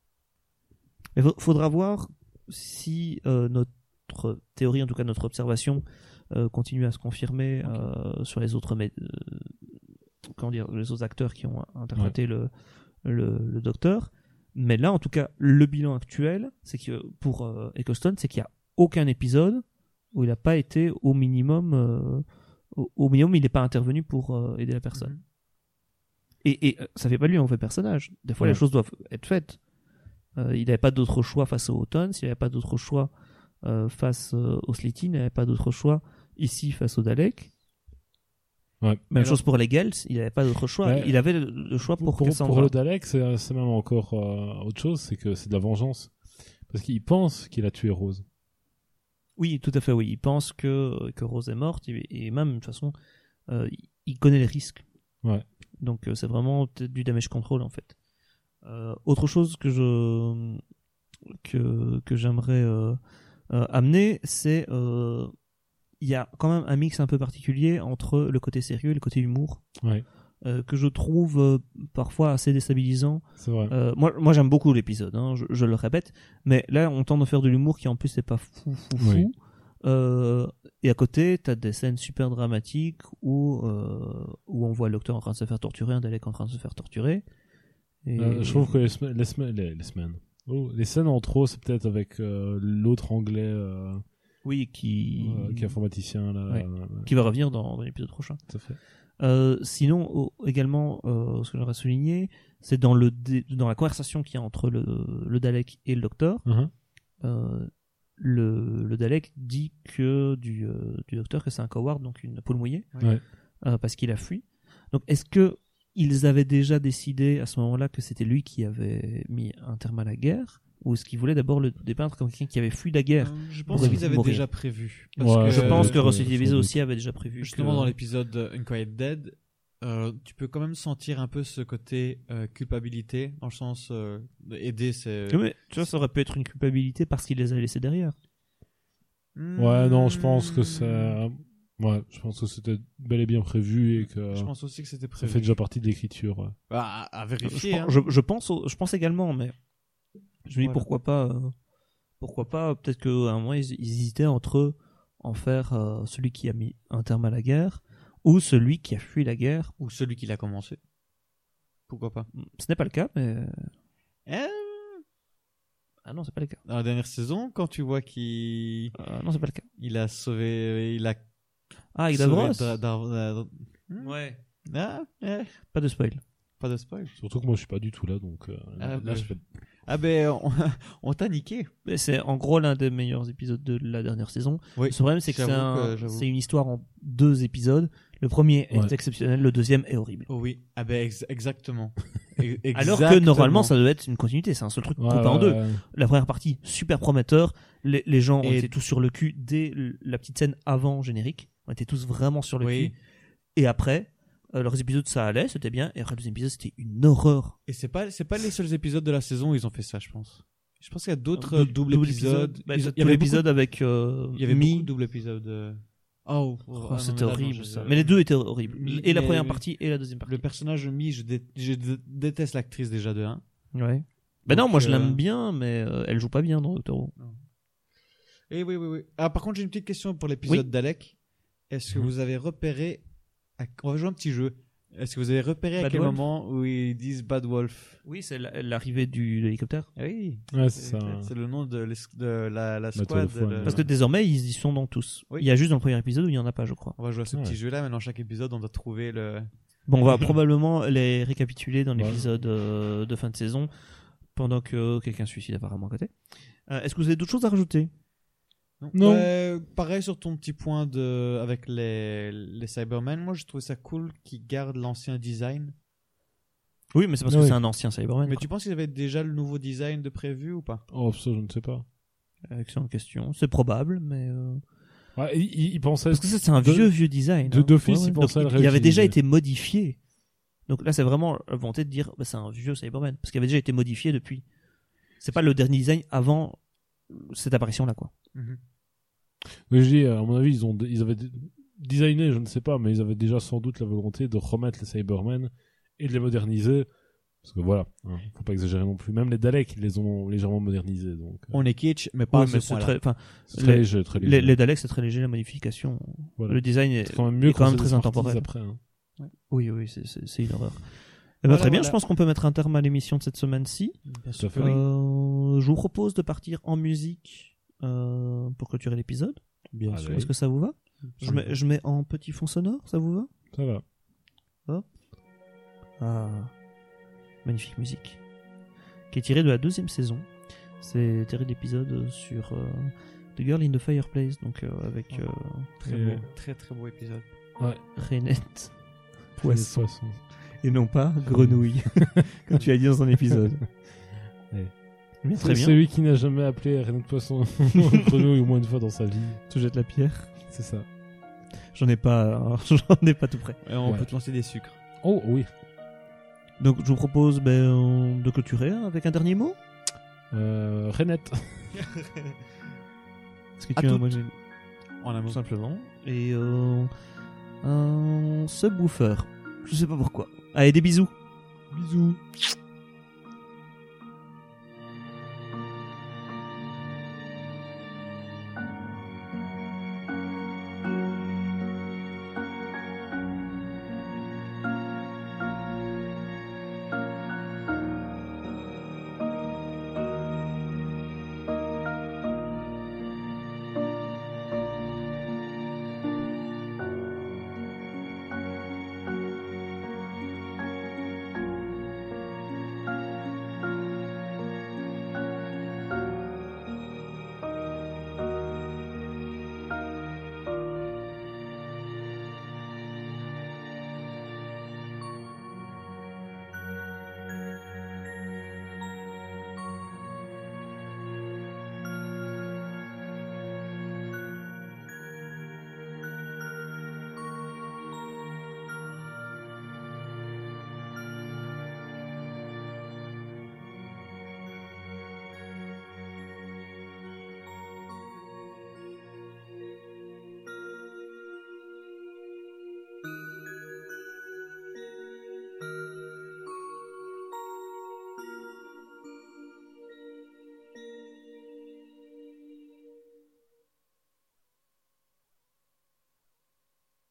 [SPEAKER 2] il faudra voir si euh, notre théorie, en tout cas notre observation, euh, continue à se confirmer euh, sur les autres, mé- euh, comment dire, les autres acteurs qui ont interprété le, le, le docteur. Mais là, en tout cas, le bilan actuel, c'est que pour euh, Eccleston, c'est qu'il n'y a aucun épisode où il n'a pas été au minimum, euh, au, au minimum, il n'est pas intervenu pour euh, aider la personne.
[SPEAKER 3] Mhm.
[SPEAKER 2] Et, et euh, ça fait pas lui un mauvais personnage. Des fois,
[SPEAKER 1] Ouais.
[SPEAKER 2] les choses doivent être faites. Euh, il n'avait pas d'autre choix face au Autons, il n'avait pas d'autre choix euh, face euh, au Slitin, il n'avait pas d'autre choix ici face au Dalek.
[SPEAKER 1] Ouais.
[SPEAKER 2] Même
[SPEAKER 3] Alors-
[SPEAKER 2] chose pour les Gels, il n'avait pas d'autre choix.
[SPEAKER 1] Ouais.
[SPEAKER 2] Il avait le, le choix pour,
[SPEAKER 1] Pour, pour,
[SPEAKER 2] Cassandra.
[SPEAKER 1] pour le Dalek, c'est c'est même encore euh, autre chose, c'est que c'est de la vengeance. Parce qu'il pense qu'il a tué Rose.
[SPEAKER 2] Oui, tout à fait, oui. Il pense que, que Rose est morte et, et même, de toute façon, euh, il- il connaît les risques.
[SPEAKER 1] Ouais.
[SPEAKER 2] Donc, euh, c'est vraiment peut-être du damage control, en fait. Euh, autre chose que je que, que j'aimerais euh, euh, amener, c'est euh, il y a quand même un mix un peu particulier entre le côté sérieux et le côté humour.
[SPEAKER 1] Ouais,
[SPEAKER 2] Euh, que je trouve euh, parfois assez déstabilisant.
[SPEAKER 1] c'est vrai.
[SPEAKER 2] Euh, moi, moi j'aime beaucoup l'épisode, hein, je, je le répète, mais là on tente de faire de l'humour qui en plus n'est pas fou fou fou.
[SPEAKER 1] Oui.
[SPEAKER 2] Euh, et à côté, t'as des scènes super dramatiques où, euh, où on voit le docteur en train de se faire torturer, un Dalek en train de se faire torturer. Et...
[SPEAKER 1] Euh, je trouve que les, semaines, les, semaines, les, les semaines, oh, les scènes en trop, c'est peut-être avec euh, l'autre anglais euh,
[SPEAKER 2] oui, qui...
[SPEAKER 1] euh, qui est informaticien là.
[SPEAKER 2] Ouais.
[SPEAKER 1] euh,
[SPEAKER 2] qui va revenir dans, dans l'épisode prochain.
[SPEAKER 1] tout à fait.
[SPEAKER 2] Euh, sinon, oh, également, euh, ce que j'aurais souligné, c'est dans, le dé- dans la conversation qu'il y a entre le, le Dalek et le docteur.
[SPEAKER 1] Uh-huh.
[SPEAKER 2] Euh, le, le Dalek dit que du, euh, du docteur que c'est un coward, donc une poule mouillée,
[SPEAKER 1] Ouais.
[SPEAKER 2] euh, parce qu'il a fui. Donc est-ce que ils avaient déjà décidé à ce moment-là que c'était lui qui avait mis un terme à la guerre, ou est-ce qu'ils voulaient d'abord le dépeindre comme quelqu'un qui avait fui la guerre?
[SPEAKER 3] Euh, Je
[SPEAKER 2] Pour
[SPEAKER 3] pense qu'ils
[SPEAKER 2] éviter de
[SPEAKER 3] avaient
[SPEAKER 2] mourir.
[SPEAKER 3] déjà prévu.
[SPEAKER 1] Ouais,
[SPEAKER 2] Je
[SPEAKER 1] Euh,
[SPEAKER 2] pense que
[SPEAKER 1] sans-
[SPEAKER 2] Rossi
[SPEAKER 1] sans
[SPEAKER 2] Diviso
[SPEAKER 1] doute.
[SPEAKER 2] aussi avait déjà prévu.
[SPEAKER 3] Justement,
[SPEAKER 2] que...
[SPEAKER 3] dans l'épisode Unquiet Dead, euh, tu peux quand même sentir un peu ce côté euh, culpabilité, dans le sens euh, d'aider ses...
[SPEAKER 2] Oui, mais tu vois, ça aurait pu être une culpabilité parce qu'il les a laissés derrière.
[SPEAKER 1] Ouais, non, je pense que ça. Ouais, je pense que c'était bel et bien prévu et que
[SPEAKER 3] Je pense aussi que c'était
[SPEAKER 1] ça
[SPEAKER 3] prévu.
[SPEAKER 1] fait déjà partie de l'écriture. Ouais.
[SPEAKER 3] Bah, à, à
[SPEAKER 2] Je,
[SPEAKER 3] vérifier. hein.
[SPEAKER 2] pense- je, je pense, au- je pense également, mais je me dis
[SPEAKER 3] Voilà.
[SPEAKER 2] pourquoi pas, euh, pourquoi pas. Peut-être qu'à un moment ils, ils hésitaient entre en faire euh, celui qui a mis un terme à la guerre ou celui qui a fui la guerre.
[SPEAKER 3] Ou celui qui l'a commencé. Pourquoi pas.
[SPEAKER 2] Ce n'est pas le cas, mais
[SPEAKER 3] Euh,
[SPEAKER 2] ah non, c'est pas le cas.
[SPEAKER 3] Dans la dernière saison, quand tu vois qu'il
[SPEAKER 2] Euh, non, c'est pas le cas.
[SPEAKER 3] il a sauvé... Il a
[SPEAKER 2] Ah, avec
[SPEAKER 3] sauvé
[SPEAKER 2] Davros.
[SPEAKER 3] Dra- Dar- Dar-
[SPEAKER 2] Ouais.
[SPEAKER 3] Ah, eh,
[SPEAKER 2] Pas de spoil.
[SPEAKER 3] pas de spoil.
[SPEAKER 1] Surtout que moi je suis pas du tout là, donc euh,
[SPEAKER 3] Ah,
[SPEAKER 1] là
[SPEAKER 3] bah,
[SPEAKER 1] je fais.
[SPEAKER 3] Ah ben, on, on t'a niqué.
[SPEAKER 2] Mais c'est en gros l'un des meilleurs épisodes de la dernière saison.
[SPEAKER 3] Oui.
[SPEAKER 2] Le problème, c'est que c'est
[SPEAKER 3] J'avoue
[SPEAKER 2] un-
[SPEAKER 3] que- j'avoue.
[SPEAKER 2] c'est une histoire en deux épisodes. Le premier
[SPEAKER 1] Ouais.
[SPEAKER 2] est exceptionnel, le deuxième est horrible.
[SPEAKER 3] Oh oui. Ah ben, ex- exactement. E-
[SPEAKER 2] Alors que
[SPEAKER 3] exactement.
[SPEAKER 2] normalement, ça devait être une continuité. C'est un seul truc
[SPEAKER 1] Ouais,
[SPEAKER 2] coupé en deux.
[SPEAKER 1] ouais,
[SPEAKER 2] La première partie, super prometteur. Les, les gens ont
[SPEAKER 3] Et-
[SPEAKER 2] été tous sur le cul dès l- la petite scène avant générique. On était tous vraiment sur le
[SPEAKER 3] Oui.
[SPEAKER 2] cul. Et après, euh, leurs épisodes, ça allait, c'était bien. Et après, le deuxième épisode, c'était une horreur.
[SPEAKER 3] Et c'est pas, c'est pas les seuls épisodes de la saison où ils ont fait ça, je pense. Je pense qu'il y a d'autres
[SPEAKER 2] Dou-
[SPEAKER 3] euh, doubles
[SPEAKER 2] double
[SPEAKER 3] épisodes.
[SPEAKER 2] Bah,
[SPEAKER 3] Ils-
[SPEAKER 2] tout
[SPEAKER 3] il y avait
[SPEAKER 2] l'épisode
[SPEAKER 3] beaucoup-
[SPEAKER 2] avec euh,
[SPEAKER 3] Il y avait
[SPEAKER 2] Mi.
[SPEAKER 3] beaucoup de doubles épisodes. euh. Oh,
[SPEAKER 2] Oh,
[SPEAKER 3] oh, non,
[SPEAKER 2] c'était
[SPEAKER 3] mais là, non,
[SPEAKER 2] horrible
[SPEAKER 3] je-
[SPEAKER 2] ça. Mais les deux étaient horribles.
[SPEAKER 3] Mi-
[SPEAKER 2] Et la
[SPEAKER 3] mais-
[SPEAKER 2] première partie et la deuxième partie.
[SPEAKER 3] Le personnage de Mi, je, dé- je dé- déteste l'actrice déjà de un.
[SPEAKER 2] Ouais. Ben non,
[SPEAKER 3] Donc,
[SPEAKER 2] moi je
[SPEAKER 3] euh,
[SPEAKER 2] l'aime bien, mais euh, elle joue pas bien dans Doctor Who.
[SPEAKER 3] Et oui, oui, oui. Ah, par contre, j'ai une petite question pour l'épisode
[SPEAKER 2] Oui.
[SPEAKER 3] d'Alec. Est-ce que
[SPEAKER 1] Mhm.
[SPEAKER 3] vous avez repéré... à- On va jouer un petit jeu. Est-ce que vous avez repéré à
[SPEAKER 2] Bad
[SPEAKER 3] quel
[SPEAKER 2] Wolf
[SPEAKER 3] moment où ils disent Bad Wolf?
[SPEAKER 2] Oui, c'est la- l'arrivée du de l'hélicoptère.
[SPEAKER 3] Ah oui.
[SPEAKER 1] Ouais, c'est ça.
[SPEAKER 3] C'est le nom de, l'es- de la, la
[SPEAKER 1] Tour
[SPEAKER 3] squad.
[SPEAKER 1] of One,
[SPEAKER 3] de-
[SPEAKER 1] ouais.
[SPEAKER 2] Parce que désormais, ils y sont dans tous.
[SPEAKER 3] Oui.
[SPEAKER 2] Il y a juste dans le premier épisode où il y en a pas, je crois.
[SPEAKER 3] On va jouer à ce
[SPEAKER 1] Ouais.
[SPEAKER 3] petit jeu-là, mais dans chaque épisode, on doit trouver le...
[SPEAKER 2] Bon, on va probablement les récapituler dans
[SPEAKER 1] Ouais.
[SPEAKER 2] l'épisode euh, de fin de saison pendant que quelqu'un se suicide apparemment à côté. Euh, Est-ce que vous avez d'autres choses à rajouter?
[SPEAKER 1] Non.
[SPEAKER 3] Euh, pareil sur ton petit point de avec les, les Cybermen, moi je trouve ça cool qu'ils gardent l'ancien design.
[SPEAKER 2] Oui, mais c'est parce
[SPEAKER 1] Oui.
[SPEAKER 2] que c'est un ancien Cyberman.
[SPEAKER 3] Mais
[SPEAKER 2] quoi.
[SPEAKER 3] tu penses qu'ils avaient déjà le nouveau design de prévu ou pas?
[SPEAKER 1] Oh, ça, je ne sais pas.
[SPEAKER 2] Excellente question. C'est probable, mais euh,
[SPEAKER 1] Ouais, il, il- il pensait.
[SPEAKER 2] parce que ça c'est un
[SPEAKER 1] de-
[SPEAKER 2] vieux vieux design.
[SPEAKER 1] de-
[SPEAKER 2] hein.
[SPEAKER 1] d'office, il
[SPEAKER 2] Donc,
[SPEAKER 1] pensait à le
[SPEAKER 2] il avait déjà
[SPEAKER 1] réutiliser.
[SPEAKER 2] été modifié. Donc là, c'est vraiment la volonté de dire, bah, c'est un vieux Cyberman parce qu'il avait déjà été modifié depuis. C'est pas le dernier design avant cette apparition là, quoi.
[SPEAKER 1] Mais je dis, à mon avis, ils ont, ils avaient designé, je ne sais pas, mais ils avaient déjà sans doute la volonté de remettre les Cybermen et de les moderniser. Parce que voilà, hein, faut pas exagérer non plus. Même les Daleks, ils les ont légèrement modernisés. Donc, euh,
[SPEAKER 3] On est kitsch, mais pas
[SPEAKER 2] Oui,
[SPEAKER 3] à ce
[SPEAKER 2] mais c'est
[SPEAKER 3] point-là.
[SPEAKER 2] très, enfin,
[SPEAKER 1] c'est très
[SPEAKER 2] les-
[SPEAKER 1] léger, très léger.
[SPEAKER 2] les, les Daleks c'est très léger la modification.
[SPEAKER 1] Voilà.
[SPEAKER 2] Le design est,
[SPEAKER 1] C'est quand même mieux
[SPEAKER 2] est quand même
[SPEAKER 1] c'est
[SPEAKER 2] très
[SPEAKER 1] des Smarties
[SPEAKER 2] intemporel.
[SPEAKER 1] après. Hein.
[SPEAKER 2] Oui, oui, c'est, c'est, c'est une horreur. Eh ben,
[SPEAKER 3] Voilà,
[SPEAKER 2] très bien,
[SPEAKER 3] voilà.
[SPEAKER 2] je pense qu'on peut mettre un terme à l'émission de cette semaine-ci.
[SPEAKER 3] Bien
[SPEAKER 1] sûr
[SPEAKER 3] sûr
[SPEAKER 1] que
[SPEAKER 3] que oui.
[SPEAKER 2] Euh, je vous propose de partir en musique euh, pour clôturer l'épisode.
[SPEAKER 3] Bien
[SPEAKER 1] Allez.
[SPEAKER 3] sûr.
[SPEAKER 2] Est-ce que ça vous va? Je mets, je mets en petit fond sonore, ça vous va?
[SPEAKER 1] Ça va.
[SPEAKER 2] Ah, magnifique musique. Qui est tirée de la deuxième saison. C'est tiré de l'épisode sur euh, The Girl in the Fireplace, donc euh, avec euh,
[SPEAKER 3] Très
[SPEAKER 1] Et-
[SPEAKER 3] beau, très très beau épisode.
[SPEAKER 1] Ouais.
[SPEAKER 2] Renette
[SPEAKER 1] Les
[SPEAKER 2] Poisson.
[SPEAKER 1] poissons.
[SPEAKER 2] Et non pas grenouille, comme tu as dit dans un épisode.
[SPEAKER 1] Ouais.
[SPEAKER 2] Mais très
[SPEAKER 1] C'est
[SPEAKER 2] bien.
[SPEAKER 1] celui qui n'a jamais appelé René de Poisson grenouille au moins une fois dans sa vie.
[SPEAKER 2] Tu jettes la pierre.
[SPEAKER 1] C'est ça.
[SPEAKER 2] J'en ai pas, j'en ai pas tout près.
[SPEAKER 3] Et on
[SPEAKER 1] Ouais.
[SPEAKER 3] peut te lancer des sucres.
[SPEAKER 1] Oh oui.
[SPEAKER 2] Donc je vous propose ben, de clôturer avec un dernier mot.
[SPEAKER 1] Euh, Renette.
[SPEAKER 2] Est-ce que
[SPEAKER 3] À
[SPEAKER 2] tu as,
[SPEAKER 3] toutes.
[SPEAKER 2] moi, j'ai-
[SPEAKER 3] En un mot.
[SPEAKER 2] tout simplement. Et euh, un subwoofer. Je sais pas pourquoi. Allez, des bisous.
[SPEAKER 1] Bisous.